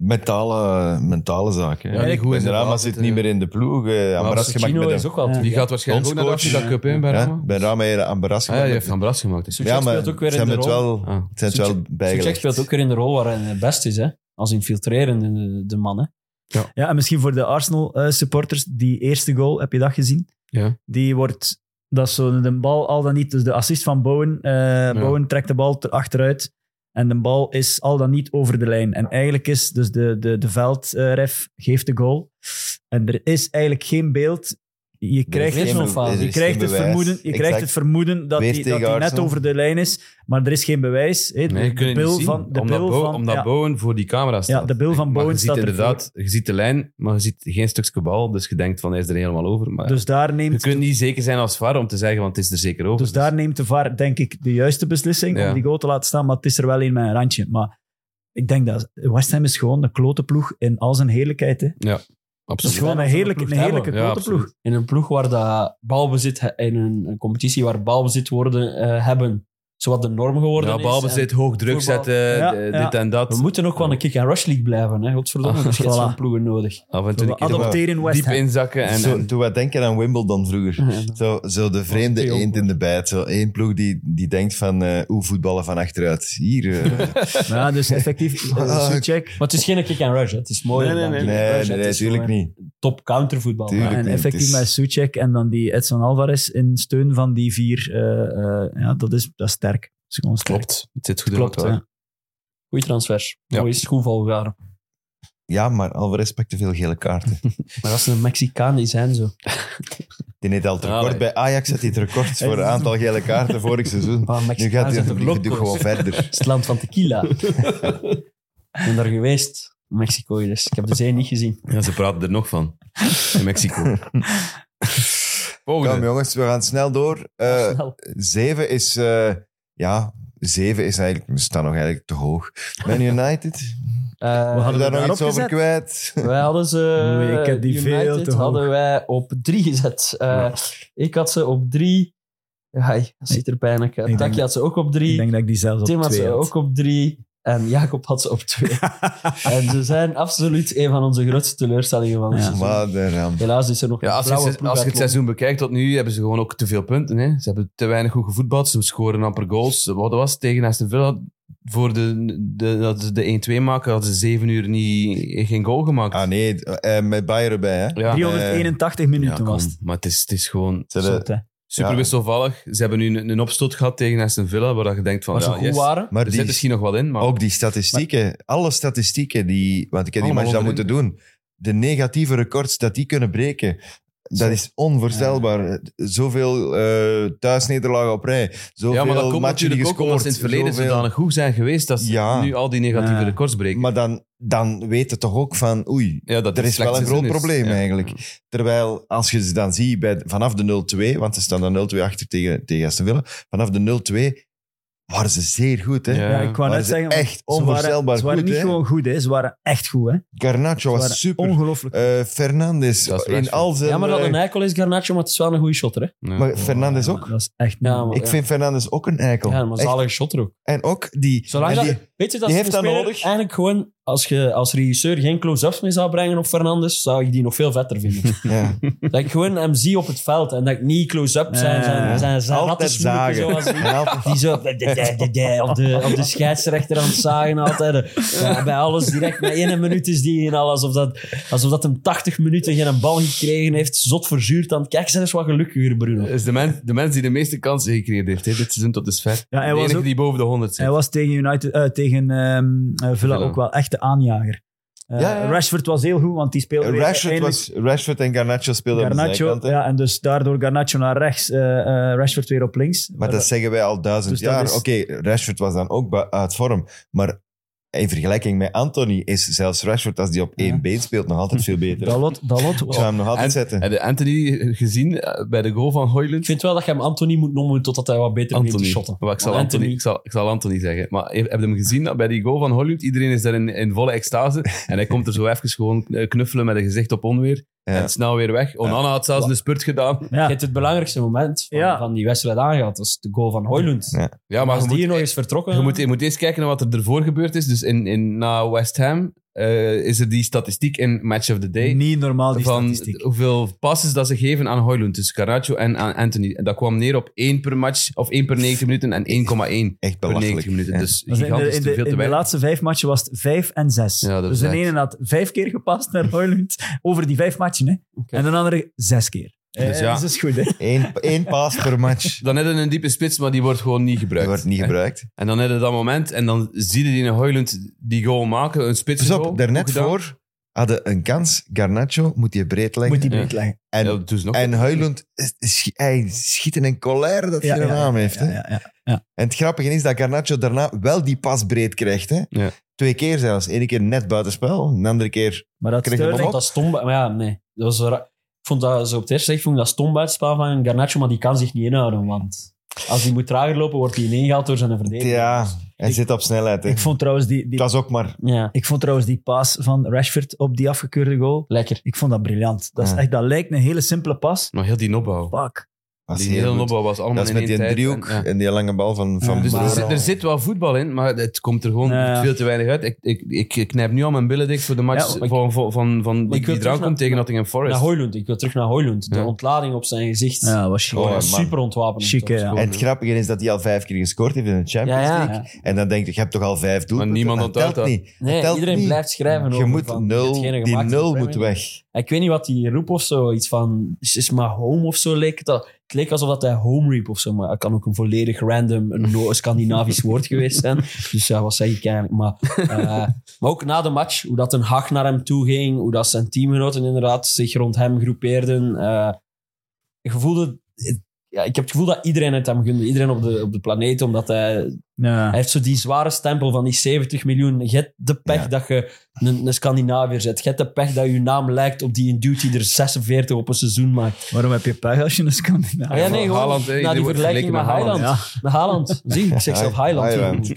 mentale zaak. Hè. Ja, niet goed in zijn Benrahma baas zit zitten, niet meer in de ploeg. Ambaras gemaakt Chino met is hem. ook wel Ja. terug. Die gaat waarschijnlijk ook naar de Bondscoach. Afrika Cup, hè, Benrahma? Ja, Benrahma heeft Ambaras Ah, ja, gemaakt. die heeft Van Bras gemaakt. Dus. Suchek Ja, maar speelt ook weer ze in de hebben het rol. wel, Ah. het zijn het wel Suchek bijgelegd. speelt ook weer in de rol waarin hij best is. Hè? Als infiltrerende de man. Hè? Ja, en misschien voor de Arsenal-supporters, die eerste goal, heb je dat gezien? Ja. Die wordt, dat is zo de bal al dan niet, dus de assist van Bowen. Bowen trekt de bal achteruit en de bal is al dan niet over de lijn. En eigenlijk is dus de veldref geeft de goal. En er is eigenlijk geen beeld. Je krijgt, is geen- je er is krijgt het vermoeden, je krijgt het vermoeden dat Weer hij tegen net Arsenal. over de lijn is, maar er is geen bewijs. Hè. Nee, je kunt het niet zien. Omdat ja, Bowen voor die camera staat. ja, de bil van Maar Bowen je ziet staat ervoor. inderdaad, je ziet de lijn, maar je ziet geen stukje bal. Dus je denkt van, hij is er helemaal over. Maar Dus daar je neemt kunt niet zeker zijn als VAR om te zeggen, want het is er zeker over. Dus daar neemt de VAR, denk ik, de juiste beslissing Ja. om die goal te laten staan. Maar het is er wel een met een randje. Maar ik denk dat West Ham is gewoon een klote ploeg in al zijn heerlijkheid. Hè. Het is Absoluut. gewoon een heerlijke hebben. Ja, klote ploeg. In een ploeg waar dat balbezit, in een competitie waar balbezit worden hebben, zowat de norm geworden Ja, is. balbezit, hoog druk voetbal. zetten, Ja, dit en dat. We moeten ook wel een kick-and-rush league blijven. Hè? Godverdomme, er is geen Voilà. zo'n ploegen nodig. Af en toe We een keer adopteren West diep Ham. inzakken. En, Zo, toen we denken aan Wimbledon vroeger. Zo de vreemde heel eend in de bijt. Zo één ploeg die denkt van hoe voetballen van achteruit. Hier. Ja, dus effectief, Souček. Maar het is geen kick-and-rush. Het is mooi. Nee, nee, nee, natuurlijk niet. Top countervoetbal. Tuurlijk. En niet. effectief Het is- met Souček en dan die Edson Alvarez in steun van die vier. Ja, dat is sterk. Dat is gewoon sterk. Klopt, het zit goed in Klopt, elkaar. ja. Goeie transfers. Ja. Mooi schoenvalgaren. Ja, maar Alvarez pakt te veel gele kaarten. Maar als ze een Mexicaan die zijn zo. Die heeft al het record. Allee. Bij Ajax had hij het record voor het aantal gele kaarten vorig seizoen. Maar Nu Mexicaan gaat zijn hij toch die doet loco's? gewoon verder. Het is het land van tequila. Ik ben daar geweest. Mexico dus. Ik heb de zee niet gezien. Ja, ze praten er nog van. In Mexico. Kom Volgende. jongens, we gaan snel door. Snel. 7 is... 7 is eigenlijk... We staan nog eigenlijk te hoog. Man United. We Hebben hadden we daar nog daarop iets over gezet. kwijt? Wij hadden ze... Oei, ik heb die veel United te hoog. hadden wij op 3 gezet. Ik had ze op 3. Ja, dat ziet er bijna uit. denk- Taki had ze ook op Ik 3. denk dat ik die zelfs Tim op had 2 ze had. ook op 3. En Jacob had ze op 2. En ze zijn absoluut een van onze grootste teleurstellingen van het Ja. seizoen. Maar de ramp. Helaas is er nog Ja, een als blauwe je, ploeg als je uit het seizoen bekijkt tot nu, hebben ze gewoon ook te veel punten. Hè. Ze hebben te weinig goed gevoetbald. Ze scoren amper goals. Wat was het tegen Aston Villa? Voor dat ze de 1-2 maken, hadden ze 7 uur geen goal gemaakt. Ah nee, met Bayern erbij, hè? Ja. 381 Ja, minuten kom. was het. Maar het is gewoon Ze Zot, hadden- hè. super Ja. wisselvallig. Ze hebben nu een opstoot gehad tegen Aston Villa, waar je denkt van, Waar ze ja, goed yes, waren. Maar er zit die, misschien nog wat in, maar ook die statistieken, alle statistieken, want ik heb die Allemaal match dan onderin. moeten doen, de negatieve records dat die kunnen breken, dat is onvoorstelbaar. Zoveel thuisnederlagen op rij, zoveel ja, maar dat komt matchen die natuurlijk ook omdat gescoord. ze in het verleden zoveel- zodanig goed zijn geweest dat ze Ja. nu al die negatieve Ja. records breken. Maar dan weet je toch ook van, oei, ja, dat er is slecht wel een groot seizoen is. probleem Ja. eigenlijk. Terwijl, als je ze dan ziet vanaf de 0-2, want ze staan dan 0-2 achter tegen Aston Villa, vanaf de 0-2 waren ze zeer goed. Hè? Ja. Ja, ik wou Waren net ze zeggen, echt ze waren, onvoorstelbaar ze waren goed, niet hè? gewoon goed, hè. Ze waren echt goed. Hè. Garnacho Ze was waren super. ongelooflijk. Fernandes Dat is in Rashford. al zijn... Ja, maar dat een eikel is Garnacho, maar het is wel een goede shotter. Hè? Ja. maar Fernandes ook. Dat is echt Ja, maar- Ik vind Fernandes ook een eikel. Ja, maar Echt. zalige shotter ook. En ook die... Zolang en dat, die- weet je, dat die is heeft een dat speler nodig. Eigenlijk gewoon, als je als regisseur geen close-ups meer zou brengen op Fernandes, zou ik die nog veel vetter vinden. ja. Dat ik gewoon hem zie op het veld en dat ik niet close-up zijn Altijd rattensnoeken zagen. zoals die. En altijd- Die zo op de scheidsrechter aan het zagen altijd. Ja, bij alles direct na 1 minuut is die in al alsof dat hem 80 minuten geen bal gekregen heeft. Zot verzuurd aan het kijken. Zijn eens wat gelukkiger, Bruno. Dat is de mens die de meeste kansen gecreëerd heeft hè, dit seizoen tot dusver. Ja, hij de was enige ook- die boven de 100 zit. Hij was tegen Villa Villa. ook wel echt de aanjager. Ja. Rashford was heel goed, want die speelde weer Rashford en Garnacho speelden op de Garnacho, zijkant. Hè. ja, en dus daardoor Garnacho naar rechts, Rashford weer op links. Maar dat zeggen wij al 1000 Dus dat jaar. is- Oké, Rashford was dan ook uit vorm. Maar in vergelijking met Anthony is zelfs Rashford, als die op één been speelt, nog altijd veel beter. Dalot, Ik zou hem nog altijd zetten. Heb je Anthony gezien bij de goal van Ik Højlund? vind wel dat je hem Anthony moet noemen totdat hij wat beter begint te shotten. Maar ik zal Want Anthony, ik zal Anthony zeggen. Maar heb je hem gezien bij die goal van Højlund? Iedereen is daar in volle extase. En hij komt er zo even gewoon knuffelen met een gezicht op onweer. Ja. En snel weer weg. Onana had zelfs een spurt gedaan. Je hebt het belangrijkste moment van die wedstrijd aangehad. Dat is de goal van Højlund. Ja. Ja, Maar als je die hier moet, nog eens vertrokken... je moet eerst kijken naar wat er ervoor gebeurd is. Dus na West Ham is er die statistiek in Match of the Day. Niet normaal, die Van statistiek. hoeveel passes dat ze geven aan Højlund. Dus Garnacho en aan Anthony. En dat kwam neer op 1 per match, of 1 per 90 minuten en 1,1 Echt per belachelijk. 90 minuten. Ja. Dus Dat is gigantisch te veel te in de weinig. laatste 5 matchen was het 5 en 6. Ja, dat dus is de ene had 5 keer gepast naar Højlund over die 5 matchen. Hè. Oké. En de andere 6 keer. Dus ja. Dat is goed, hè. Eén paas per match. Dan heb je een diepe spits, maar die wordt gewoon niet Die gebruikt. wordt niet gebruikt. En dan heb je dat moment, en dan zie je die in Højlund die goal maken, een spits. Dus op, daarnet voor hadden een kans. Garnacho moet die breed leggen. Moet die breed leggen. En, Ja, dat doen ze nog. en Højlund, hij schiet in een colère dat hij een naam heeft. Hè? Ja. En het grappige is dat Garnacho daarna wel die pas breed krijgt. Hè? Ja. 2 keer zelfs. 1 keer net buitenspel, een andere keer... Maar dat Kreeg je Ik hem vond op? dat stom... Maar ja, nee. Dat was ik vond dat, zo op het eerste zicht, vond ik dat stom bij het spel van Garnacho, maar die kan zich niet inhouden, want als hij moet trager lopen, wordt hij ineengehaald door zijn verdediger. Ja, hij zit op snelheid. Hè. Ik vond trouwens Het was ook maar... Ja, ik vond trouwens die paas van Rashford op die afgekeurde goal. lekker. Ik vond dat briljant. Dat, is Ja. echt, dat lijkt een hele simpele pas. Maar heel die opbouw. Fuck. was Die heel hele goed. opbouw was allemaal Dat is in met één die tijd. driehoek En, ja. en die lange bal van Dus Bruno. er zit wel voetbal in, maar het komt er gewoon Ja. veel te weinig uit. Ik knijp nu al mijn billen dicht voor de match Ja, van die ik wil eraan terug komt tegen Nottingham Forest. Naar Højlund. Ik wil terug naar Højlund. De Ja. ontlading op zijn gezicht. Ja, was chic. Oh, Gewoon man. super ontwapend. Chic, hè, ja. En het grappige is dat hij al 5 keer gescoord heeft in de Champions Ja, ja. League. En dan denk je, je hebt toch al 5 doelpunten? niemand Dat onthoudt telt dat. niet. Nee, Dat telt iedereen niet. blijft schrijven Je over moet van, nul, hetgene die gemaakt in de 0 Premier moet League. weg. Ik weet niet wat die roep of zo, iets van, is maar home of zo leek het. Het leek alsof dat hij home riep of zo, maar het kan ook een volledig random, een Scandinavisch woord geweest zijn. Dus ja, wat zeg ik eigenlijk? Maar ook na de match, hoe dat een Hag naar hem toe ging, hoe dat zijn teamgenoten inderdaad zich rond hem groepeerden. Ik heb het gevoel dat iedereen het hem gunde. Iedereen op de planeet, omdat hij Ja. heeft zo die zware stempel van die 70 miljoen. Je hebt de pech Ja. dat je een Scandinaviër zet. Je hebt de pech dat je naam lijkt op die dude die er 46 op een seizoen maakt. Waarom heb je pech als je een Scandinavië... Ah, ja, nee, gewoon Haaland, hè, na die die wordt vergelijking met vergeleken met Haaland. Ja. Met Haaland. Zie, ik zeg zelf Highland. Highland.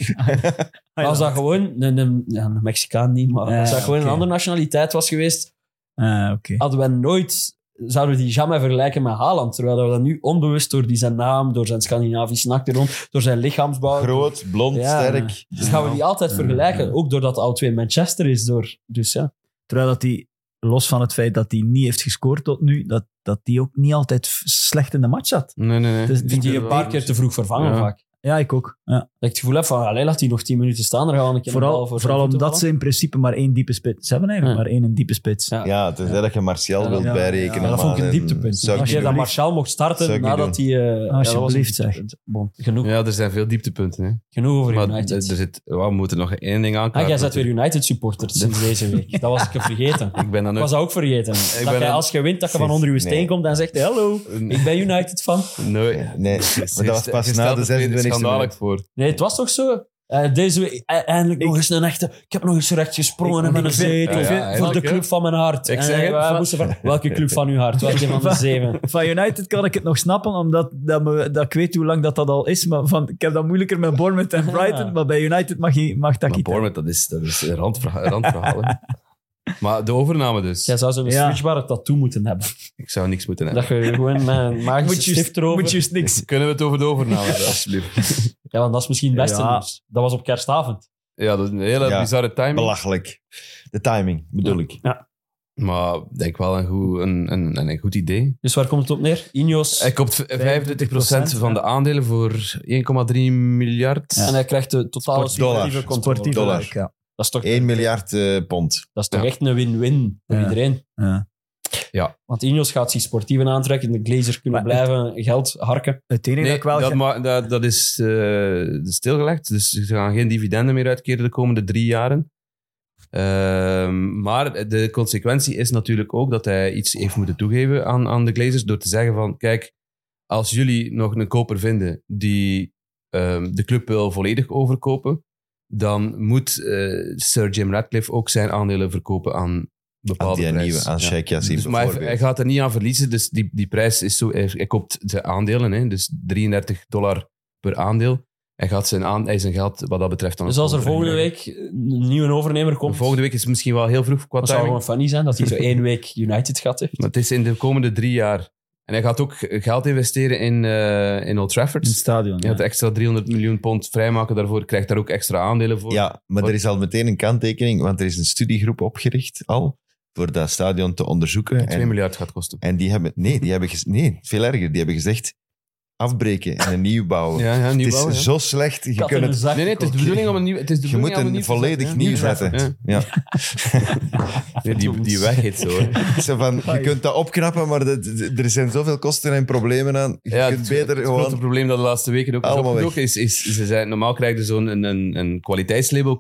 Als dat gewoon een Mexicaan niet, maar als dat gewoon oké. een andere nationaliteit was geweest, Oké. hadden we nooit... Zouden we die jamais vergelijken met Haaland. Terwijl we dat nu onbewust door zijn naam, door zijn Scandinavische achtergrond, door zijn lichaamsbouw... Groot, blond, Ja. sterk. Dus gaan we die altijd vergelijken. Ook doordat al 2 Manchester is. Dus ja. Terwijl dat hij, los van het feit dat hij niet heeft gescoord tot nu, dat hij ook niet altijd slecht in de match zat. Nee. Dus Ik vind die een paar keer te vroeg vervangen Ja. vaak. Ja, ik ook. Ja. Dat ik het gevoel heb van, allee, laat hij nog 10 minuten staan, dan gaan we een keer een bal voor Vooral zijn voeten omdat ze in principe maar 1 diepe spits... Ze hebben eigenlijk Ja. maar 1 diepe spits. Ja. Ja, tenzij dat je Martial wilt Ja, bijrekenen. ja, dat vond ik een maar, dieptepunt. zou ik Als je niet dat doen. Martial mocht starten Zou ik niet nadat hij... Alsjeblieft, zeg. Genoeg, Ja, er zijn veel dieptepunten. Hè. genoeg over Maar United. we moeten nog één ding aankaarten. Jij bent weer United supporter sinds deze week. Dat was ik vergeten. Ik ben dan Ik ook... was dat ook vergeten. Dat ben jij, een- als je wint, dat je van onder je steen Nee. komt en zegt, hallo, ik ben United fan. Nee. Nee, maar dat was pas na de 26e schandalig minuut. voor. Nee, het was toch zo? Deze week eindelijk nog eens een echte... Ik heb nog eens recht gesprongen in mijn ik vind- zetel. ik vind- voor de eigenlijk, club van mijn hart. Ik En zeg het, wij van- moesten welke club van uw hart? Welke van de 7? Van United kan ik het nog snappen, omdat dat ik weet hoe lang dat al is. Maar ik heb dat moeilijker met Bournemouth en Brighton. Ja. Maar bij United mag dat Maar niet. Bournemouth, dat is een randverhaal. Hè. Maar de overname dus. Jij zou zo'n Ja. switchbare tattoo moeten hebben. Ik zou niks moeten hebben. Dat je gewoon met een magische stift erover... Moet je niks. Kunnen we het over de overname hebben, alsjeblieft? Ja, want dat is misschien het beste Ja. nieuws. Dat was op kerstavond. Ja, dat is een hele Ja. bizarre timing. Belachelijk. De timing, bedoel ik. Maar ik denk wel een goed idee. Dus waar komt het op neer? Ineos. Hij koopt 25% van de aandelen voor 1,3 miljard. En hij krijgt de totale Dollar. sportieve controle. Sportief Dollar. werk, ja. Dat is toch, 1 miljard pond. dat is toch Ja. echt een win-win voor Ja. iedereen. Ja. Want Ineos gaat zich sportieven aantrekken. De Glazers kunnen Maar blijven geld harken. Het enige dat ik wel... dat is stilgelegd. Dus ze gaan geen dividenden meer uitkeren de komende 3 jaren. Maar de consequentie is natuurlijk ook dat hij iets heeft moeten toegeven aan de Glazers door te zeggen van, kijk, als jullie nog een koper vinden die de club wil volledig overkopen, dan moet Sir Jim Ratcliffe ook zijn aandelen verkopen aan bepaalde die prijs. nieuwe, aan Sheikh Yassim Dus, maar hij gaat er niet aan verliezen, dus die prijs is zo... Hij koopt zijn aandelen, hè, dus $33 per aandeel. Hij zijn geld wat dat betreft dan... Dus als er volgende week een nieuwe overnemer komt... Volgende week is misschien wel heel vroeg qua Dat zou timing. gewoon funny zijn, dat hij zo 1 week United gehad heeft. Maar het is in de komende 3 jaar. En hij gaat ook geld investeren in Old Trafford. In het stadion. Hij gaat extra £300 miljoen vrijmaken daarvoor. Krijgt daar ook extra aandelen voor. Ja, maar er is al meteen een kanttekening, want er is een studiegroep opgericht al voor dat stadion te onderzoeken. 2 miljard gaat kosten. En die hebben... Nee, veel erger. Die hebben gezegd, afbreken en een nieuw bouwen. Ja, nieuw Het is bouwen, ja. zo slecht. Je Kat kunt in een het... zak. Nee, het is de bedoeling om een nieuw... Het is de Je moet bedoeling om een nieuw te volledig zetten, nieuw ja. zetten. Ja. Ja. Die weg heet zo. Hè. Zo van, je kunt dat opknappen, maar er zijn zoveel kosten en problemen aan. Je Ja, kunt beter het grote gewoon... probleem dat de laatste weken ook is Allemaal opgedoken is ze zijn, normaal krijg je zo'n een kwaliteitslabel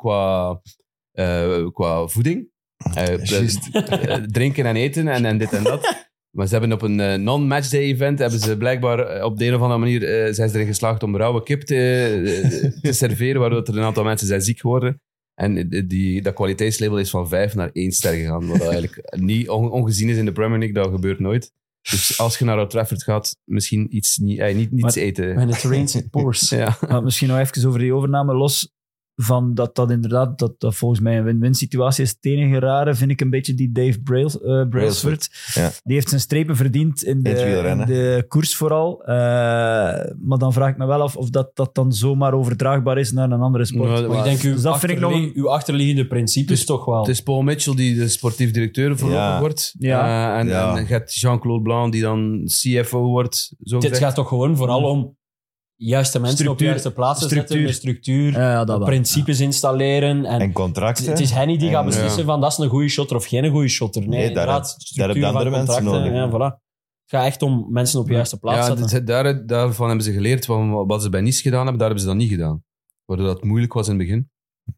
qua voeding. Juist. Drinken en eten en dit en dat. Maar ze hebben op een non-matchday event hebben ze blijkbaar op de een of andere manier zijn ze erin geslaagd om rauwe kip te serveren, waardoor er een aantal mensen zijn ziek geworden. En dat kwaliteitslabel is van 5 naar 1 ster gegaan. Wat eigenlijk niet ongezien is in de Premier League. Dat gebeurt nooit. Dus als je naar Old Trafford gaat, misschien iets niets eten. When it rains, it pours. Ja. Maar misschien nog even over die overname los. Van dat inderdaad, dat volgens mij een win-win situatie is. Het enige rare vind ik een beetje die Dave Brailsford. Ja. Die heeft zijn strepen verdiend in de koers vooral. Maar dan vraag ik me wel af of dat dan zomaar overdraagbaar is naar een andere sport. Nou, Maar ik denk, Dus dat vind ik nog uw achterliggende principes toch wel. Het is Paul Mitchell die de sportief directeur voorlopig wordt. Ja. En Ja. je hebt Jean-Claude Blanc die dan CFO wordt. Zo Dit gezegd. gaat toch gewoon vooral om juiste mensen op de juiste plaatsen zetten, met structuur, Ja, dat wel. principes installeren. En contracten. Het is hij niet die gaat En, beslissen van dat is een goede shotter of geen goede shotter. Nee, Nee, inderdaad, daar structuur heb je van andere mensen contracten, nodig. Ja, voilà. Het gaat echt om mensen op de juiste plaats Ja, zetten. daarvan hebben ze geleerd van wat ze bij Nice gedaan hebben, daar hebben ze dat niet gedaan. Waardoor dat moeilijk was in het begin.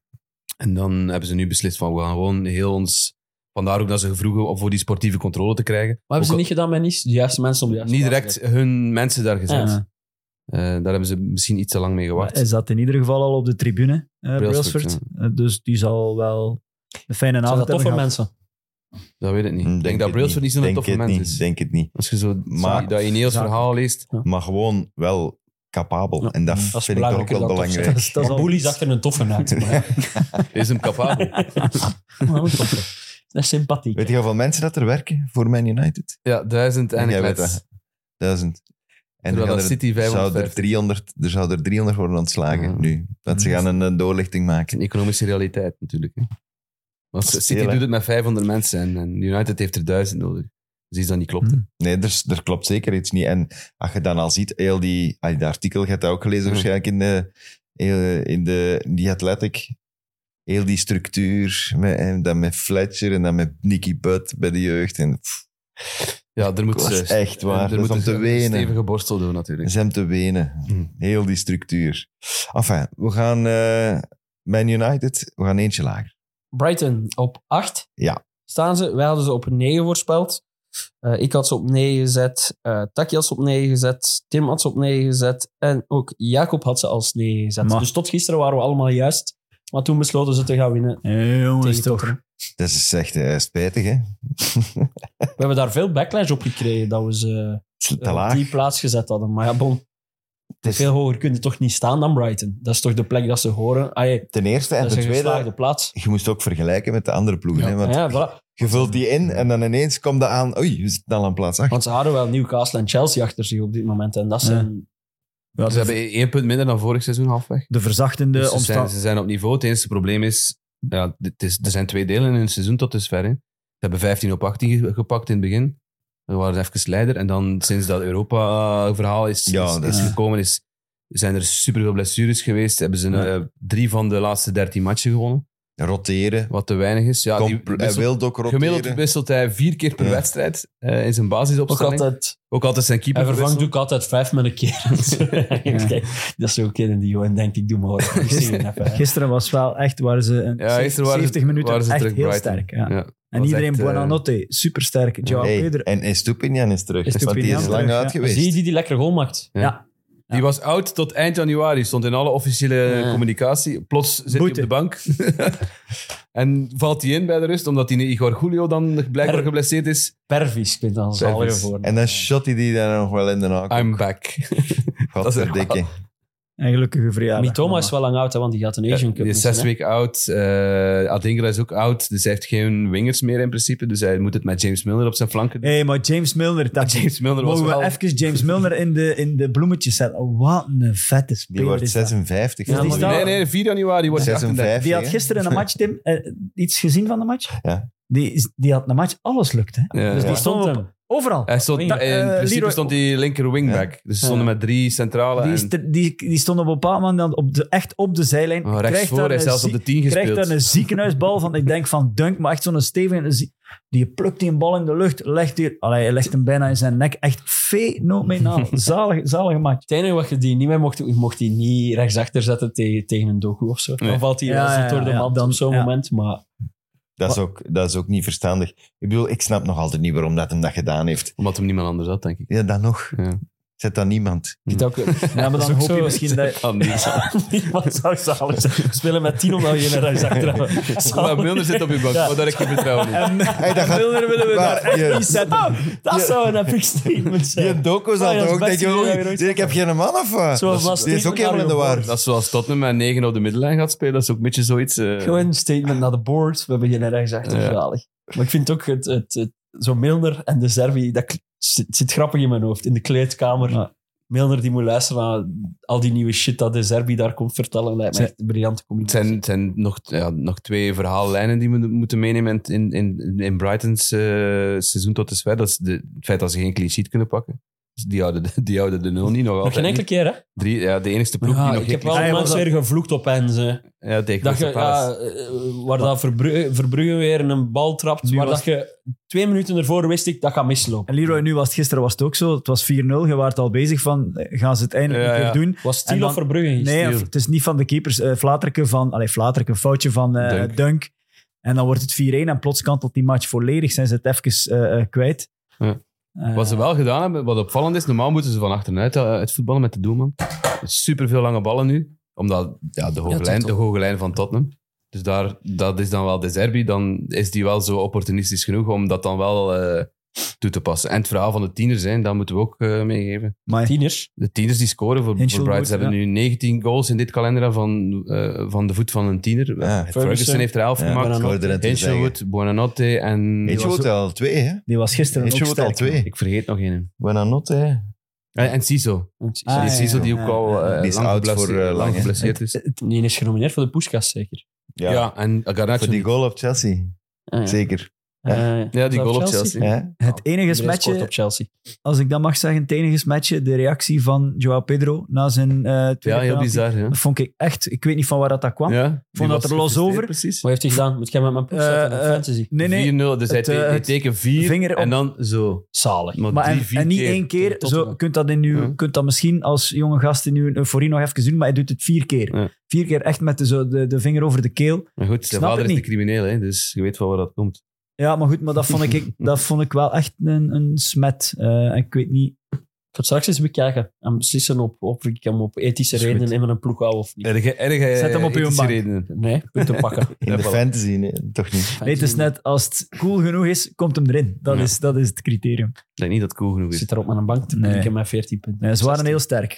En dan hebben ze nu beslist van we gaan gewoon heel ons... Vandaar ook dat ze vroegen om voor die sportieve controle te krijgen. Wat hebben ze Ook niet gedaan bij Nice? De juiste mensen op de juiste niet plaats direct hun mensen daar gezet. Ja. Daar hebben ze misschien iets te lang mee gewacht. Hij zat in ieder geval al op de tribune, Brailsford, Brailsford. Dus die zal wel een fijne Zijn avond dat toffe hebben gehad. mensen? Dat weet ik niet. Ik denk dat het Brailsford niet zo'n Denk toffe het mens niet. is. Denk het niet. Als je zo Maar- dat Ineos Zaken. verhaal leest. Maar gewoon wel capabel. Ja, En dat dat is vind ik ook belangrijker wel dan tof belangrijk. zijn. Dat is Maar al Boeli iets. zag er een toffe uit. Maar, Is hem capabel? een toffe. Dat is sympathiek. Weet je hoeveel mensen dat er werken voor Man United? Ja, 1000 en Jij een weet klets. dat. 1000. En Terwijl er, dat City zou 550. er zou er 300 worden ontslagen Ja. nu. Want ze gaan een doorlichting Het is maken. een economische realiteit natuurlijk. Hè. Want Dat is City veel, hè? doet het met 500 mensen en United heeft er 1000 nodig. Dus iets dat niet klopt. hè. Nee, er klopt zeker iets niet. En als je dan al ziet, heel die artikel, je hebt dat ook gelezen waarschijnlijk in die Athletic. Heel die structuur, en dan met Fletcher en dan met Nicky Butt bij de jeugd. En, Ja, er moet dat is echt waar. er Dat is moet om te een wenen. stevige borstel doen Dat natuurlijk. is hem te wenen. Heel die structuur. Enfin, we gaan Man United, we gaan eentje lager. Brighton op 8 Ja. staan ze. Wij hadden ze op 9 voorspeld. Ik had ze op 9 gezet. Taki had ze op 9 gezet. Tim had ze op 9 gezet. En ook Jacob had ze als 9 gezet. Maar- Dus tot gisteren waren we allemaal juist. Maar toen besloten ze te gaan winnen. Jongens, tegen toch. Tottenham. Dat is echt spijtig, hè? We hebben daar veel backlash op gekregen dat we ze Te op laag. die plaats gezet hadden. Maar ja, bon. Het is Veel hoger kun je toch niet staan dan Brighton. Dat is toch de plek dat ze horen. ten eerste en Dat is ten een tweede, geslaagde plaats. je moest ook vergelijken met de andere ploegen. Hè? Want Ja, voilà. je vult die in en dan ineens komt dat aan. Oei, we zitten al aan plaats 8. Want ze hadden wel Newcastle en Chelsea achter zich op dit moment. En dat zijn... Ja, Ze hebben 1 punt minder dan vorig seizoen halfweg. de verzachtende Dus ze omstandigheden. zijn op niveau. Het enige probleem is, ja, er zijn 2 delen in hun seizoen tot dusver. Hè. Ze hebben 15 op 18 gepakt in het begin. We waren even leider. En dan sinds dat Europa-verhaal is gekomen, zijn er superveel blessures geweest. Hebben ze 3 van de laatste 13 matchen gewonnen. Roteren. Wat te weinig is. Ja, Hij wil ook roteren. gemiddeld wisselt hij 4 keer per Ja. wedstrijd in zijn Ook basisopstelling. Ook altijd zijn keeper Hij vervangt verwisselen. ook altijd 5 met een keer. Kijk, dat is zo kennen die gewoon denkt, ik doe maar hoor. Ik zie het even, hè. Gisteren was wel echt, waren ze een Ja, gisteren waren 70 minuten waren ze echt terug heel Brighton. sterk. Ja. Ja. En Was iedereen, echt, Buonanotte, supersterk. Joao Hey, Pedro. en Estupinian is terug. Want die Estupiñán is lang terug, uit ja. geweest. Zie je die lekker goal maakt? Ja. Die was oud tot eind januari. Stond in alle officiële communicatie. Plots zit hij op Boete. de bank. En valt hij in bij de rust, omdat die Igor Julio dan blijkbaar geblesseerd is. Pervis, ik vind dat een zalige Pervis. voor. En dan shot hij die daar nog wel in de naak. I'm back. Godverdikke. Een gelukkige verjaardag. Mitoma is wel lang oud, hè, want die gaat een Asian Cup Die is 6 missen, hè. weken oud. Adingra is ook oud. Dus hij heeft geen wingers meer in principe. Dus hij moet het met James Milner op zijn flanken doen. Hé, maar James Milner... Dat James Milner was mogen we wel... even James Milner in de bloemetjes zetten. Wat een vette Die speler wordt is dat. 56. Ja, van die die- staat- Nee, 4 januari wordt hij 56. Die had hè? gisteren een match, Tim. Iets gezien van de match? Ja. Die had een match, alles lukt. Hè? Ja, Dus die ja. stond Stond op, overal. Hij stond, in principe Leroy- stond hij linker wingback. Dus ze stonden met 3 centrale. Die stond op een bepaald moment dan echt op de zijlijn. Rechts Krijgt voor, daar hij is een zelfs op de 10 krijgt gespeeld. daar een ziekenhuisbal van. Ik denk van dunk, maar echt zo'n stevige... Die plukt die een bal in de lucht, hij legt hem bijna in zijn nek. Echt fenomenaal. Zalige match. Het enige wat je die niet mee mocht die niet rechtsachter zetten tegen een Doku of zo. Nee. Dan valt hij Ja, door de ja, mand dan- op zo'n ja. moment. Maar Dat is ook niet verstandig. Ik bedoel, ik snap nog altijd niet waarom dat hem dat gedaan heeft. Omdat hem niemand anders had, denk ik. Ja, dan nog. Ja. Zet dan niemand. ik vind ook... Ja, maar dan ook hoop je zo- misschien dat... Kan niet. Niemand zou zalig zijn. We spelen met 10 omdat we geen rechtsachter hebben. Maar Milner zit op je bank, maar daar heb ik geen vertrouwen in. Hey, dat gaat- Milner willen we Maar daar echt je- niet zetten. Dat zou een epic statement zijn. Die Doku zal Ah, ja, toch dat ook is denken, best oei, idee, ik heb geen man of wat? Zo was Die is ook helemaal in de war. Dat is zoals Tottenham met 9 op de middenlijn gaat spelen. Dat is ook een beetje zoiets... Gewoon een statement naar de board. We hebben geen rechtsachter. Ja. Zalig. Maar ik vind ook zo Milner en de Servi, dat zit grappig in mijn hoofd. In de kleedkamer. Ja. Milner die moet luisteren naar al die nieuwe shit dat de Serbi daar komt vertellen. Lijkt me echt een briljante Het combinatie. zijn nog 2 verhaallijnen die we moeten meenemen in Brightons seizoen tot dusver. Dat is het feit dat ze geen clean sheet kunnen pakken. Dus die houden de 0 niet, nog Nog altijd geen enkele niet. keer, hè? De enigste ploeg die nog ik geen heb clean wel Ah, ja, mensen was weer gevloekt op hen. Ja, tegen Dat je, Crystal Palace. waar dat Verbrugge weer een bal trapt, Nu waar was- dat je 2 minuten ervoor wist ik dat gaat mislopen. En Leroy, nu was het gisteren was het ook zo. Het was 4-0. Je waart al bezig van, gaan ze het eindelijk Ja, een keer ja. doen? Was En Stiel dan- of Verbrugge? Nee, Stiel. het is niet van de keepers. Flaterke, een foutje van Dunk. En dan wordt het 4-1 en plots kantelt die match volledig. Zijn ze het even kwijt. Ja. Eh, Wat ze wel gedaan hebben, wat opvallend is, normaal moeten ze van achteruit uit voetballen met de doelman. Super veel lange ballen nu, omdat de hoge lijn van Tottenham. Dus dat is dan wel de Zerbi, dan is die wel zo opportunistisch genoeg om dat dan wel toe te passen. En het verhaal van de tieners, hè, dat moeten we ook meegeven. maar Tieners. De tieners die scoren voor Hinchelwood, Brighton hebben nu 19 goals in dit kalender van de voet van een tiener. Ja, Ferguson heeft er 11 Ja, gemaakt. ik hoorde het te zeggen. Hinchelwood, Buonanotte en... Hinchelwood al 2, hè? die was gisteren ook Hinchelwood al sterk. 2. Ik vergeet nog één. Buonanotte, hè? En Siso. Ah, Die Siso die ja, ook al Die is oud voor lang, hè? geblesseerd is. Die is genomineerd voor de Puskas, zeker. Ja, en Garnacho. Voor die goal op Chelsea. Zeker. Ja, die goal op Chelsea. Ja. Het enige smetje, op Chelsea. als ik dat mag zeggen, het enige smetje, de reactie van João Pedro na zijn tweede Ja, heel penalty. bizar. Ja. Dat vond ik echt, ik weet niet van waar dat kwam. Ja, Ik vond dat er los over. Precies. Wat heeft hij gedaan? Moet jij met mijn ploeg zetten op fantasy? Nee, nee. 4-0, dus hij het teken 4 vinger op- en dan zo. Zalig. Maar en niet 1 keer. tot- Zo, kunt dat kunt dat misschien als jonge gast in uw euforie nog even doen, maar hij doet het 4 keer. Ja. 4 keer echt met de vinger over de keel. Maar goed, zijn snap vader het is de niet. crimineel, hè, dus je weet van waar dat komt. Ja, maar goed, maar dat vond ik wel echt een smet. Ik weet niet. Ik ga straks eens bekijken en beslissen of ik hem op ethische Dat is redenen goed. in mijn ploeg hou of niet. Erg Zet hem op uw ethische bank. redenen. Nee, punten pakken. In de voilà. fantasy, nee, toch niet. Nee, het is net, als het cool genoeg is, komt hem erin. Dat, Ja. dat is het criterium. Ik denk niet dat het cool genoeg Ik is. zit daar op mijn bank te Nee. blinken met 14 punten. Nee, ze waren heel sterk.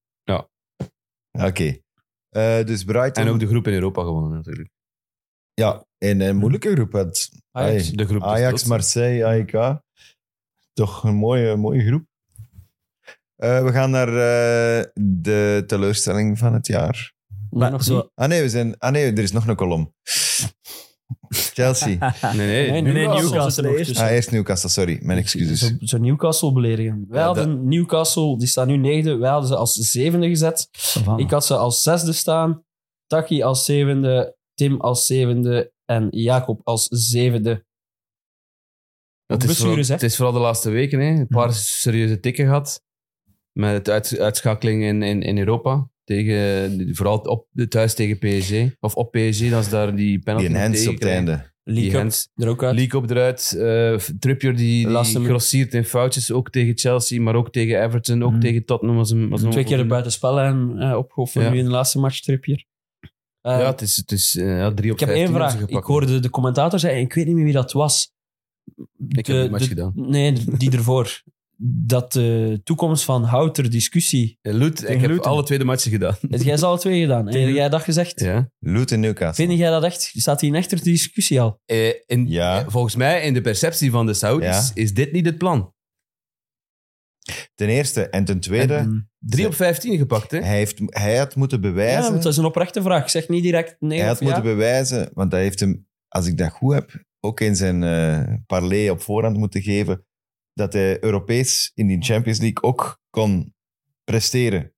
Oké. Dus Brighton... En ook de groep in Europa gewonnen, natuurlijk. Ja, in een moeilijke groep had Ajax. hey, De groep des Ajax, doods. Marseille, AEK. Toch een mooie groep. We gaan naar de teleurstelling van het jaar. Maar nog zo- niet. Er is nog een kolom. Chelsea. Nee, Newcastle zit er nog eerst. tussen. Eerst Newcastle, sorry. Mijn excuses. Zo Newcastle beledigen. Wij Ja, hadden Newcastle, die staan nu 9e. Wij hadden ze als 7e gezet. Ik had ze als 6e staan. Taki als 7e. Tim als 7e. En Jacob als 7e. Blessures, hè? Het is vooral de laatste weken. Hè. Een paar serieuze tikken gehad. Met de uitschakeling in Europa. Vooral thuis tegen PSG. Of op PSG, dat is daar die penalty Die nog hands op het tegenkrijgen. einde. League Cup Hens. er ook uit. League Cup eruit. Trippier die Laatste grossiert in foutjes. Ook tegen Chelsea, maar ook tegen Everton. Ook tegen Tottenham. Was een 2 keer de buitenspellijn opgehoofd voor Ja. nu in de laatste match, Trippier. Ja, het is 3 op 15. Ik heb één vraag. Ik hoorde de commentator zeggen, ik weet niet meer wie dat was. Ik heb die match gedaan. Nee, die ervoor. Dat de toekomst van Houter discussie... Loet, ik heb Luton. alle 2 matchen gedaan. Heb jij ze alle 2 gedaan? En heb jij dat gezegd? Ja. Luton Newcastle. Vind jij dat echt? Staat hier een echte discussie al? Ja. Volgens mij, in de perceptie van de Saudis, is dit niet het plan. Ten eerste. En ten tweede, 3 op 15 gepakt, hè? hij had moeten Ja, bewijzen... want dat is een oprechte vraag. Ik zeg niet direct nee Hij of had ja. moeten bewijzen, want hij heeft hem, als ik dat goed heb, ook in zijn parley op voorhand moeten geven, dat hij Europees in die Champions League ook kon presteren.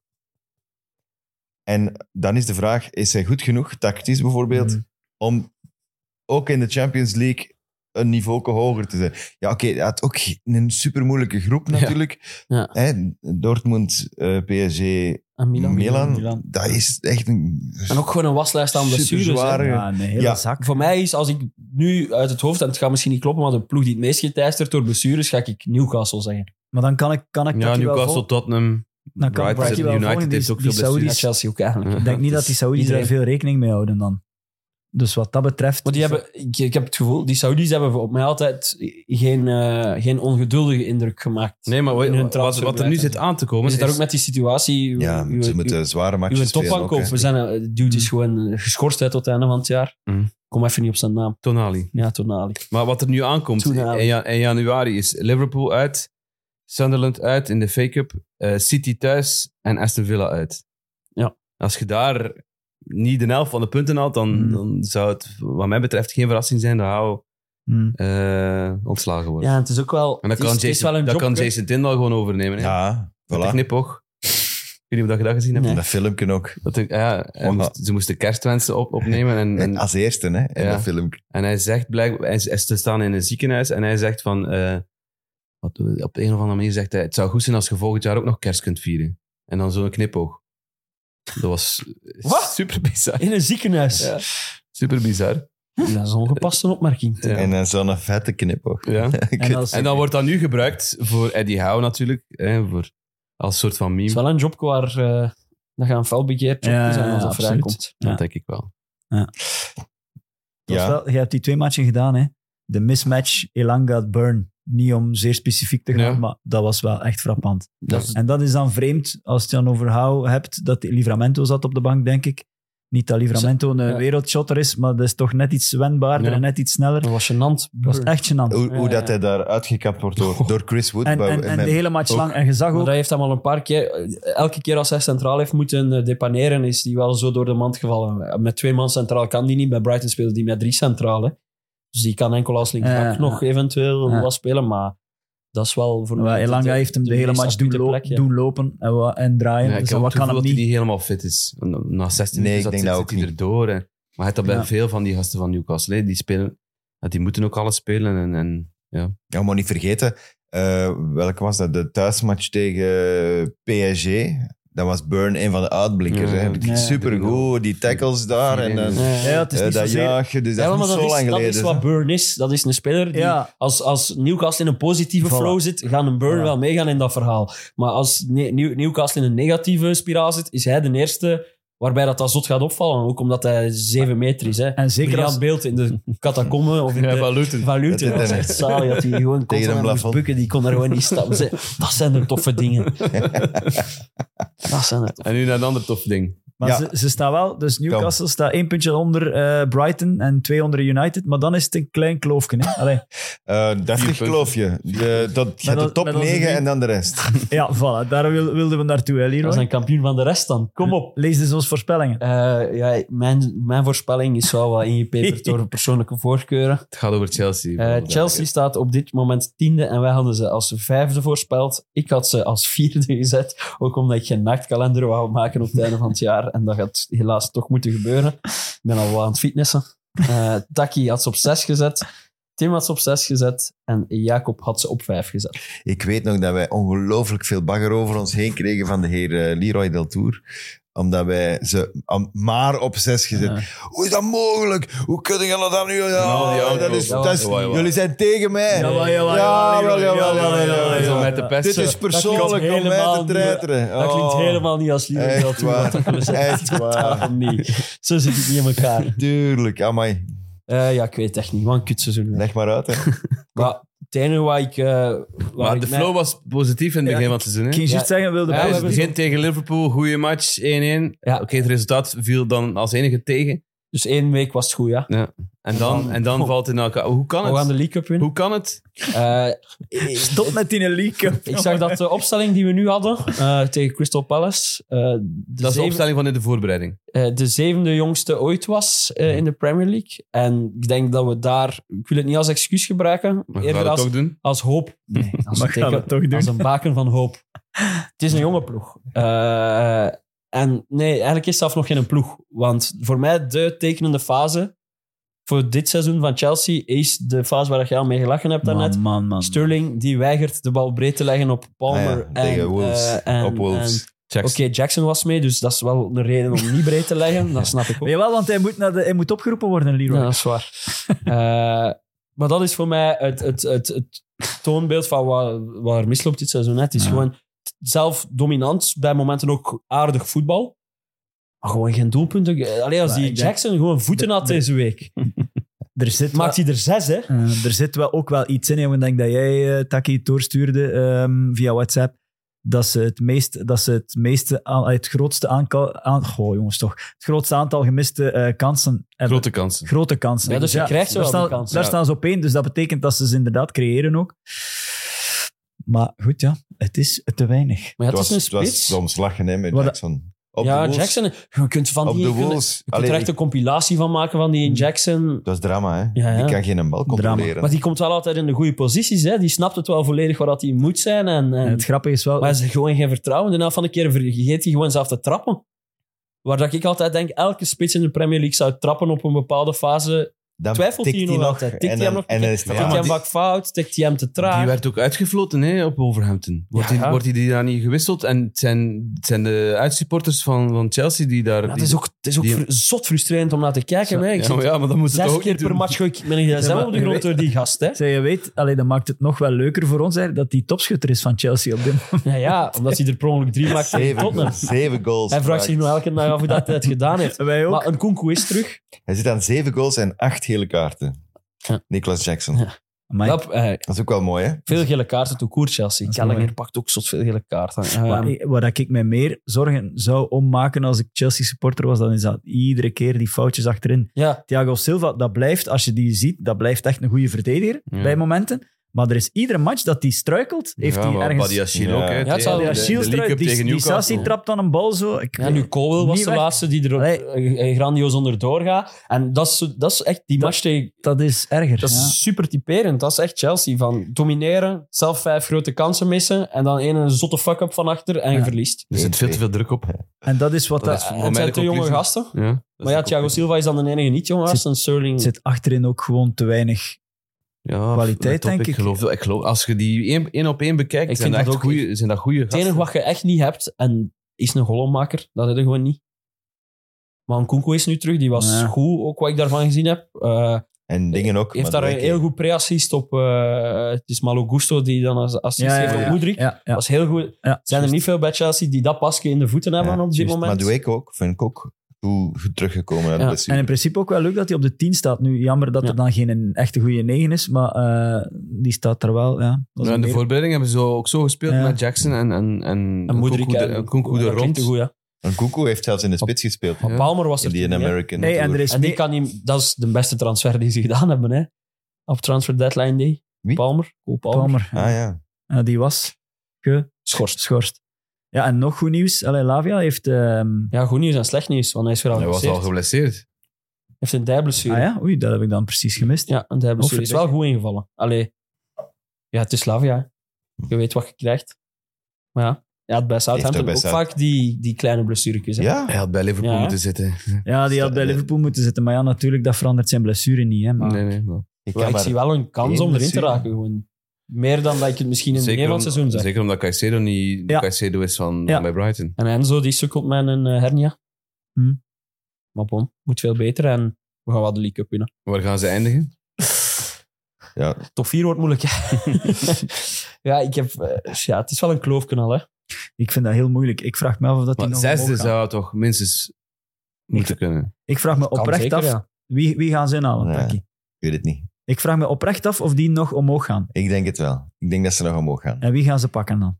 En dan is de vraag, is hij goed genoeg, tactisch bijvoorbeeld, om ook in de Champions League een niveau hoger te zijn? Ja, oké, hij had ook een supermoeilijke groep natuurlijk. Ja. Hè, Dortmund, PSG, En Milan. Dat is echt een En ook gewoon een waslijst aan blessures. hè. superzware... Ja, een hele Ja. zak. Voor mij is, als ik nu uit het hoofd, en het gaat misschien niet kloppen, maar de ploeg die het meest geteisterd door blessures, ga ik Newcastle zeggen. Maar dan kan ik Ja, dat wel Newcastle, volgen. Tottenham, Dan kan ik Brighton, wel volgen. United heeft ook veel die Ja, Saudis, blessures. Chelsea ook eigenlijk. ik denk niet dat die Saudis iedereen. daar veel rekening mee houden dan. Dus wat dat betreft... Maar die hebben, ik heb het gevoel, die Saudis hebben op mij altijd geen ongeduldige indruk gemaakt. Nee, maar In hun wat er nu transferbeleid. zit aan te komen... We zitten is- ook met die situatie. Ja, ze moeten zware matches Uw spelen. topaankoop, ook, hè. we zijn, dude is gewoon geschorst tot het einde van het jaar. Mm. Kom even niet op zijn naam. Tonali. Ja, Tonali. Maar wat er nu aankomt, Tonali. in januari is Liverpool uit, Sunderland uit in de FA Cup, City thuis en Aston Villa uit. Ja. Als je daar niet de helft van de punten haalt, dan zou het wat mij betreft geen verrassing zijn dat Hou ontslagen wordt. Ja, het is ook wel... En dat het is wel een dat job, kan hè. Jason Tindall gewoon overnemen. Hè? Ja, Met de voilà. knipoog. Ik weet niet of dat je dat gezien hebt. Nee. Dat filmpje ook. Ze moesten kerstwensen opnemen. En Als eerste, hè, in Ja. dat filmpje. En hij zegt blijkbaar, ze staan in een ziekenhuis en hij zegt van, op de een of andere manier zegt hij, het zou goed zijn als je volgend jaar ook nog kerst kunt vieren. En dan zo'n knipoog. Dat was Wat? super bizar. In een ziekenhuis. Ja. Super bizar. Dat is een ongepaste opmerking. Ja. En dan zo'n vette knipoog. Ja. En En dan wordt dat nu gebruikt voor Eddie Howe natuurlijk, als soort van Het is meme. wel een job waar dat gaat een felbegeerd job Ja, zijn als ja, dat absoluut. vrijkomt. Ja. Dat denk ik wel. Je hebt die 2 matchen gedaan, hè. De mismatch Elanga-Burn. Niet om zeer specifiek te gaan, Ja. maar dat was wel echt frappant. Dat is- En dat is dan vreemd, als je het dan over Hou hebt, dat Livramento zat op de bank, denk ik. Niet dat Livramento een Ja. wereldshotter is, maar dat is toch net iets wendbaarder Ja. en net iets sneller. Dat was gênant. Dat was echt gênant. Hoe Ja, dat ja. hij daar uitgekapt wordt door Chris Wood. En Met- de hele match ook- lang. En je zag Maar ook... dat heeft hem al een paar keer... Elke keer als hij centraal heeft moeten depaneren, is hij wel zo door de mand gevallen. Met 2 man centraal kan die niet. Bij Brighton speelde die met 3 centralen. Dus die kan enkel als linksback nog eventueel Ja. wat spelen, maar dat is wel voor Maar mij Elanga heeft hem de hele meest match acute plek, ja. doen lopen en draaien. Ja, ik Dus heb wat het kan gevoel hem dat hij niet... niet helemaal fit is. Na 16 Nee, minuten ik denk dat zit ook hij niet. erdoor. Hè. Maar het bij Ja. veel van die gasten van Newcastle, hè, die spelen... Ja, die moeten ook alles spelen. En ja. Ja, maar niet vergeten, welke was dat? De thuismatch tegen PSG. Dat was Burn een van de uitblinkers. Ja. Hè. Ja. Supergoed, die tackles daar. En dan Ja, het is niet dat zozeer... jagen. Dus dat Ja, is maar niet zo lang dat geleden. is wat Burn is. Dat is een speler die, Ja. als Newcastle in een positieve Voilà. flow zit, gaan een Burn Voilà. wel meegaan in dat verhaal. Maar als Newcastle in een negatieve spiraal zit, is hij de eerste waarbij dat zot gaat opvallen. Ook omdat hij 7 meter is. Hè. En zeker Briljant als... beeld in de catacomben of in Ja, de... van Luton. Van Luton. Dat Dat is is- echt zalig dat hij gewoon een constant moest plafond. bukken. Die kon er gewoon niet stappen. Dat zijn de toffe dingen. Dat zijn het. En nu naar een ander tof ding. Maar Ja. ze staan wel, dus Newcastle staat 1 puntje onder Brighton en 2 onder United, maar dan is het een klein kloofje. Hè? Allee, Deftig punten. kloofje. Je hebt de top met onze 9 drie- en dan de rest. ja, voilà, daar wilden we naartoe, hè, We Leroy? zijn kampioen van de rest dan. Kom op. Lees dus onze voorspellingen. Ja, mijn voorspelling is wel wat ingepeperd door persoonlijke voorkeuren. Het gaat over Chelsea. Chelsea staat op dit moment 10e en wij hadden ze als 5e voorspeld. Ik had ze als 4e gezet, ook omdat ik geen nachtkalender wou maken op het einde van het jaar. En dat gaat helaas toch moeten gebeuren. Ik ben al wel aan het fitnessen. Taki had ze op 6 gezet. Tim had ze op 6 gezet en Jacob had ze op 5 gezet. Ik weet nog dat wij ongelooflijk veel bagger over ons heen kregen van de heer Leroy Deltour. Omdat wij ze maar op 6 gezet. Ja. Hoe is dat mogelijk? Hoe kun je dat dan nu? Jawel. Jullie zijn tegen mij. Jawel. Zo met de pest. Dit is persoonlijk om mij te treiteren. Dat klinkt helemaal niet als Leroy Echt Deltour. waar. wat dat we Echt zeggen. waar. Totaal niet. Zo zit het niet in elkaar. Tuurlijk, amai. Ja, ik weet het echt niet. Wat een kutseizoen. Leg maar uit, hè. Maar het enige waar ik... Maar de flow was positief in het begin van het seizoen. Ik ging juist zeggen, wilde Ja, Ja, we het hebben begin tegen Liverpool, goede match, 1-1. Ja. Oké, het resultaat viel dan als enige tegen. Dus 1 week was het goed, ja. En dan valt het in elkaar. Hoe kan We gaan het? de League Cup winnen. Hoe kan het? Stop met die league. Ik zag dat de opstelling die we nu hadden tegen Crystal Palace... Dat is de opstelling van in de voorbereiding. de 7e jongste ooit was in de Premier League. En ik denk dat we daar... Ik wil het niet als excuus gebruiken. Maar we Eerder gaan het als, toch doen. als hoop. Nee, als, Maar gaan we het toch doen? als een baken van hoop. Het is een jonge ploeg. En nee, eigenlijk is het zelf nog geen ploeg. Want voor mij de tekenende fase voor dit seizoen van Chelsea is de fase waar je al mee gelachen hebt daarnet. Man. Sterling, die weigert de bal breed te leggen op Palmer. Tegen Wolves. Op Wolves. Jackson. Oké, Jackson was mee, dus dat is wel een reden om niet breed te leggen. Dat snap ik ook. Jawel, want hij moet opgeroepen worden, Leroy. Ja, dat is waar. Maar dat is voor mij het toonbeeld van wat er misloopt dit seizoen. Het is gewoon zelf dominant, bij momenten ook aardig voetbal. Maar gewoon geen doelpunten. Alleen als Maar die ik denk- Jackson gewoon voeten had deze week, Er zit maakt hij er 6, hè? Er zit wel ook wel iets in. Ik denk dat jij, Taki, het doorstuurde via WhatsApp. Dat ze het grootste het grootste aantal gemiste kansen hebben. Grote kansen. Grote kansen. Ja, dus je krijgt zo daar wel die staan, kansen. Daar Ja. staan ze op één, dus dat betekent dat ze inderdaad creëren ook. Maar goed, ja, het is te weinig. Maar ja, het is een Het was spits. soms lachen hè, met Wat- Jackson. Op de Ja, Wolves. Jackson. Je kunt van Op die... de je kunt Wolves. er Allee, echt een compilatie van maken van die Jackson. dat is drama, hè. Ja, ja. Die kan geen bal controleren. Maar die komt wel altijd in de goede posities. Hè. Die snapt het wel volledig waar dat hij moet zijn. En En het grappige is wel... maar ze gewoon geen vertrouwen. De helft van de keer vergeet hij gewoon zelf te trappen. Waar dat ik altijd denk, elke spits in de Premier League zou trappen op een bepaalde fase. Dan Twijfelt hij tikt nog altijd? Tikt hij hem nog? En dan is het Tikt raar. hij hem vaak fout? Tikt hij hem te traag? Die werd ook uitgefloten hè, op Wolverhampton. Wordt die daar niet gewisseld? En het zijn de uitsupporters van Chelsea die daar... Ja, het is ook zot frustrerend om naar te kijken. Hè. Ik zit maar dan moet het 6 toch ook keer niet per doen. match gooi ik mijn gsm maar op de je grond weet- door die gast. Hè. Zeg, je weet, dat maakt het nog wel leuker voor ons, hè, dat die topschutter is van Chelsea op dit moment. Ja, omdat hij er per ongeluk 3 maakt tegen Tottenham. 7 goals. Hij vraagt zich nog elke dag af hoe dat hij het gedaan heeft. Wij ook. Maar een Nkunku is terug. Hij zit aan 7 goals en 8 gele kaarten. Ja. Nicolas Jackson. Ja. Maar Dat is ook wel mooi, hè? Veel gele kaarten toe koer Chelsea. Dat is Gallagher mooi. pakt ook zot veel gele kaarten. waar ik mij meer zorgen zou om maken als ik Chelsea-supporter was, dan is dat iedere keer die foutjes achterin. Ja, Thiago Silva, dat blijft, als je die ziet, dat blijft echt een goede verdediger Ja. bij momenten. Maar er is iedere match dat hij struikelt, heeft hij ergens... Badiashile Ja. ook. Hè, Ja, het zal- Ja, de Shields League Cup tegen die Newcastle. Sassi trapt dan een bal zo. ja, nu Colwell was Niet de weg. laatste die er grandioos onderdoor gaat. En dat is echt die match tegen... Dat is erger. Dat is ja. super typerend. Dat is echt Chelsea. Van domineren, zelf 5 grote kansen missen en dan een zotte fuck-up van achter en je Ja. verliest. Er zit veel te veel druk op. En dat is wat... Dat is dat- voor Het mij zijn de te jonge conclusie. gasten. Ja, dat is Maar ja, de Thiago conclusie. Silva is dan de enige niet-jonge gast. En Sterling... zit achterin ook gewoon te weinig... Ja, kwaliteit, let op, denk ik. Ik geloof, als je die één op één bekijkt, Ik zijn vind dat dat echt ook- goede, zijn dat goede Het enige gasten. wat je echt niet hebt, en is een goalmaker, dat heb je gewoon niet. Maar Nkunku is nu terug, die was Ja. goed, ook wat ik daarvan gezien heb. En dingen ook. Heeft daar een heel goed pre-assist op. Het is Malo Gusto die dan als assist geeft op Mudryk. Ja, ja. Dat is heel goed. Ja, Zijn er niet veel bij Chelsea die dat pasje in de voeten hebben op dit juist. moment? Maar Dweck ook, vind ik ook goed teruggekomen uit de Ja. blessure. En in principe ook wel leuk dat hij op de 10 staat. Nu, jammer dat er dan geen echte goede 9 is, maar die staat er wel. Ja. Dat is Ja, in de meer- voorbereiding hebben ze ook zo gespeeld Ja. met Jackson en En Mudryk Nkunku er dat klinkt rond. te goed, ja. En Kuku heeft zelfs in de spits gespeeld. Maar Palmer was In er die toen, hè. American Nee, en Tour. er is En die meer- kan niet, dat is de beste transfer die ze gedaan hebben, hè? Op Transfer Deadline Day. Wie? Palmer. Cole Palmer. Palmer. Ah ja. Ja, die was geschorst. Ja, en nog goed nieuws. Allee, Lavia heeft... Ja, goed nieuws en slecht nieuws, want hij is weer al Hij was al geblesseerd. geblesseerd. Hij heeft een dijblessure. Ah ja? Oei, dat heb ik dan precies gemist. Ja, een dijblessure. Of Is wel goed ingevallen. Allee, ja, het is Slavia. Hè. Je weet wat je krijgt. Maar ja, hij had bij Southampton bij ook South- vaak die kleine blessuretjes. hè. Ja? Hij had bij Liverpool Ja. moeten zitten. Ja, die had bij Liverpool moeten zitten. Maar ja, natuurlijk, dat verandert zijn blessure niet. Hè, maar... Nee. Maar Ik zie wel een kans om erin te raken. Gewoon. Meer dan dat ik het misschien in het begin van het seizoen zeg. Zeker omdat Caicedo niet Ja. Caicedo is van bij Brighton. En Enzo, die sukkelt met een hernia. Maar bon, moet veel beter en we gaan wel de League Cup winnen. Waar gaan ze eindigen? Ja, Top 4 wordt moeilijk. Ja, het is wel een kloofkanaal, hè. Ik vind dat heel moeilijk. Ik vraag me af of dat die Maar nog omhoog zesde gaan. zou toch minstens moeten kunnen. Ik vraag me Kan oprecht zeker, af, ja. wie gaan ze inhalen, Nee. Taki? ik weet het niet. Ik vraag me oprecht af of die nog omhoog gaan. Ik denk het wel. Ik denk dat ze nog omhoog gaan. En wie gaan ze pakken dan?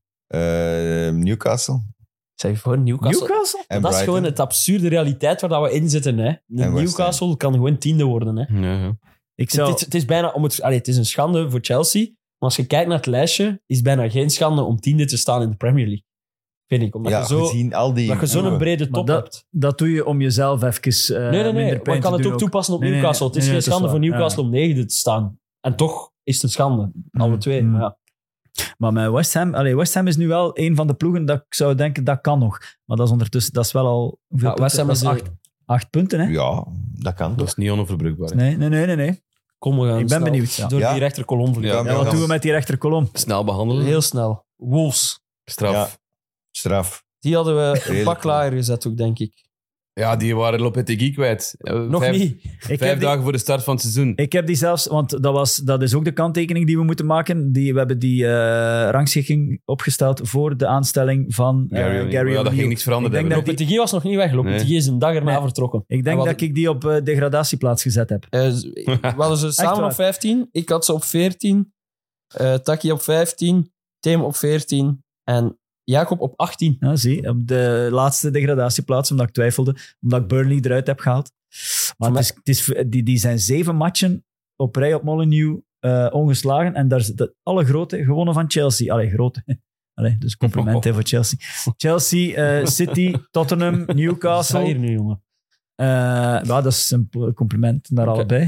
Newcastle Zeg voor Newcastle. Newcastle? en Dat is Brighton. gewoon het absurde realiteit waar dat we in zitten. Hè. En West Newcastle kan gewoon 10e worden. Hè. Ja. Ik zou... Het is bijna het is een schande voor Chelsea. Maar als je kijkt naar het lijstje, is het bijna geen schande om 10e te staan in de Premier League. Vind ik. Omdat Ja, je zo, gezien al die... dat je zo'n ploegen. brede top Maar hebt. Dat doe je om jezelf even Nee. minder Maar pijn je kan te het doen ook toepassen op Nee, Newcastle. Het is geen dat schande voor waar. Newcastle om 9e te staan. En toch is het een schande. Alle twee. Mm. Maar ja. Maar met West Ham is nu wel een van de ploegen dat ik zou denken, dat kan nog. Maar dat is ondertussen, dat is wel al... Hoeveel Ja, West Ham punten? is Dat is 8 punten, hè? Ja, dat kan Dat toch. is niet onoverbrugbaar. hè. Nee. Kom, we gaan Ik ben snel benieuwd, ja. door Ja. die rechterkolom vliegen. Ja, Ja, wat doen we met die rechterkolom? Snel behandelen. Heel snel. Wolves. Straf. Ja. Ja. Straf. Die hadden we een Redelijk pak lager gezet ook, denk ik. Die waren Lopetegui kwijt. Nog vijf, niet. Ik 5 heb die- dagen voor de start van het seizoen. Ik heb die zelfs, want dat is ook de kanttekening die we moeten maken. We hebben die rangschikking opgesteld voor de aanstelling van Gary Gary O'Neill. Ja, dat O'Neill. ging niks veranderd Ik denk hebben. dat Lopetegui was nog niet weg. Lopetegui is een dag erna Nee. vertrokken. Ik denk dat ik die op degradatieplaats gezet heb. We hadden ze samen waar. op 15. Ik had ze op 14. Taki op 15. Tim op 14. En Jacob op 18. Ja, zie, op de laatste degradatieplaats, omdat ik twijfelde, omdat ik Burnley eruit heb gehaald. Maar het is, die zijn 7 matchen op rij op Molineux ongeslagen en daar is alle grote gewonnen van Chelsea. Allee, grote. Allee, dus compliment hè, voor Chelsea. Chelsea, City, Tottenham, Newcastle. Ga hier nu, jongen. Ja, dat is een compliment naar Oké. allebei.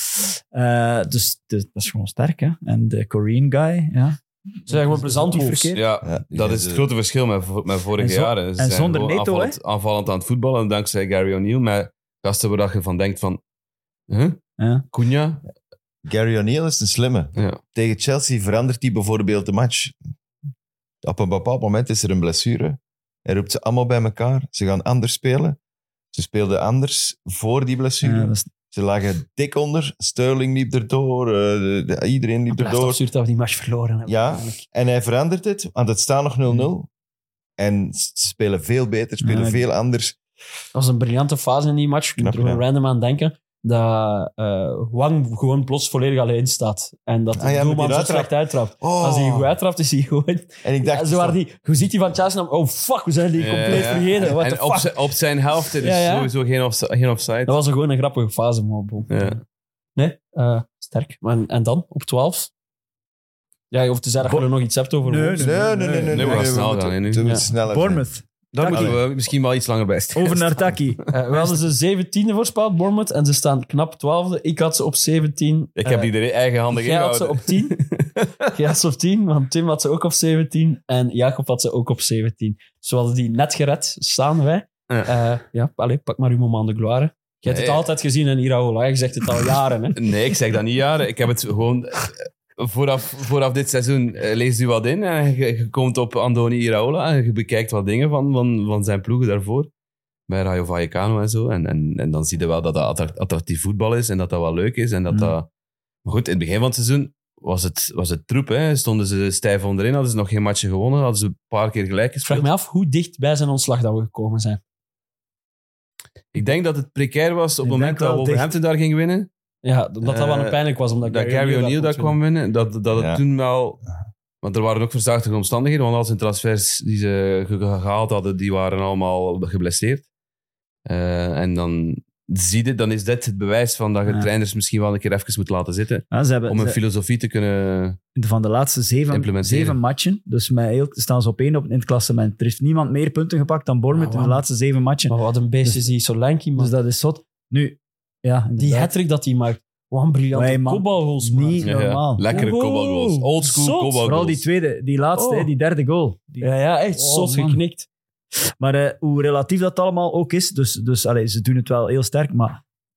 Hè. Dus dat is gewoon sterk. Hè. En de Korean guy, ja. Ze zijn gewoon plezant Niet Wolves. verkeerd. Ja, die dat zijn is het ze- grote verschil met vorige En jaren. Ze en zijn zonder gewoon Neto, aanvallend aan het voetballen. En dankzij Gary O'Neill, met gasten waar je van denkt van... Huh? Ja. Cunha? Gary O'Neill is een slimme. Ja. Tegen Chelsea verandert hij bijvoorbeeld de match. Op een bepaald moment is er een blessure. Hij roept ze allemaal bij elkaar. Ze gaan anders spelen. Ze speelden anders voor die blessure. Ja, dat is- Ze lagen dik onder. Sterling liep erdoor. Iedereen liep Het blijft erdoor. absurd dat we die match verloren hebben. Ja. eigenlijk. En hij verandert het, want het staat nog 0-0. En ze spelen veel beter, spelen Ja, veel anders. Dat was een briljante fase in die match. Ik moet Knap, er gewoon ja. random aan denken. Dat Wang gewoon plots volledig alleen staat. En dat de met die doelman zo uittrap. slecht uittrapt. Oh. Als hij goed uittrapt, is hij gewoon... En ik dacht, Ja, zo waren die, hoe ziet hij van Chelsea? Dan, oh fuck, we zijn die compleet vergeten. What the En fuck? op zijn helft is Ja, ja. sowieso geen offside. Dat was gewoon een grappige fase. Maar bon. Ja. Nee, sterk. Maar, en dan, op 12? Ja, of tezij dat je er nog iets hebt over Nee, Wolves. nee. Nee, we gaan snel gaan, hè, nu. We moeten Ja. sneller Bournemouth. Daar Taki. moeten we misschien wel iets langer bij staan. Over naar Taki. We hadden ze 17e voorspeld, Bournemouth. En ze staan knap 12e. Ik had ze op 17. Ik heb die er eigenhandig Jij had ze ingehouden. op 10. Jij had ze op 10, want Tim had ze ook op 17. En Jacob had ze ook op 17. Dus we hadden die net gered, staan wij. Allee, pak maar uw moment de gloire. Je hebt het Nee. altijd gezien in Iraola. Je zegt het al jaren. Hè? Nee, ik zeg dat niet jaren. Ik heb het gewoon... Vooraf dit seizoen leest u wat in en je komt op Andoni Iraola en je bekijkt wat dingen van zijn ploegen daarvoor. Bij Rayo Vallecano en zo. En dan zie je wel dat dat attractief voetbal is en dat dat wel leuk is. En dat dat... Maar goed, in het begin van het seizoen was het troep. Hè. Stonden ze stijf onderin, hadden ze nog geen matchen gewonnen, hadden ze een paar keer gelijk Ik vraag gespeeld. me af hoe dicht bij zijn ontslag dat we gekomen zijn. Ik denk dat het precair was op Ik het moment denk dat wel Wolverhampton daar ging winnen. Ja, dat wel een pijnlijk was. Omdat Dat Gary O'Neill daar kwam winnen. Dat het Ja. toen wel... Want er waren ook verzachtende omstandigheden, want al zijn transfers die ze gehaald hadden, die waren allemaal geblesseerd. En dan zie je, dan is dit het bewijs van dat je Ja. trainers misschien wel een keer even moet laten zitten. Ja, ze hebben, Om een filosofie te kunnen... van de laatste 7 implementeren. matchen, dus staan ze op 1 in het klassement. Er heeft niemand meer punten gepakt dan Bournemouth in de laatste 7 matchen. Maar wat een beest is die Solanke, man. Dus dat is zot. Nu, ja, Die inderdaad. hat-trick dat hij maakt. Wat een briljante Nee, man. kopbalgoals, man. Niet normaal. Lekkere Wow. kopbalgoals. Old school Zot. kopbalgoals. Vooral die tweede, die laatste, Oh. hè, die derde goal. Ja, echt Oh, zot man. geknikt. Maar hoe relatief dat allemaal ook is, dus allee, ze doen het wel heel sterk, maar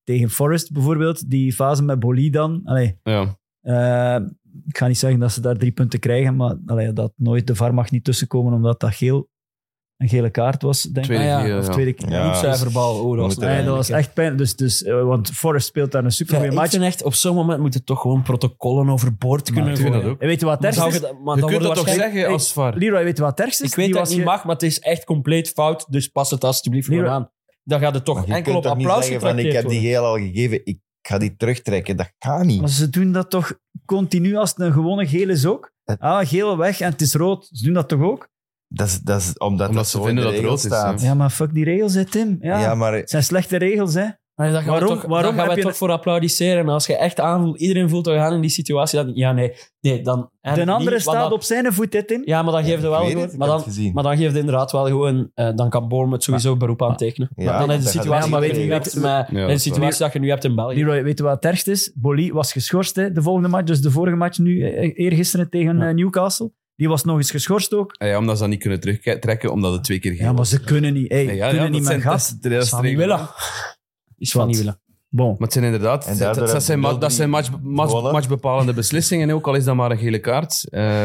tegen Forest bijvoorbeeld, die fase met Boli dan. Allee, Ja. ik ga niet zeggen dat ze daar 3 punten krijgen, maar dat nooit de VAR mag niet tussenkomen omdat dat een gele kaart was, denk ik. Tweede ja. keer, Of ja. tweede keer. Ja. Hoekzuiverbal. Oh, dat was, Nee, Dat was echt pijn. Want Forest speelt daar een supergoeie Ik match. vind echt, op zo'n moment moeten toch gewoon protocollen overboord kunnen ik vind gooien. dat ook. En weet je wat het Maar ergste zou is? maar Je dan kunt wordt dat toch waarschijnlijk- zeggen als VAR? Leroy, weet je wat het ergste is? Ik weet Die dat was het niet ge- mag, maar het is echt compleet fout, dus pas het alsjeblieft Leroy- gewoon aan. Dan gaat het toch Maar je enkel kunt op toch niet applaus zeggen van, ik getrakteerd heb die worden. geel al gegeven, ik ga die terugtrekken. Dat kan niet. Maar ze doen dat toch continu als het een gewone geel is ook? Geel weg en het is rood. Ze doen dat toch ook? Dat is omdat Omdat dat ze zo vinden in de dat het regels rood is, staat. Ja, maar fuck die regels, hè, Tim. Ja, Ja, maar het zijn slechte regels, hè. Maar dan gaan Waarom- we toch, waarom dan gaan heb we je toch voor applaudisseren. En als je echt aanvoelt, iedereen voelt dat we gaan in die situatie. Dan, ja, nee, dan... De andere niet, staat want dan- op zijn voet, hè, Tim. Ja, maar dan geeft het wel ik weet gewoon... het, ik Maar heb dan, het gezien. maar dan geeft het inderdaad wel gewoon... dan kan Bournemouth sowieso beroep aantekenen. Ja, Maar dan is de dat gaat- situatie Ja, maar dat weet je je- nu hebt, weet- met, Ja, de situatie dat je nu hebt in België. Leroy, weet je wat het ergste is? Boli was geschorst, hè, de volgende match. Dus de vorige match nu, eergisteren tegen Newcastle. Die was nog eens geschorst ook. Ja, omdat ze dat niet kunnen terugtrekken, omdat het 2 keer geel Ja, maar was. ze kunnen niet. Hey, Ja, kunnen dat niet zijn- met dat gat. is- dat is Is van niet regel. willen. Is van niet willen. Bon. Maar het zijn inderdaad En daardoor dat zijn, hebben dat zijn gewonnen. matchbepalende beslissingen, ook al is dat maar een gele kaart.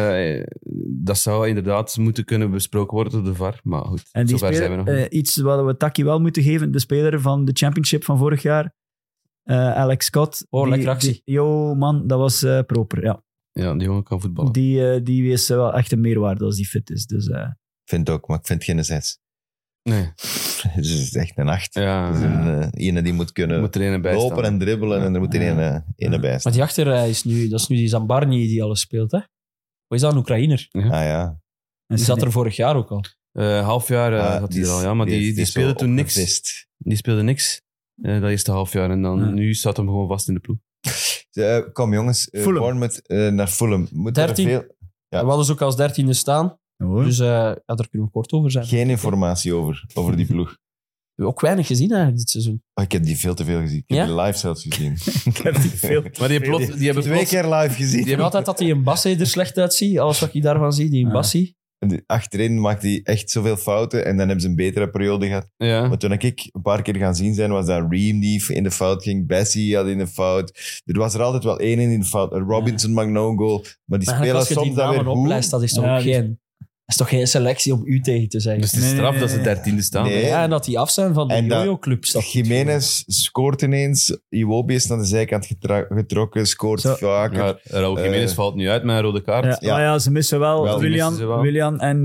Dat zou inderdaad moeten kunnen besproken worden door de VAR. Maar goed, En die zover zijn we speler, nog niet. iets wat we Taki wel moeten geven, de speler van de championship van vorig jaar, Alex Scott. Oh, lekker actie. Yo, man, dat was proper. Ja. Ja, die jongen kan voetballen. Die is wel echt een meerwaarde als die fit is. Dus, Ik vind het ook, maar ik vind geen 6. Nee, Het is echt een 8. ja, Het is een ene die moet kunnen moet er een bij lopen staan. en dribbelen en er moet er ene bij Maar staan. die achterrij is nu... Dat is nu die Zambarni die alles speelt, hè? Hoe is dat, een Oekraïner? Ah ja. Die zat er vorig jaar ook al. Half jaar Ah, had hij er al, ja. Maar die is speelde zo toen niks. opgevist. Die speelde niks. Dat eerste half jaar. En dan Ja. nu staat hem gewoon vast in de ploeg. Kom jongens, Fulham. Bournemouth naar Fulham. Moet er 13. veel, Ja. We hadden ze ook als 13e staan. Hoor. Dus daar kunnen we kort over zijn. geen informatie over die ploeg. We hebben ook weinig gezien eigenlijk dit seizoen. Oh, ik heb die veel te veel gezien. Ik heb Ja? die live zelfs gezien. Ik heb die veel. Maar die hebben 2 keer live gezien. Die hebben altijd dat hij een Bassi er slecht uitziet. Alles wat ik daarvan zie, die een Ja. Bassi. En achterin maakt hij echt zoveel fouten en dan hebben ze een betere periode gehad. Ja. Maar toen ik een paar keer gaan zien zijn, was dat Ream die in de fout ging, Bessie had in de fout. Er was er altijd wel één in de fout. Robinson maakt nou een goal, maar die Maar spelen als je die soms dan namen weer oplijst, goed. dat is toch Ja, ook die- geen... Dat is toch geen selectie om u tegen te zeggen. Dus het is Nee, straf nee, dat ze nee. 13e staan. Nee. Ja, en dat die af zijn van de En dat- jojo-club. Jiménez scoort ineens, Iwobi is naar de zijkant getrokken, scoort Zo. vaker. Ja, Raúl Jiménez valt nu uit met een rode kaart. Ja, Ja. maar ja, ze missen wel, Wel, die missen ze wel. Willian en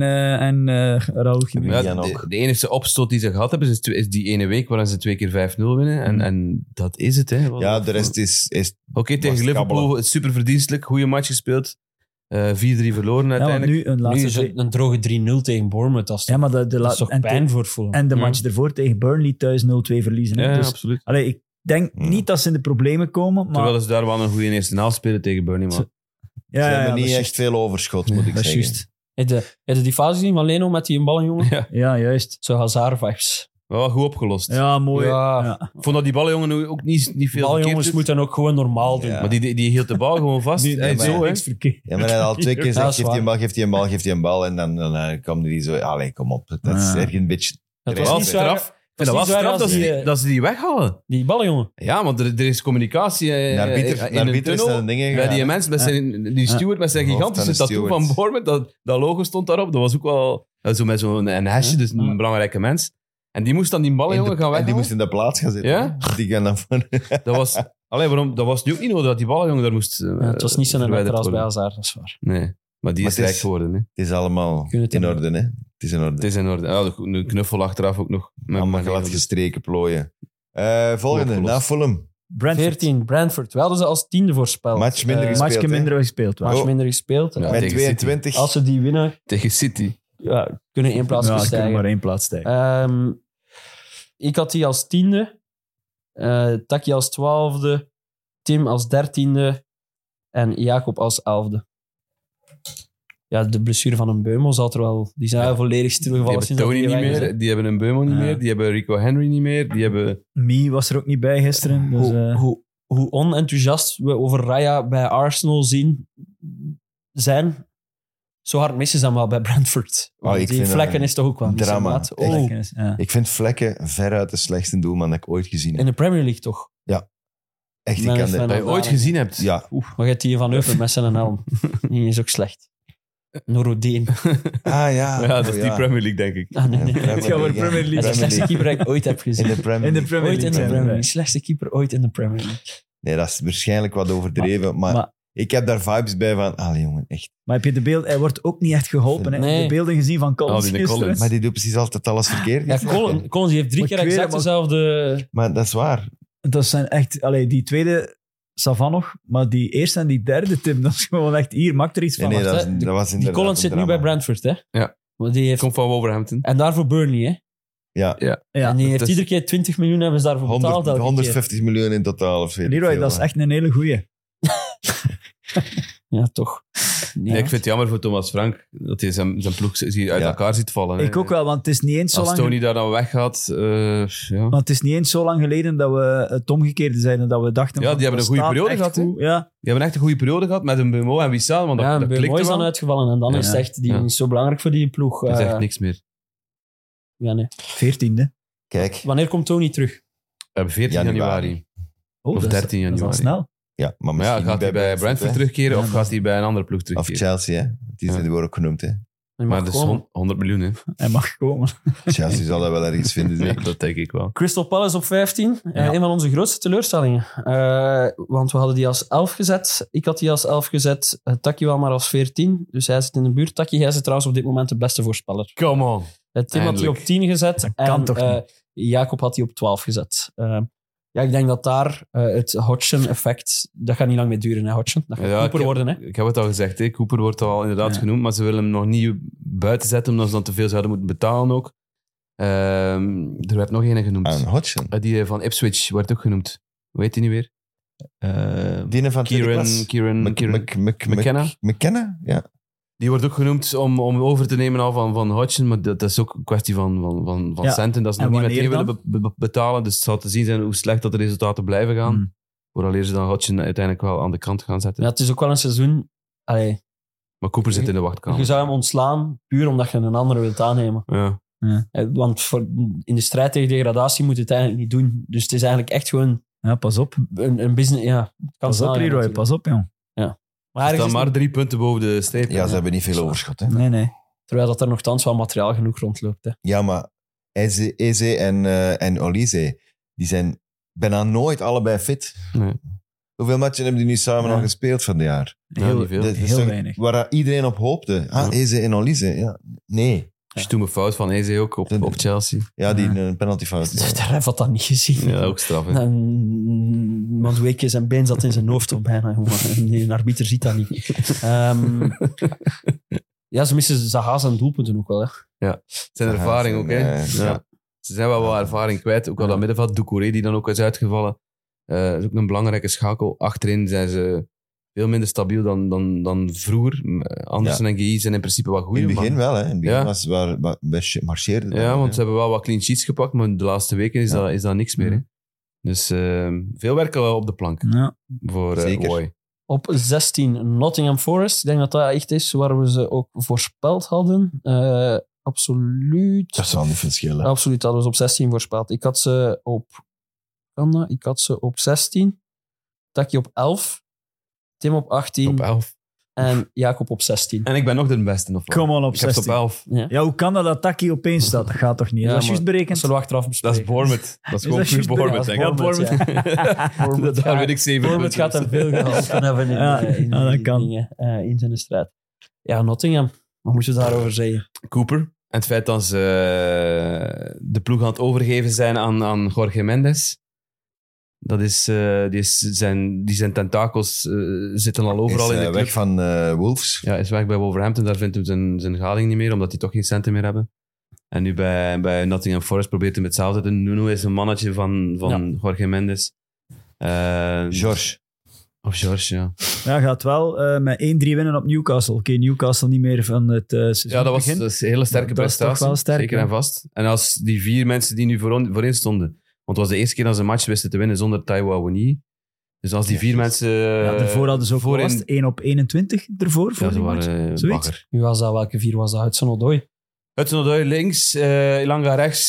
Raúl Jiménez. Ja, Jan ook. de enige opstoot die ze gehad hebben is die ene week waarin ze 2 keer 5-0 winnen. En dat is het. Hè. Ja, de rest is Oké, tegen was Liverpool kabbelen. super verdienstelijk. Goede match gespeeld. 4-3 verloren Ja, want uiteindelijk. nu een Nu laatste is twee- het een droge 3-0 tegen Bournemouth. Dat is Ja, toch, maar dat is toch en, pijn voor Fulham. en de Ja. match ervoor tegen Burnley thuis 0-2 verliezen. hè. Ja, Dus, absoluut. allee, ik denk Ja. niet dat ze in de problemen komen, maar... Terwijl ze daar wel een goede eerste helft spelen tegen Burnley. Maar... ja, ze hebben dat niet is echt juist. veel overschot, moet ik Dat is zeggen. juist. Heb je die fase gezien van Leno met die ballenjongen? Ja, Ja, juist. Zo Hazard-vibes. wel goed opgelost. Ja, mooi. Ja. Ja. Ik vond dat die ballenjongen ook niet veel verkeerd Ballenjongens doet. moeten ook gewoon normaal doen. Ja. Maar die hield de bal gewoon vast. Die- Hij maar zo, hè. niks verkeerd. Ja, maar hij had al 2 keer Ja, gezegd, dat is geeft hij een waar. bal, geeft hij een bal, geeft hij een bal. En dan komt hij zo, allee, kom op. Dat is Ja. erg een beetje... Het Wel was niet straf. zo Ik vind dat wel straf dat ze die weghalen. Die ballenjongen. Ja, want er is communicatie Naar in Pieter is een naar tunnel. dingen Bij gegaan. die mens, met zijn, die steward met zijn Hoofd gigantische van de tattoo steward. van Bournemouth, dat logo stond daarop. Dat was ook wel zo met zo'n een hesje, dus een belangrijke mens. En die moest dan die ballenjongen gaan En die weghalen. moest in de plaats gaan zitten. Ja? Die gaan dan voor... Dat was, waarom? Dat was nu ook niet nodig dat die ballenjongen daar moest Ja, het was niet zo'n verwijderd letter als bij worden. Hazard, dat is waar. Nee, maar die Maar is het rijk is- geworden. Hè. Het is allemaal Kun je het in hebben? orde, hè. Het is in orde. Het is in orde. Ja, de knuffel achteraf ook nog. Met Allemaal Mané. glad gestreken plooien. Volgende, Opgelost. na Fulham. Brentford. 14, Brentford. We hadden ze als 10e voorspeld. Match minder Eh, gespeeld. Matchje hè? minder gespeeld. wel. match Oh. minder gespeeld. Ja. Met tegen 22. Als ze die winnen, Tegen City. ja, kunnen één plaats Ja, ze kunnen bestijgen. maar 1 plaats stijgen. Ik had die als 10e. Taki als 12e. Tim als 13e. En Jacob als 11e. Ja, de blessure van een Beumel zat er wel... Die zijn volledig Die stilgevallen hebben sinds dat Tony die niet weg is, hè. meer, die hebben een Beumo niet Ja. meer, die hebben Rico Henry niet meer, die hebben... Mie was er ook niet bij gisteren. Dus, Hoe onenthousiast we over Raya bij Arsenal zijn, zo hard missen ze hem wel bij Brentford. Oh, Want ik die vind dat Vlekken een is toch ook wel niet zo drama. maat. Echt. Oh, ja. Ik vind Vlekken veruit de slechtste doelman dat ik ooit gezien heb. in de Premier League toch? Echt, ik Men kan heeft de... men- Dat je ooit gezien hebt. Ja, Maar je hebt die Van Eupen met zijn helm. Die is ook slecht. Norodeen. ja. Ja, dat is die Premier League, denk ik. Ah, nee. Het gaat voor Premier League. Dat is de slechtste keeper die ik ooit heb gezien. In de Premier In de League. Premier Ooit in de League. Premier League. Slechtste keeper ooit in de Premier League. Nee, dat is waarschijnlijk wat overdreven, maar ik heb daar vibes bij van... Allee, jongen, echt. Maar heb je de beeld... Hij wordt ook niet echt geholpen. Hè? Nee. De beelden gezien van Collins die gisteren. Collins. Maar die doet precies altijd alles verkeerd. Ja, Collins die heeft 3 Maar keer ik weet exact het, maar- dezelfde... Maar dat is waar. Dat zijn echt... Allee, die tweede... Savan nog, maar die eerste en die derde, Tim, dat is gewoon echt... Hier, maak er iets van. Nee, wacht, dat, hè. dat was Die inderdaad Collins een zit nu drama. bij Brentford, hè? Ja. Want die heeft... Komt van Wolverhampton. En daarvoor Burnley, hè? Ja, Ja. En die heeft het is- iedere keer 20 miljoen hebben ze daarvoor betaald. 100, elke keer. 150 miljoen in totaal. Of weet ik Leroy, veel, dat is hè. echt een hele goeie. Ja, toch. Ja, Ja. ik vind het jammer voor Thomas Frank dat hij zijn ploeg uit Ja. elkaar ziet vallen. hè. Ik ook wel, want het is niet eens zo Als lang... Tony daar dan weggaat, ja. Want het is niet eens zo lang geleden dat we het omgekeerde zeiden. Dat we dachten... Ja, van, die hebben dat een goede staat periode echt gehad, hè? goed. Ja, Die hebben echt een goede periode gehad met een Bemo en Wissam, want dat, Ja, dat Beumo klikte is dan wel. uitgevallen en dan Ja. is het echt... Die Ja. is zo belangrijk voor die ploeg. Dat is echt niks meer. Ja, nee. 14e. Kijk, Wanneer komt Tony terug? We hebben 14 januari. Oh, Of dat is- 13 dat is al januari. snel. ja, maar Maar ja, misschien gaat hij niet bij Brentford hè. terugkeren Ja, of gaat hij bij een andere ploeg Of terugkeren? Chelsea, hè. Die Ja. worden ook genoemd, hè. Hij Maar mag dat is komen. 100 miljoen, hè. Hij mag komen. Chelsea zal dat wel ergens vinden. Nee, Zeker. dat denk ik wel. Crystal Palace op 15. Ja. Een van onze grootste teleurstellingen. Want we hadden die als 11 gezet. Ik had die als 11 gezet. Taki wel maar als 14. Dus hij zit in de buurt. Taki, jij zit trouwens op dit moment de beste voorspeller. Come on. Tim had die Eindelijk. op 10 gezet. Dat kan en toch niet? Jacob had die op 12 gezet. Ja, ik denk dat daar het Hodgson-effect... Dat gaat niet lang meer duren, hè, Hodgson. Dat gaat Ja, Cooper worden, hè. Ik heb het al gezegd, hè. Cooper wordt al inderdaad Ja. genoemd, maar ze willen hem nog niet buiten zetten, omdat ze dan te veel zouden moeten betalen ook. Er werd nog een genoemd. Aan Hodgson. Die van Ipswich werd ook genoemd. Hoe heet die niet weer? Die van tweede Kieran klas. McKenna? McKenna? Ja. Die wordt ook genoemd om over te nemen al van Hodgson, maar dat is ook een kwestie van Ja. centen, dat ze En nog niet wanneer meteen willen betalen. Dus het zal te zien zijn hoe slecht dat de resultaten blijven gaan. Hmm. Vooraleer ze dan Hodgson uiteindelijk wel aan de kant gaan zetten. Ja, het is ook wel een seizoen... Allee, Maar Cooper zit in de wachtkamer. je zou hem ontslaan puur omdat je een andere wilt aannemen. Ja. Want in de strijd tegen degradatie moet je het eigenlijk niet doen. Dus het is eigenlijk echt gewoon Ja, pas op. een business... Ja, het kan Pas snel op, gaan Leroy. natuurlijk. Pas op, jong. Maar Er ergens staan is maar 3 punten boven de streep. Ja, ze hebben niet veel overschot, hè. Nee. terwijl dat er nogthans wel materiaal genoeg rondloopt. Hè. Ja, maar Eze en Olise, die zijn bijna nooit allebei fit. Nee. Hoeveel matchen hebben die nu samen Ja. al gespeeld van dit jaar? Ja, niet veel. Dat is heel toch weinig. Waar iedereen op hoopte. Ah, Eze en Olise. Ja. Nee. Stoeme fout van Eze ook op Chelsea. Ja, die Ja. een penaltyfout. De ref had dat niet gezien. Ja, ook straf. Hè. Want Weke zijn been zat in zijn hoofd toch bijna. Jongen. En die arbiter ziet dat niet. Ja, ze missen Zaha's en doelpunten ook wel. Hè. Zijn ervaring ook, hè. Ja. Ja. Ze zijn wel wat ervaring kwijt. Ook al dat middenveld, Doucouré die dan ook is uitgevallen. Dat is ook een belangrijke schakel. Achterin zijn ze veel minder stabiel dan vroeger. Andersen en Guy zijn in principe wat In goeie. het begin wel, hè. In het begin Ja. was waar marcheerde dat, Ja, want hè. ze hebben wel wat clean sheets gepakt, maar de laatste weken is dat niks meer. Hè. Dus veel werken op de plank Ja. voor Zeker. Roy. Op 16 Nottingham Forest. Ik denk dat dat echt is waar we ze ook voorspeld hadden. Absoluut. Dat zal niet veel schelen. Absoluut, hadden we ze op 16 voorspeld. Ik had ze op 16. Taki op 11. Tim op 18. Op 11. En Jacob op 16. En ik ben nog de beste. Of wat? Come on, op Ik heb ze 16. op 11. Ja. Ja, hoe kan dat Taki opeens staat? Dat gaat toch niet? Ja, dat is maar juist Dat berekend. zullen we achteraf Dat bespreken. is Bournemouth. Dat is gewoon dat puur juist Bournemouth, berekend? denk ik. Ja, Bournemouth, ja. Bournemouth Daar gaat- weet ik 7 Bournemouth gaat hem veel geholpen hebben in, Ja, ja, dat kan. in zijn strijd. Ja, Nottingham. Wat moet je daarover zeggen? Cooper. En het feit dat ze de ploeg aan het overgeven zijn aan Jorge Mendes. Dat is, die zijn tentakels zitten al overal Is, in de club. weg van Wolves. Ja, is weg bij Wolverhampton. Daar vindt hem zijn galing niet meer, omdat die toch geen centen meer hebben. En nu bij Nottingham Forest probeert hij hetzelfde te doen. Nuno is een mannetje van Jorge Mendes. George. Of George, ja. Ja, gaat wel met 1-3 winnen op Newcastle. Oké, Newcastle niet meer van het seizoen Ja, dat begin. is een hele sterke Dat is toch prestatie. wel sterk, zeker ja. en vast. En als die 4 mensen die nu voorin stonden... Want het was de eerste keer dat ze een match wisten te winnen zonder Taiwo Awoniyi. Dus als die 4 mensen... Ja, daarvoor hadden ze ook voorin... vast 1 op 21 ervoor. Voor Ja, ze die match. waren Zoiets. bagger. Wie was dat? Welke 4 was dat? Hudson-Odoi. Hudson-Odoi links, Elanga rechts,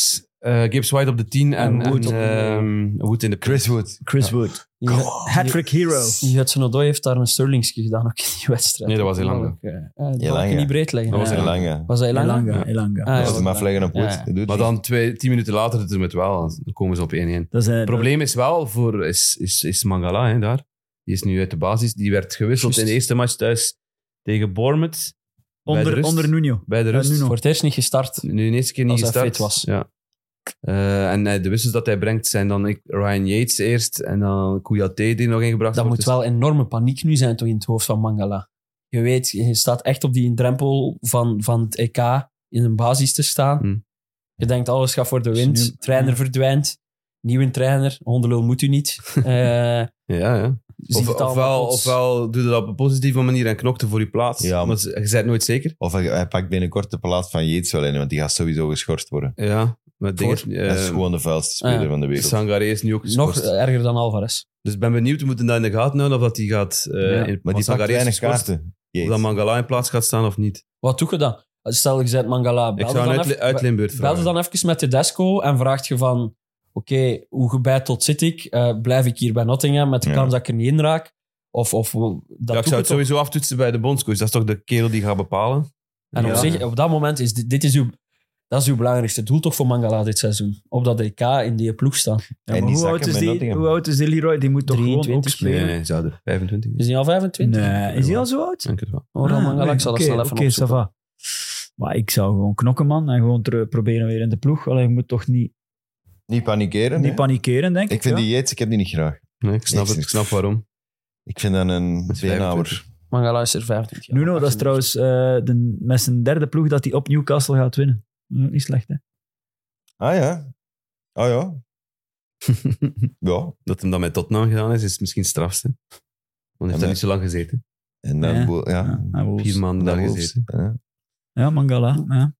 Gibbs White op de 10 en Wood in de Chris Wood. Chris Wood. Hat-trick hero. Hudson-Odoi heeft daar een Sterlingske gedaan ook in die wedstrijd. Nee, dat was Elanga. Elanga. Niet breed leggen. Dat was Elanga. Was dat Elanga? Elanga. Ah, ja, Als hem was afleggen op Wood. Ja. Dat doet Maar hij. dan 10 minuten later doet hem het wel. Dan komen ze op 1-1. Dat is, Het probleem is wel, is Mangala hè, daar. Die is nu uit de basis. Die werd gewisseld in de eerste match thuis tegen Bournemouth. onder Nuno. Bij de rust. Nuno. Voor het eerst niet gestart. Nu de eerste keer niet Als hij gestart. fit was. Ja. En de wissels dat hij brengt zijn dan Ryan Yates eerst en dan Kouyaté die nog ingebracht Dat wordt. moet wel enorme paniek nu zijn toch in het hoofd van Mangala. Je weet, je staat echt op die drempel van het EK in een basis te staan. Je denkt alles gaat voor de wind. Dus nu- Trainer verdwijnt. Nieuwe trainer. Hondelul moet u niet. Ja. Ziet het allemaal plots. Ofwel doe je dat op een positieve manier en knokte voor je plaats. Ja, maar je bent nooit zeker. Of hij pakt binnenkort de plaats van Yates wel in, want die gaat sowieso geschorst worden. Ja, maar Dat is gewoon de vuilste speler van de wereld. Sangaré is nu ook Nog geschorst. erger dan Alvarez. Dus ik ben benieuwd, we moeten dat in de gaten houden of dat die gaat... Maar die pakt Sangaré is weinig geschorst, kaarten. Of Yates. dat Mangala in plaats gaat staan of niet. Wat doe je dan? Stel, je bent Mangala. Ik Bel zou dan een even- uitleenbeurt Bel vragen. je dan even met Tedesco en vraagt je van... Oké, hoe gebeiteld zit ik? Blijf ik hier bij Nottingham met de Ja. kans dat ik er niet in raak? Of dat Ja, ik doe zou je het toch? sowieso aftoetsen bij de bondscoach. Dat is toch de kerel die gaat bepalen? En Ja. op dat moment is dit is dat is uw belangrijkste doel toch voor Mangala dit seizoen? Op dat EK in die ploeg staan. Ja, En maar die hoe, oud zakken is met die, Nottingham. hoe oud is die Leroy? Die moet toch gewoon ook 23? spelen? Nee, zou er 25 Is hij al 25? Nee, is hij al zo oud? Denk het wel. Oh, dan Mangala, ik zal dat Oké, snel even oké, opzoeken. ça va. Maar ik zou gewoon knokken, man. En gewoon proberen weer in de ploeg. Alleen je moet toch niet Niet panikeren. hè? panikeren, denk ik. Ik vind ja. die Yates, ik heb die niet graag. Nee, ik snap Niks. het. Ik snap waarom. Ik vind dat een Met beenhouwer. 25. Mangala is er 25 jaar. Nuno, dat is trouwens met zijn derde ploeg dat hij op Newcastle gaat winnen. Niet slecht, hè? Ah ja. Ah ja. Ja. Dat hem dat met Tottenham gedaan is misschien het strafste. Want hij heeft daar niet zo lang gezeten. En dan Ja. ja. Ja, Wolves. 4 maanden Dan daar Wolves. gezeten. Ja. Ja, Mangala. Ja.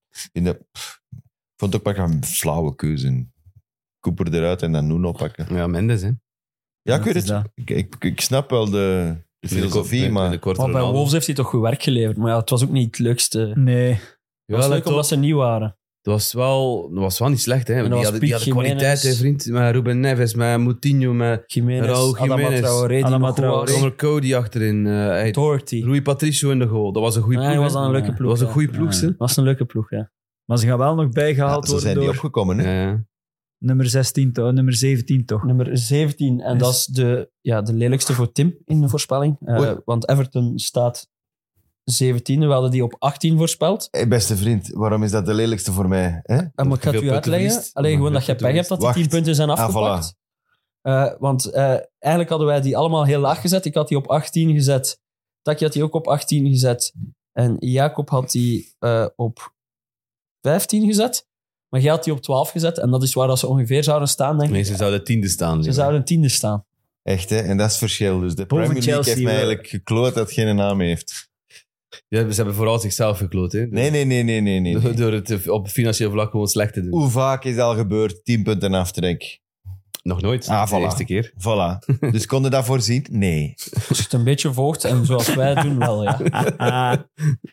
Ik vond het ook maar een flauwe keuze. Cooper eruit en dan Nuno pakken. Ja, Mendes, hè. Ja, ik Dat weet is het. Ik snap wel de filosofie, In de maar... korte Maar bij Ronaldo. Wolves heeft hij toch goed werk geleverd. Maar ja, het was ook niet het leukste. Nee. Het was leuk omdat ze nieuw waren. Dat was wel niet slecht, hè. En dat Die was hadden Pique kwaliteit, hè, Jiménez. vriend. Met Ruben Neves, met Moutinho, met Jiménez, Raúl Adama Jiménez. Traoré, die Adama nog goed Traoré. was. Connor Cody achterin. Doherty. Rui Patricio in de goal. Dat was een goede Ja, ploeg. dat was hè. dan een leuke Ja. ploeg. Dat was een ja. goede ploeg, Ja. hè. Dat was een leuke ploeg, ja. Maar ze gaan wel nog Ja, bijgehaald zo worden zijn die door opgekomen, hè. Ja. nummer 16, nummer 17 toch? Nummer 17. En dat is de lelijkste voor Tim in de voorspelling. Oei. Want Everton staat 17e. We hadden die op 18 voorspeld. Hey, beste vriend, waarom is dat de lelijkste voor mij? Hè? Maar ik ga het Veel u punten uitleggen. verliest. Alleen gewoon Maar dat je veel pech hebt dat die punten 10 punten zijn Ah, afgepakt. Want eigenlijk hadden wij die allemaal heel laag gezet. Ik had die op 18 gezet. Taki had die ook op 18 gezet. En Jacob had die op 15 gezet. Maar jij had die op 12 gezet. En dat is waar dat ze ongeveer zouden staan, denk ik. Nee, ze zouden 10e staan. Ze zouden 10e staan. Echt, hè? En dat is het verschil. Dus de Boven Premier League Chelsea, heeft mij wel. eigenlijk gekloot dat het geen naam heeft. Ja, ze hebben vooral zichzelf gekloot, hè. Nee. Door het op financieel vlak gewoon slecht te doen. Hoe vaak is dat al gebeurd? 10 punten aftrek. Nog nooit. Ah, De voilà. eerste keer. Voilà. Dus kon je dat voorzien? Nee. Als je het een beetje volgt, en zoals wij het doen, wel, ja.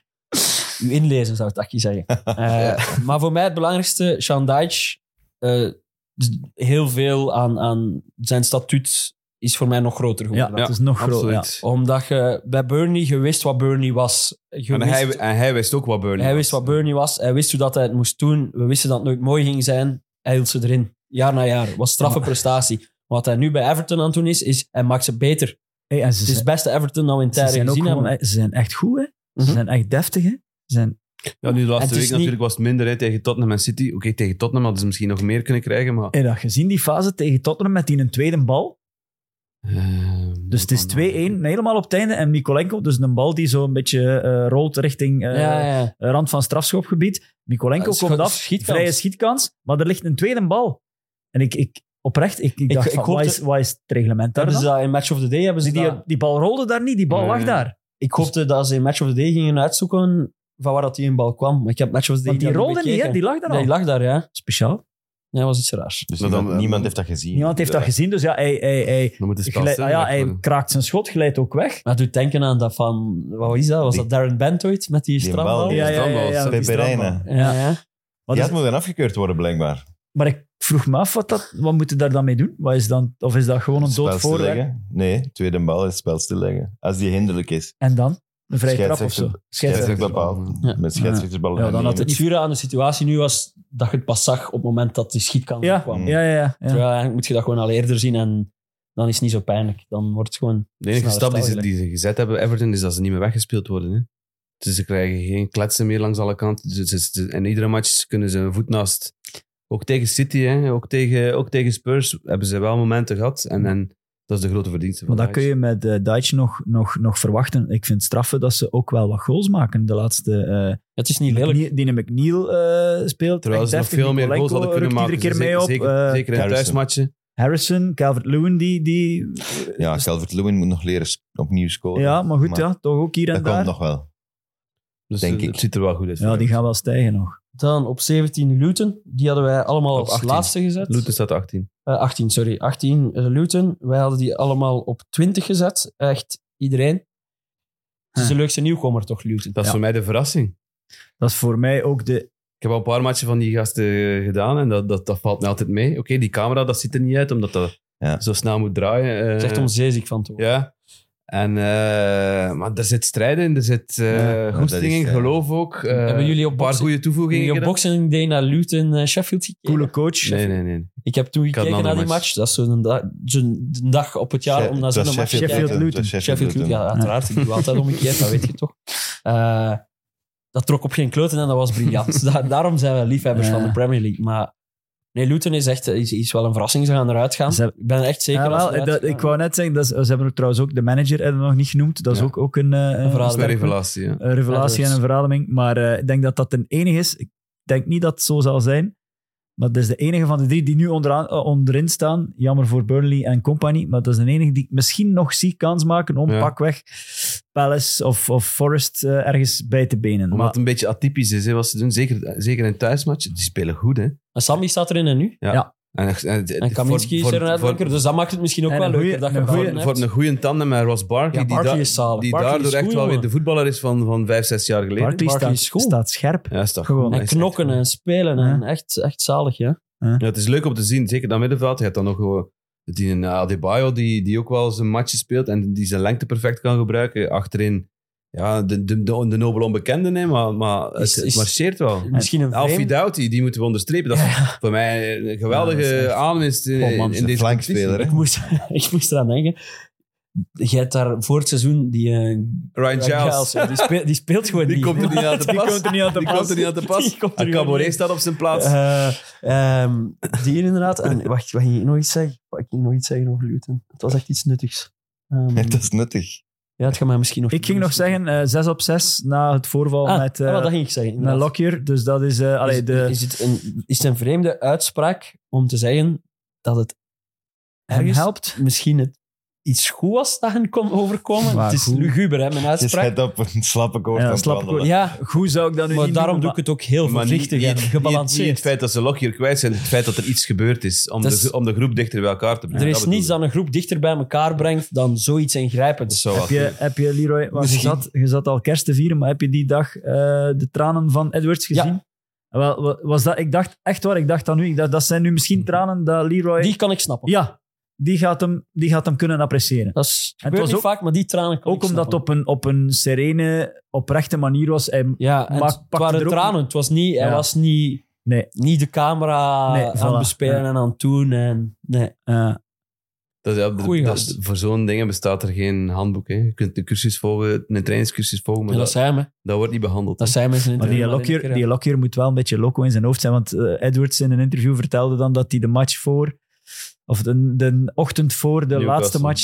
U inlezen, zou Taki zeggen. Maar voor mij het belangrijkste, Sean Dyche, heel veel aan zijn statuut is voor mij nog groter Ja, geworden. het is nog groter. Ja. Absoluut. Omdat je bij Burnley, je wist wat Burnley was. En hij wist ook wat Burnley Hij was. wist wat Burnley was. Hij wist hoe dat hij het moest doen. We wisten dat het nooit mooi ging zijn. Hij hield ze erin. Jaar na jaar. Was straffe prestatie. Wat hij nu bij Everton aan het doen is hij maakt ze beter. Hey, en ze Het is zijn, het beste Everton dat we in ze tijden zijn ook gezien gewoon, hebben. ze zijn echt goed, hè? Ze Mhm. zijn echt deftig, hè? Ze zijn, Ja, nu de Het laatste is week niet- natuurlijk was het minder hè, tegen Tottenham en City. Oké, tegen Tottenham hadden ze misschien nog meer kunnen krijgen, maar... heb je dat gezien, die fase tegen Tottenham met die een tweede bal? Dus het is 2-1, helemaal op het einde. En Mikolenko, dus een bal die zo een beetje rolt richting Ja. rand van strafschopgebied. Mikolenko komt af, Schietkans. vrije schietkans, maar er ligt een tweede bal. En ik oprecht, ik dacht, ik van, hoopte- wat is het reglement daar Hebben ze dan? dat in Match of the Day? Hebben ze Die, dat... die bal rolde daar niet, die bal lag Nee. daar. Ik hoopte dat ze in Match of the Day gingen uitzoeken van waar dat die een bal kwam. Maar ik heb Match of the Day Want die niet rolde niet, hè? bekeken. Die lag daar Ja, al. die lag daar, ja. Speciaal. Ja, dat was iets raars. Dus Maar dan- niemand heeft dat gezien. Niemand heeft dat gezien, dus ja, hij Dan moet het spel glijdt- stil hij worden. kraakt zijn schot, glijdt ook weg. Maar het doet denken aan dat van... Wat is dat? Was Die- dat Darren Bent ooit met die die strafbal? bal, Ja, die die Pepe strafbal. Reina. Ja. Maar Die dus- had moeten afgekeurd worden, blijkbaar. Maar ik vroeg me af, wat moet je daar dan mee doen? Of is dat gewoon een dood Spel voorwerp? stilleggen? Nee, tweede bal is het spel stilleggen. Als die hinderlijk is. En dan? Een vrije trap of zo? Scheidsrechter bepaalt. Ja. Met scheidsrechtersballen. Ja, dan had Het zure aan de situatie nu was dat je het pas zag op het moment dat die schietkans kwam. Ja. Terwijl eigenlijk moet je dat gewoon al eerder zien en dan is het niet zo pijnlijk. Dan wordt het gewoon... De enige sneller stap stilgelegd. die ze gezet hebben, Everton, is dat ze niet meer weggespeeld worden. Hè? Dus ze krijgen geen kletsen meer langs alle kanten. Dus in iedere match kunnen ze een voet naast. Ook tegen City, hè? Ook tegen Spurs hebben ze wel momenten gehad. En dat is de grote verdienste van Maar dat kun je met Deitch nog verwachten. Ik vind het straffen dat ze ook wel wat goals maken. De laatste... Het is niet lelijk. Die McNeil speelt. Terwijl ze nog veel meer goals hadden kunnen maken. Iedere keer mee op. Zeker in thuismatchen. Harrison, Calvert-Lewin, die... Ja, Calvert-Lewin moet nog leren opnieuw scoren. Ja, maar goed, ja, toch ook hier en Dat daar. komt nog wel. Dus Denk het ik. ziet er wel goed uit. Ja, die gaan wel stijgen nog. Dan op 17 Luton. Die hadden wij allemaal Op als 18. laatste gezet. Luton staat 18. 18, sorry. 18 Luton. Wij hadden die allemaal op 20 gezet. Echt iedereen. Het is de leukste nieuwkomer toch, Luton? Dat is voor mij de verrassing. Dat is voor mij ook de... Ik heb al een paar matchen van die gasten gedaan en dat valt mij altijd mee. Oké, die camera, dat ziet er niet uit, omdat dat zo snel moet draaien. Het is echt om zeeziek van te worden. Ja. Maar er zit strijd in, er zit goesting in, geloof ook. Hebben jullie op een paar boxing- goede toevoegingen Jullie op gedaan? Boxing Day naar Luton Sheffield gekeken? Coole coach. Nee. Ik heb toen had een gekeken naar die andere match. Dat is zo'n dag op het jaar om naar zo'n match te Sheffield kijken. Luton. Sheffield Luton, ja, uiteraard. Ik doe altijd omgekeerd, dat weet je toch. Dat trok op geen kloten en dat was briljant. Daarom zijn we liefhebbers van de Premier League. Maar nee, Luton is echt is wel een verrassing. Ze gaan eruit gaan. Ik ben er echt zeker Ja, als wel, ze eruit gaan. ik wou net zeggen, ze hebben ook trouwens ook de manager hebben we nog niet genoemd. Dat is Ja. ook een verhaal. Een sterke revelatie, ja. revelatie Ja, en dus- een verademing. Maar ik denk dat dat de enige is. Ik denk niet dat het zo zal zijn. Maar dat is de enige van de drie die nu onderin staan. Jammer voor Burnley en company. Maar dat is de enige die ik misschien nog zie kans maken om pakweg Palace of Forest ergens bij te benen. Omdat Maar het een beetje atypisch is, hè, wat ze doen. Zeker in thuismatchen. Die spelen goed, hè. En Sammy staat erin en nu. Ja. En Kaminski is er een uitblinker, dus dat maakt het misschien ook En wel een leuker goeie- dat je een Barton goeie- hebt. voor een goede tandem met Ross Barkley, Ja, die, Barkley is zalig. die Barkley daardoor is echt goed, wel weer jongen. de voetballer is van 5-6 jaar geleden. Barkley Barkley is goed. staat scherp. Ja, is toch Gewoon. goed. En Hij is echt knokken goed. en spelen. En echt zalig, ja. Ja, het is leuk om te zien, zeker dat middenveld. Je hebt dan nog gewoon die Adebayo, die ook wel zijn matchen speelt en die zijn lengte perfect kan gebruiken. Achterin, ja, de nobel onbekende, hè, maar het marcheert wel. Misschien een Alfie vreemde... Doughty, die moeten we onderstrepen. Dat is voor mij een geweldige aanwinst in deze flankspeler, hè? Ik moest eraan denken. Jij hebt daar voor het seizoen die... Ryan Giles. ja, die speelt gewoon Die niet. komt er niet aan te Die pas. komt er niet aan te Die pas. komt er niet aan te pas. Die komt er En gewoon Caboret niet. staat op zijn plaats. Die inderdaad. En wacht, wat ging ik nog iets zeggen? Ik ging nog iets zeggen over Luton. Het was echt iets nuttigs. Dat is nuttig. Ja, het gaat mij misschien nog... Ik ging nog zeggen 6 op 6 na het voorval met dat ging ik zeggen. met inderdaad. Lockyer. Dus dat is... Is het een vreemde uitspraak om te zeggen dat het hem ergens helpt. misschien iets goed was dat hen kon overkomen? Maar Het is goed. luguber, hè, mijn Je uitspraak. schijnt op een slappe koord Ja, aan het slappe wandelen. Ja, Goed zou ik dat nu maar niet daarom noemen, doe ik het ook heel Maar voorzichtig en niet gebalanceerd. het feit dat ze Lockyer kwijt zijn, het feit dat er iets gebeurd is om, Dat is- om de groep dichter bij elkaar te brengen. Er is Dat bedoel niets ik. dat een groep dichter bij elkaar brengt dan zoiets ingrijpends. Dat zou wel Heb je Leroy, want Misschien. je zat al kerst te vieren, maar heb je die dag de tranen van Edwards gezien? Wel, was dat, ik dacht echt waar, ik dacht dat nu. Ik dacht, dat zijn nu misschien tranen dat Leroy... Die kan ik snappen. Ja, die gaat hem kunnen appreciëren. Dat is, En het gebeurt was niet ook- vaak, maar die tranen kan Ook ik omdat snappen. het op een serene, oprechte manier was. Hij, Ja, en Maar het pakte waren er ook- tranen. Het was niet, hij Ja. was niet nee, de camera Nee, aan voilà. het bespelen en aan het doen. En, nee. Goeie gast. Voor zo'n dingen bestaat er geen handboek. Hè. Je kunt een cursus volgen, een trainingscursus volgen, maar En dat zei me. dat wordt niet behandeld. Dat hè. zei me in zijn maar die interview. Lockyer moet wel een beetje loco in zijn hoofd zijn. Want Edwards in een interview vertelde dan dat hij de match voor... Of de ochtend voor de Newcastle. laatste match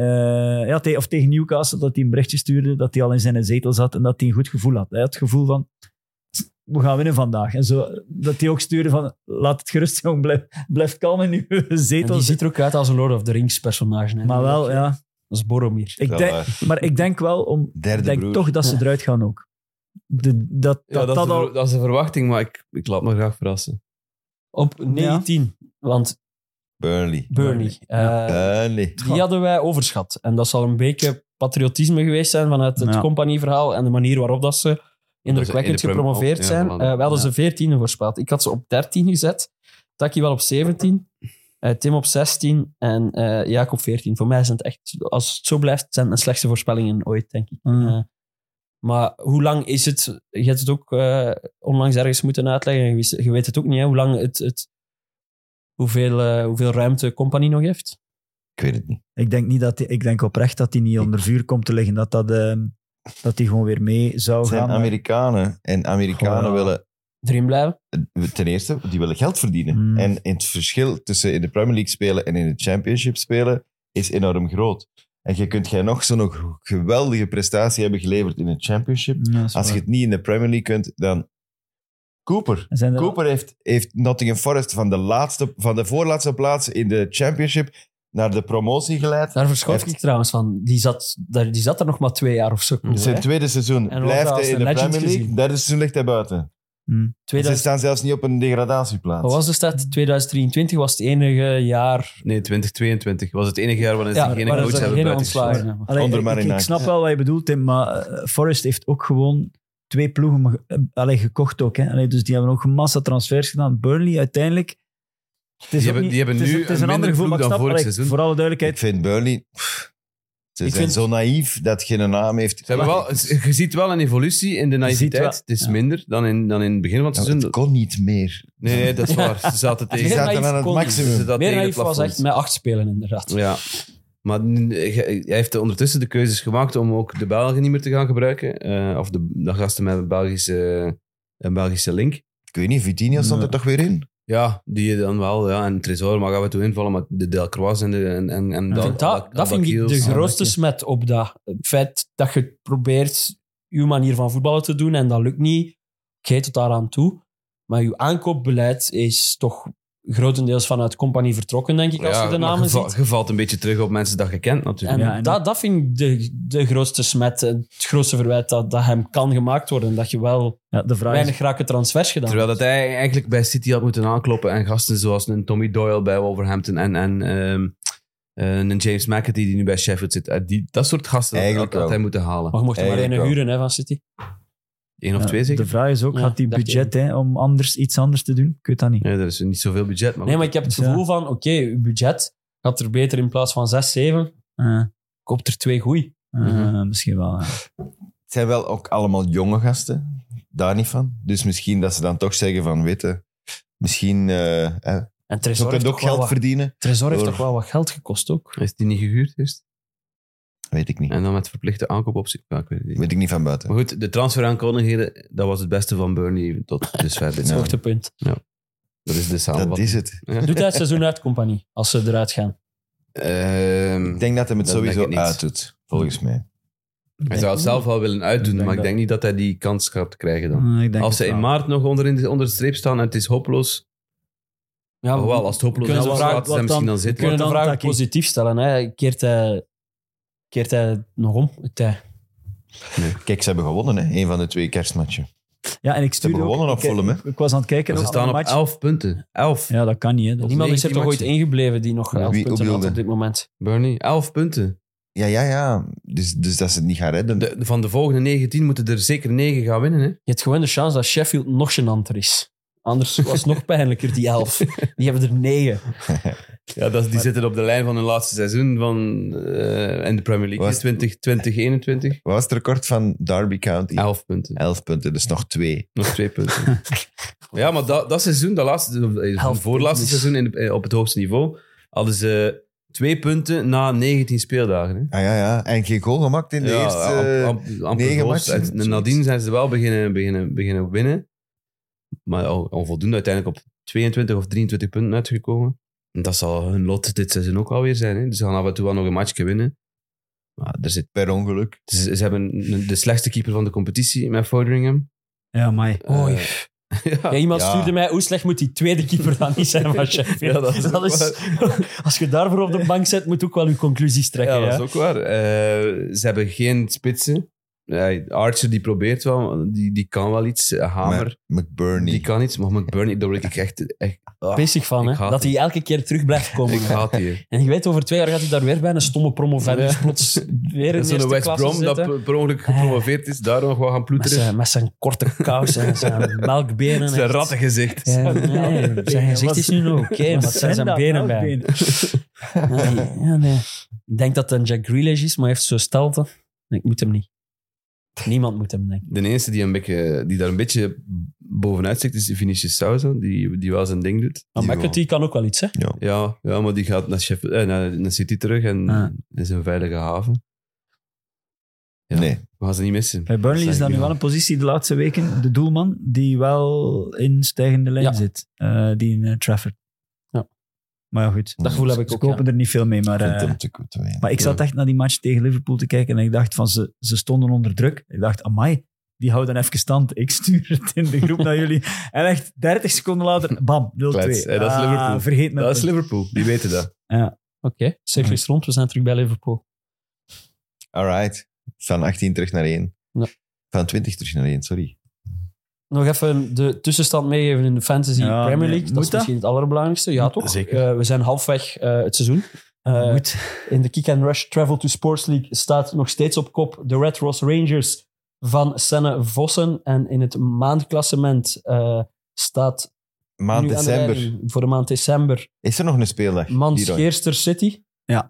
tegen Newcastle, dat hij een berichtje stuurde, dat hij al in zijn zetel zat en dat hij een goed gevoel had. Hij had het gevoel van, we gaan winnen vandaag. En zo, dat hij ook stuurde van, laat het gerust, jong, blijf kalm in uw En zetel. die ziet er ook uit als een Lord of the Rings personage. Hè. Maar wel, ja. Dat is Boromir. Maar ik denk wel, Derde ik denk broer. toch dat ze eruit gaan ook. Dat Dat is de verwachting, maar ik laat me graag verrassen. Op 19, want Burnley. Burnley. Burnley. Die hadden wij overschat. En dat zal een beetje patriotisme geweest zijn vanuit het Ja. compagnieverhaal en de manier waarop dat ze indrukwekkend in de Premier- gepromoveerd ja, zijn. voilà. We hadden ze 14e voorspeld. Ik had ze op 13 gezet. Taki wel op 17, Tim op 16 en Jaak op 14. Voor mij zijn het echt, als het zo blijft, zijn het de slechtste voorspellingen ooit, denk ik. Maar hoe lang is het? Je hebt het ook onlangs ergens moeten uitleggen. Je weet het ook niet, hè, hoe lang hoeveel ruimte Company nog heeft. Ik weet het niet. Ik denk oprecht dat hij niet onder vuur komt te liggen. Dat hij gewoon weer mee zou Het zijn gaan. Amerikanen. En Amerikanen willen... Erin blijven. Ten eerste, die willen geld verdienen. En het verschil tussen in de Premier League spelen en in de Championship spelen is enorm groot. En je kunt nog zo'n geweldige prestatie hebben geleverd in de Championship. Ja, dat is Als je waar. het niet in de Premier League kunt, dan... Cooper heeft Nottingham Forest van de voorlaatste plaats in de Championship naar de promotie geleid. Daar verschoot Heeft- ik trouwens van. Die zat er nog maar 2 jaar of zo. Zijn tweede seizoen En blijft ook hij als in een de legend Premier League. gezien. Derde seizoen ligt hij buiten. Ze 2000, staan zelfs niet op een degradatieplaats. wat was de stad? 2023 was het enige jaar... Nee, 2022 was het enige jaar waarin ze geen waar coach ze hebben geen buitengesloten. ontslagen hebben. Allee, Onder ik Marinaki. snap wel wat je bedoelt, Tim, maar Forest heeft ook gewoon 2 ploegen gekocht ook. Hè. Allee, dus die hebben ook een massa transfers gedaan. Burnley uiteindelijk... Het is Die ook hebben- niet- die hebben het is- nu het is een een ander minder gevoel, ploeg maar ik dan snap, vorig allee, seizoen. voor alle Ik duidelijkheid... vind Burnley... Ze Ik zijn vind- zo naïef dat geen naam heeft. Ze hebben wel, je ziet wel een evolutie in de ziet naïviteit. wel- Het is ja. minder dan in het begin van het Ja, seizoen. het kon niet meer. Nee, dat is waar. Ze zaten Die tegen, Meer zaten naïef aan het kon maximum. ze zaten Meer tegen het naïef was plafond. echt met 8 spelen, inderdaad. Ja, maar hij heeft ondertussen de keuzes gemaakt om ook de Belgen niet meer te gaan gebruiken. Of de gasten met een Belgische link. Ik weet niet, Vitinha stond er Ja. toch weer in? Ja, die dan wel. Ja. En Tresor mag af en toe invallen, maar de Delcroix en Dat vind ik de grootste smet op dat. Het feit dat je probeert je manier van voetballen te doen en dat lukt niet. Ik geef het daaraan toe. Maar je aankoopbeleid is toch grotendeels vanuit Company vertrokken, denk ik, als je de namen ziet. Je valt een beetje terug op mensen dat je kent, natuurlijk. En Ja, en dat vind ik de grootste smet, het grootste verwijt dat hem kan gemaakt worden. Dat je wel Ja, de vraag weinig is... raken transfers gedaan Terwijl hebt. dat hij eigenlijk bij City had moeten aankloppen en gasten zoals een Tommy Doyle bij Wolverhampton en een James McAtee die nu bij Sheffield zit. Dat soort gasten Eigenlijk had wel. hij moeten halen. Maar je mocht er maar één Eigenlijk wel. huren hè, van City. 1 of Ja, 2 zeker? de vraag is ook, Ja, gaat hij dacht budget hè, om iets anders te doen? Ik weet dat niet. Nee, er is niet zoveel budget. Maar Nee, maar ik heb het Ja. gevoel van, oké, uw budget gaat er beter in plaats van 6, 7. Koopt er 2 goeie. Misschien wel. Ja. Het zijn wel ook allemaal jonge gasten. Daar niet van. Dus misschien dat ze dan toch zeggen van, weet misschien... En Zo Tresor kun heeft, je toch ook wel geld wat, verdienen. Tresor heeft door- toch wel wat geld gekost ook. is die niet gehuurd eerst? Weet ik niet. En dan met verplichte aankoopoptie? Ja, ik weet het niet. Weet ik niet van buiten. Maar goed, de transferaankondigheden, dat was het beste van Burnley tot dusver. Dit Het seizoen. hoogtepunt. Dat is de Dat samenvatting. is het. Ja. Doet hij het seizoen uit, compagnie, als ze eruit gaan? Ik denk dat hij het Dat sowieso denk ik niet. uitdoet, volgens mij. Hij zou het zelf wel willen uitdoen, Ik denk maar ik dat- denk niet dat hij die kans gaat krijgen dan. Ik denk Als ze het in wel. maart nog onder de streep staan en het is hopeloos. Ja, Oh, wel, als het hopeloos is, kunnen ze dan vragen- laten ze wat hem misschien dan- dan we zitten. kunnen de Wat dan, vraag Taki? positief stellen. Hè. Keert hij nog om? Kijk, ze hebben gewonnen, hè? Een van de 2 kerstmatchen. Ja, en ik stuurde hebben gewonnen ook... op Fulham, hè? Ik was aan het kijken Maar ze naar de staan op match. 11 punten. 11. Ja, dat kan niet. Hè. Dat- Niemand is er 19 toch ooit matchen. ingebleven die nog 11 Wie- punten wie had wilde? op dit moment. Burnley, 11 punten. Ja. Dus dat ze het niet gaan redden. Van de volgende 19 moeten er zeker 9 gaan winnen. Hè? Je hebt gewoon de kans dat Sheffield nog gênanter is. Anders was het nog pijnlijker, die 11. Die hebben er 9. Ja, die zitten op de lijn van hun laatste seizoen in de Premier League. Was- 2021. Wat was het record van Derby County? 11 punten. 11 punten, dus nog 2. Nog 2 punten. Ja, maar dat seizoen, dat laatste, het voorlaatste punten is- seizoen op het hoogste niveau, hadden ze 2 punten na 19 speeldagen. Hè? Ja. En geen goal gemaakt in de eerste... amper 9 goals. matchen. En nadien zijn ze wel beginnen winnen. Maar al voldoende uiteindelijk op 22 of 23 punten uitgekomen. En dat zal hun lot dit seizoen ook alweer zijn. Hè? Dus ze gaan af en toe wel nog een matchje winnen. Maar Per ongeluk. ze hebben de slechtste keeper van de competitie met Foderingham. Ja, maar Oei. Ja. Ja, iemand Ja. ze mij, hoe slecht moet die tweede keeper dan niet zijn van Sheffield? Ja, dat is ook als je daarvoor op de bank zit, moet je ook wel je conclusies trekken. Ja, dat Ja, is ook waar. Ze hebben geen spitsen. Ja, Archer die probeert wel, die kan wel iets. Hamer, McBurney. die kan iets. Maar McBurney, daar word ik echt Pissig van, ik hè? haat Dat die. hij elke keer terug blijft komen. Ik haat die. En je weet, over 2 jaar gaat hij daar weer bij een stomme promovendus Ja. plots weer in de Zo'n eerste West klasse Brom zitten. dat per ongeluk gepromoveerd is, daar nog wel gaan ploeteren. Met zijn korte kousen en zijn melkbenen. Zijn echt. rattengezicht. Ja, nee, zijn gezicht is nu nog oké, maar het zijn zijn benen bij. Nee. Ik denk dat het een Jack Grealish is, maar hij heeft zo'n stelte. Nee, ik moet hem niet. Niemand moet hem, denk ik. De enige die daar een beetje bovenuit stikt is Vinicius Sousa, die wel zijn ding doet. Maar Die McAtee kan ook wel iets, hè? Ja, maar die gaat naar City terug en is een veilige haven. Ja, Nee. we gaan ze niet missen. Bij Burnley is dat nu wel een positie de laatste weken, de doelman, die wel in stijgende lijn Ja. zit. Die in Trafford. Ja. Maar ja, goed. Dat gevoel heb ik Ze ook, kopen er niet veel mee, maar... Ik vind hem te goed. Ja. Maar ik zat echt naar die match tegen Liverpool te kijken en ik dacht van, ze stonden onder druk. Ik dacht, amai, die houden even stand. Ik stuur het in de groep naar jullie. En echt 30 seconden later, bam, 0-2. Klets. Dat is Liverpool. Vergeet me. Dat is Liverpool, die weten dat. Oké, cirkel is rond. We zijn terug bij Liverpool. Alright. Van 18 terug naar 1. Ja. Van 20 terug naar 1, sorry. Nog even de tussenstand meegeven in de Fantasy Ja, Premier nee. League. Dat Moet is dat? misschien het allerbelangrijkste. Ja, toch? Zeker. We zijn halfweg het seizoen. Moet. In de Kick and Rush Travel to Sports League staat nog steeds op kop de Red Ross Rangers van Senne Vossen. En in het maandklassement staat Maand nu aan de december. leiding voor de maand december Is er nog een speeldag? Leroy? Mancheester City.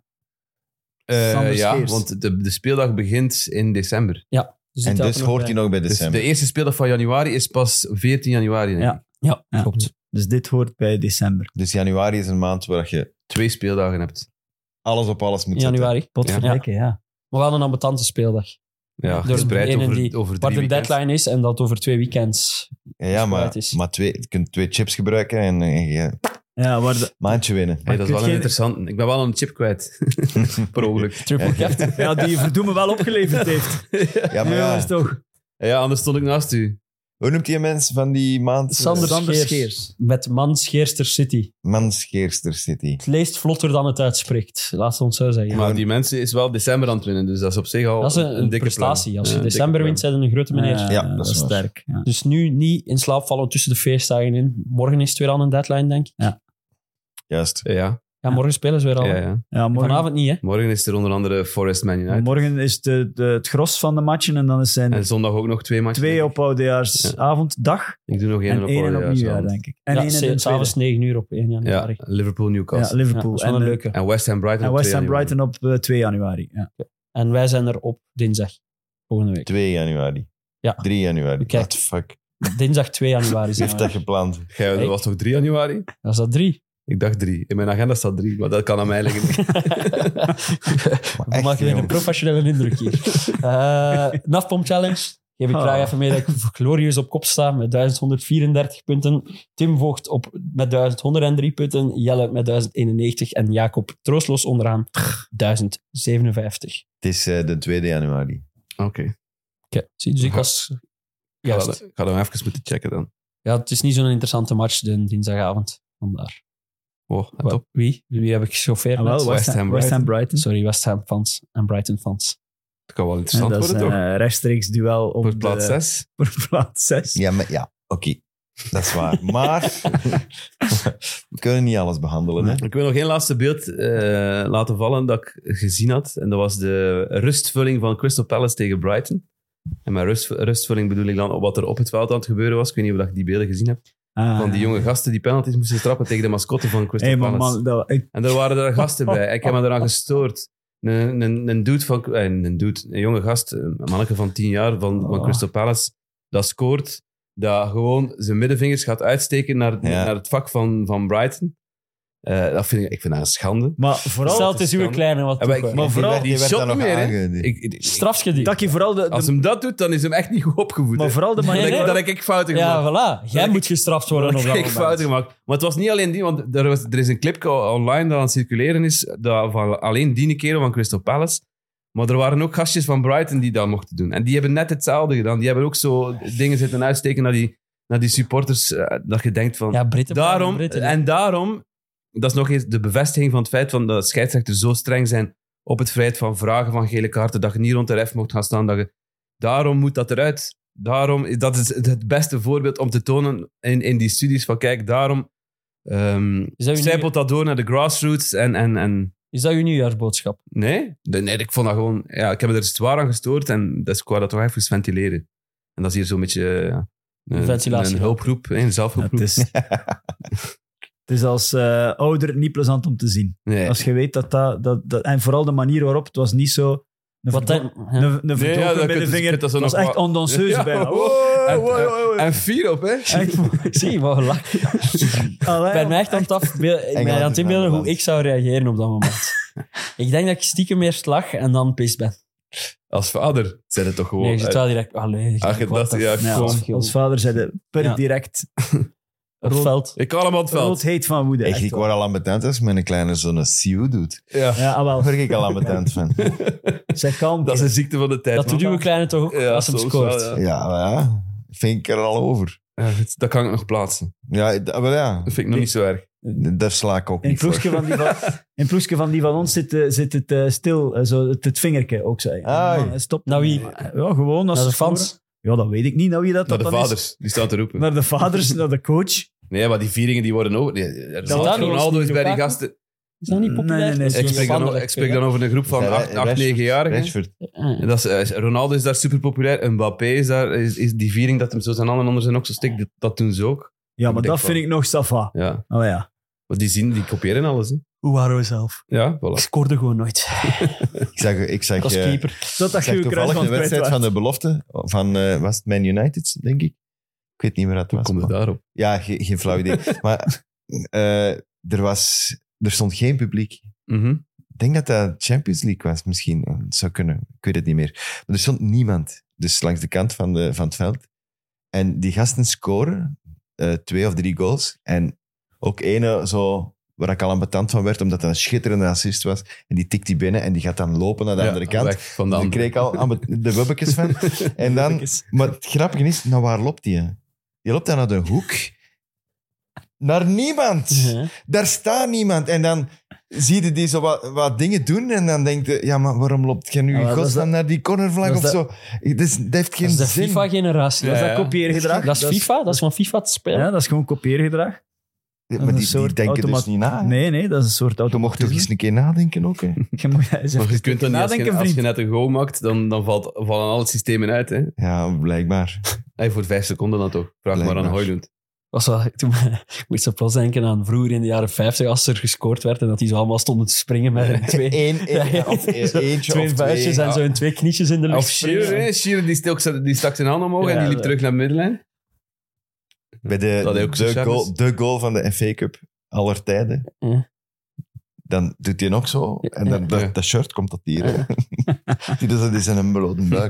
Sander Ja, Scheers. want de speeldag begint in december. Dus die En telt dus er nog hoort bij. hij nog bij Dus december. de eerste speeldag van januari is pas 14 januari. Denk Ja. ik. Ja, Ja. klopt. Dus dit hoort bij december. Dus januari is een maand waar je 2 speeldagen hebt. alles op alles moet In zetten. januari. Potverdikke, ja. Maar wel een ambetante speeldag. Ja, Door gespreid de ene over, die- over Waar 3 de weekends. deadline is en dat over 2 weekends. Ja, maar gespreid is. je kunt 2 chips gebruiken en je Ja, waar de, maandje winnen. Hey, dat is kun wel een je- interessante. Ik ben wel een chip kwijt. Per ongeluk. Triple captain. ja, die Verdoemen wel opgeleverd heeft. Ja, maar Ja, ja. is toch. Ja, anders stond ik naast u. Hoe noemt die mens van die maand? Sander Scheers. Scheers. Met Mancheester City. Mancheester City. Het leest vlotter dan het uitspreekt. Laat ons zo zeggen. Maar die mensen is wel december aan het winnen, dus dat is op zich al Dat is een dikke prestatie. plan. Als je Ja, een december dikke wint, zijn er een grote meneer. Ja, dat is waar. sterk. Ja. Dus nu niet in slaap vallen tussen de feestdagen in. Morgen is het weer aan een deadline, denk ik. Juist. plan. Ja, Ja, morgen spelen ze weer al. ja. Ja, morgen, Vanavond niet, hè? Morgen is er onder andere Forest Man United. morgen is het gros van de matchen en dan zijn En er zondag ook nog 2 matchen. 2 op oudejaarsavond, dag Ik doe nog één en op 1 op oudejaarsavond. nieuwjaar, denk ik. En Ja, één in de s'avonds 9 uur op 1 Ja, januari. Liverpool ja, Newcastle. Liverpool. Ja, dat is wel een leuke. En West Ham Brighton En op West 2 Ham januari. Brighton op 2 januari. Ja. En wij zijn er op dinsdag. Volgende week. 2 januari. Ja. 3 januari. Kijk. What the fuck? Dinsdag 2 januari Wie zijn heeft we dat er. gepland? Jij, dat Ik? was toch 3 januari? Dat is dat 3. Ik dacht 3. In mijn agenda staat 3, maar dat kan aan mij liggen. We echt, maken weer een jongen. professionele indruk hier. Nafpom Challenge. Geef ik graag even mee dat ik glorieus op kop sta met 1134 punten. Tim Voogd met 1103 punten. Jelle met 1091 en Jacob troostloos onderaan 1057. Het is de 2 januari. Oké. Oké, zie, dus ik was... Ik ga Juist. dan even moeten checken dan. Ja, het is niet zo'n interessante match, de dinsdagavond. Vandaar. Oh, let op. Wie heb ik gechoffeerd Ah, wel, net? West Ham Brighton. Sorry, West Ham fans en Brighton fans. Het kan wel En interessant dat is worden, een toch? rechtstreeks duel om Voor plaats de- 6. voor plaats 6. Ja, maar, ja oké. Dat is waar. Maar we kunnen niet alles behandelen. Hè? Ik wil nog één laatste beeld laten vallen dat ik gezien had. En dat was de rustvulling van Crystal Palace tegen Brighton. En met rustvulling bedoel ik dan wat er op het veld aan het gebeuren was. Ik weet niet of je die beelden gezien hebt. Van die jonge gasten die penalties moesten trappen tegen de mascotte van Crystal Hey, maar Palace. man, En er waren er gasten bij. Ik heb me eraan gestoord. Een dude van... een jonge gast, een manneke van 10 jaar van Crystal Palace, dat scoort, dat gewoon zijn middenvingers gaat uitsteken naar het vak van Brighton. Ik vind dat een schande. Maar vooral, Stel, het is uw kleine wat Ja, maar toe, ik- hoor. maar vooral die werd shot daar nog niet meer, hè. aange- Strafschedie. Taki, vooral Als hem dat doet, dan is hem echt niet goed opgevoed. maar hè. vooral de Dan manier heb ik- waarop- dan heb ik fouten gemaakt. Ja, voilà. Jij Dan moet gestraft worden op Dan dat heb ik moment. fouten gemaakt. Maar het was niet alleen die, want er is een clip online dat aan het circuleren is, dat van alleen die kerel van Crystal Palace. Maar er waren ook gastjes van Brighton die dat mochten doen. En die hebben net hetzelfde gedaan. Die hebben ook zo dingen zitten uitsteken naar die supporters, dat je denkt van... Ja, Britten. daarom, Britten, hè. en daarom, dat is nog eens de bevestiging van het feit van dat scheidsrechters zo streng zijn op het feit van vragen van gele kaarten, dat je niet rond de ref mocht gaan staan, dat je Daarom moet dat eruit. Dat is het beste voorbeeld om te tonen in die studies van kijk, daarom zijpelt dat door naar de grassroots en Is dat je nieuwjaarsboodschap? nee, ik vond dat gewoon... Ja, ik heb me er zwaar aan gestoord en dus ik wou dat toch even ventileren. En dat is hier zo'n beetje Ventilatie. een hulpgroep, een zelfhulpgroep. Het is als ouder niet plezant om te zien. Nee. Als je weet dat... En vooral de manier waarop, het was niet zo... Een Wat verdo- dan? Ja. een Nee, verdoken ja, dat met de kunt- vinger. kunt dat zo Dat was nog echt wat- ondanseus Ja, bijna. wow. En vier op, hè? Echt, Zie, wat lachen. allee, Ik ben me echt aan het inbeelden hoe ik zou reageren op dat moment. Ik denk dat ik stiekem eerst lach en dan pist ben. Als vader zijn het toch gewoon... Nee, je zit wel direct... Allee, Ach, dat- ja, Ja, als vader zei de per Ja. direct op het veld. Ik kan hem aan het rood veld. heet van woede. Echt, echt ik waar. word al ambetant als mijn kleine zo'n Sioux doet. Ja. Ja, Daar wel. word ik al ambetant van. Zeg kalm. Dat is een ziekte van de tijd. Dat doet man. uw kleine toch ook Ja, als hem soms scoort. wel, ja. Ja, maar ja, vind ik er al over. Ja, dat kan ik nog plaatsen. Ja, maar ja, Dat vind ik nog niet zo erg. daar sla ik ook In niet voor. het ploegje van die van ons zit het stil, zo het vingertje ook. Zei. Ah, Stop. Nou, wie? Ja, gewoon als Naar de ze scoren. fans. Ja, dat weet ik niet. Nou, wie dat Naar de dan is. vaders, die staan te roepen. Naar de vaders, naar de coach. Nee, maar die vieringen die worden ook... Ronaldo is bij die gasten... Is dat niet populair? Nee, nee, nee. Ik spreek dan over een groep van 8, 9-jarigen. Rashford. Ronaldo is daar super populair. Mbappé is daar... Is die viering dat hem zo zijn handen onder zijn oksel steekt, dat doen ze ook. Ja, maar denk dat vind wel. ik nog safa. Ja. Oh ja. Want die kopiëren alles. Hè. Hoe waren we zelf? Ja, Ik voilà. scoorde gewoon nooit. Ik zag Als keeper. Totdat ik zag je toevallig kruisband een wedstrijd kwijt van was. de belofte van was het Man United, denk ik. Ik weet niet meer wat het Hoe was. komt het maar- daarop? Ja, geen flauw idee. Maar er stond geen publiek. Mhm. Ik denk dat dat Champions League was, misschien. Het zou kunnen. Ik weet het niet meer. Maar er stond niemand. Dus langs de kant van het veld. En die gasten scoren 2 of 3 goals. En ook ene zo, waar ik al ambetant van werd, omdat dat een schitterende assist was. En die tikt die binnen en die gaat dan lopen naar de Ja, andere kant. weg van de Daar andere. kreeg ik al de wubbekjes van. En dan, maar het grappige is, naar waar loopt die? Hè? Die loopt dan naar de hoek. Naar niemand. Ja. Daar staat niemand. En dan zie je die zo wat dingen doen en dan denk je, ja, maar waarom loopt je nu Ja, in maar dat is godsnaam naar die cornervlag dat of is zo? Dat heeft geen Dat is de zin. FIFA-generatie. Dat is Ja, dat ja. kopieergedrag. Dat is FIFA, dat is van FIFA te spelen. Ja, dat is gewoon kopieergedrag. Ja, dat maar is die een soort denken automa- dus niet na. Nee, dat is een soort Je mocht toch automatisme. eens een keer nadenken ook. Hè? Je moet eens Maar je even kunt dan niet, nadenken, als je vriend. net een goal maakt, dan vallen alle systemen uit. Hè. Ja, blijkbaar. Hey, voor 5 seconden dan toch. Vraag maar aan Blijkbaar. Højlund. Was wel, ik moet zo plots denken aan vroeger in de jaren 50 als er gescoord werd en dat die zo allemaal stonden te springen met een twee Eentje twee of vuistjes twee. en zo in 2 knietjes in de lucht. Of Shearer, die stak zijn hand omhoog en Ja, die liep dat- terug naar de middenlijn. Bij Dat hij ook zo charme is. de goal van de FA Cup aller tijden. Ja. Dan doet hij nog zo. En dan, Ja. dat shirt komt tot hier. hè. Die doet dat is in een blote buik.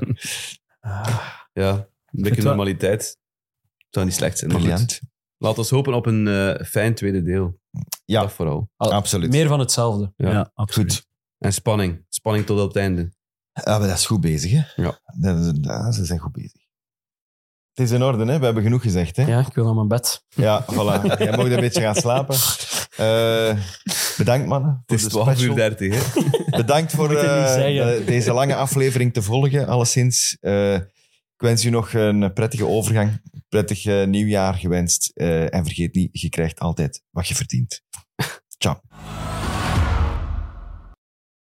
Ja, een beetje wel- normaliteit. Zou niet slecht zijn. Maar goed. Briljant. Laat ons hopen op een fijn tweede deel. Ja. Dat vooral. Absoluut. Meer van hetzelfde. Ja. Ja, absoluut. Goed. En spanning. Spanning tot op het einde. Ja, maar dat is goed bezig, hè? Ja. Ze zijn goed bezig. Het is in orde, hè? We hebben genoeg gezegd, hè? Ja, ik wil naar mijn bed. Ja, voilà. Jij mag een beetje gaan slapen. Bedankt, mannen. Het is voor de 12 uur special. 30, hè. Bedankt voor Moet het niet zeggen. deze lange aflevering te volgen, alleszins. Ik wens u nog een prettige overgang, prettig nieuwjaar gewenst. En vergeet niet, je krijgt altijd wat je verdient.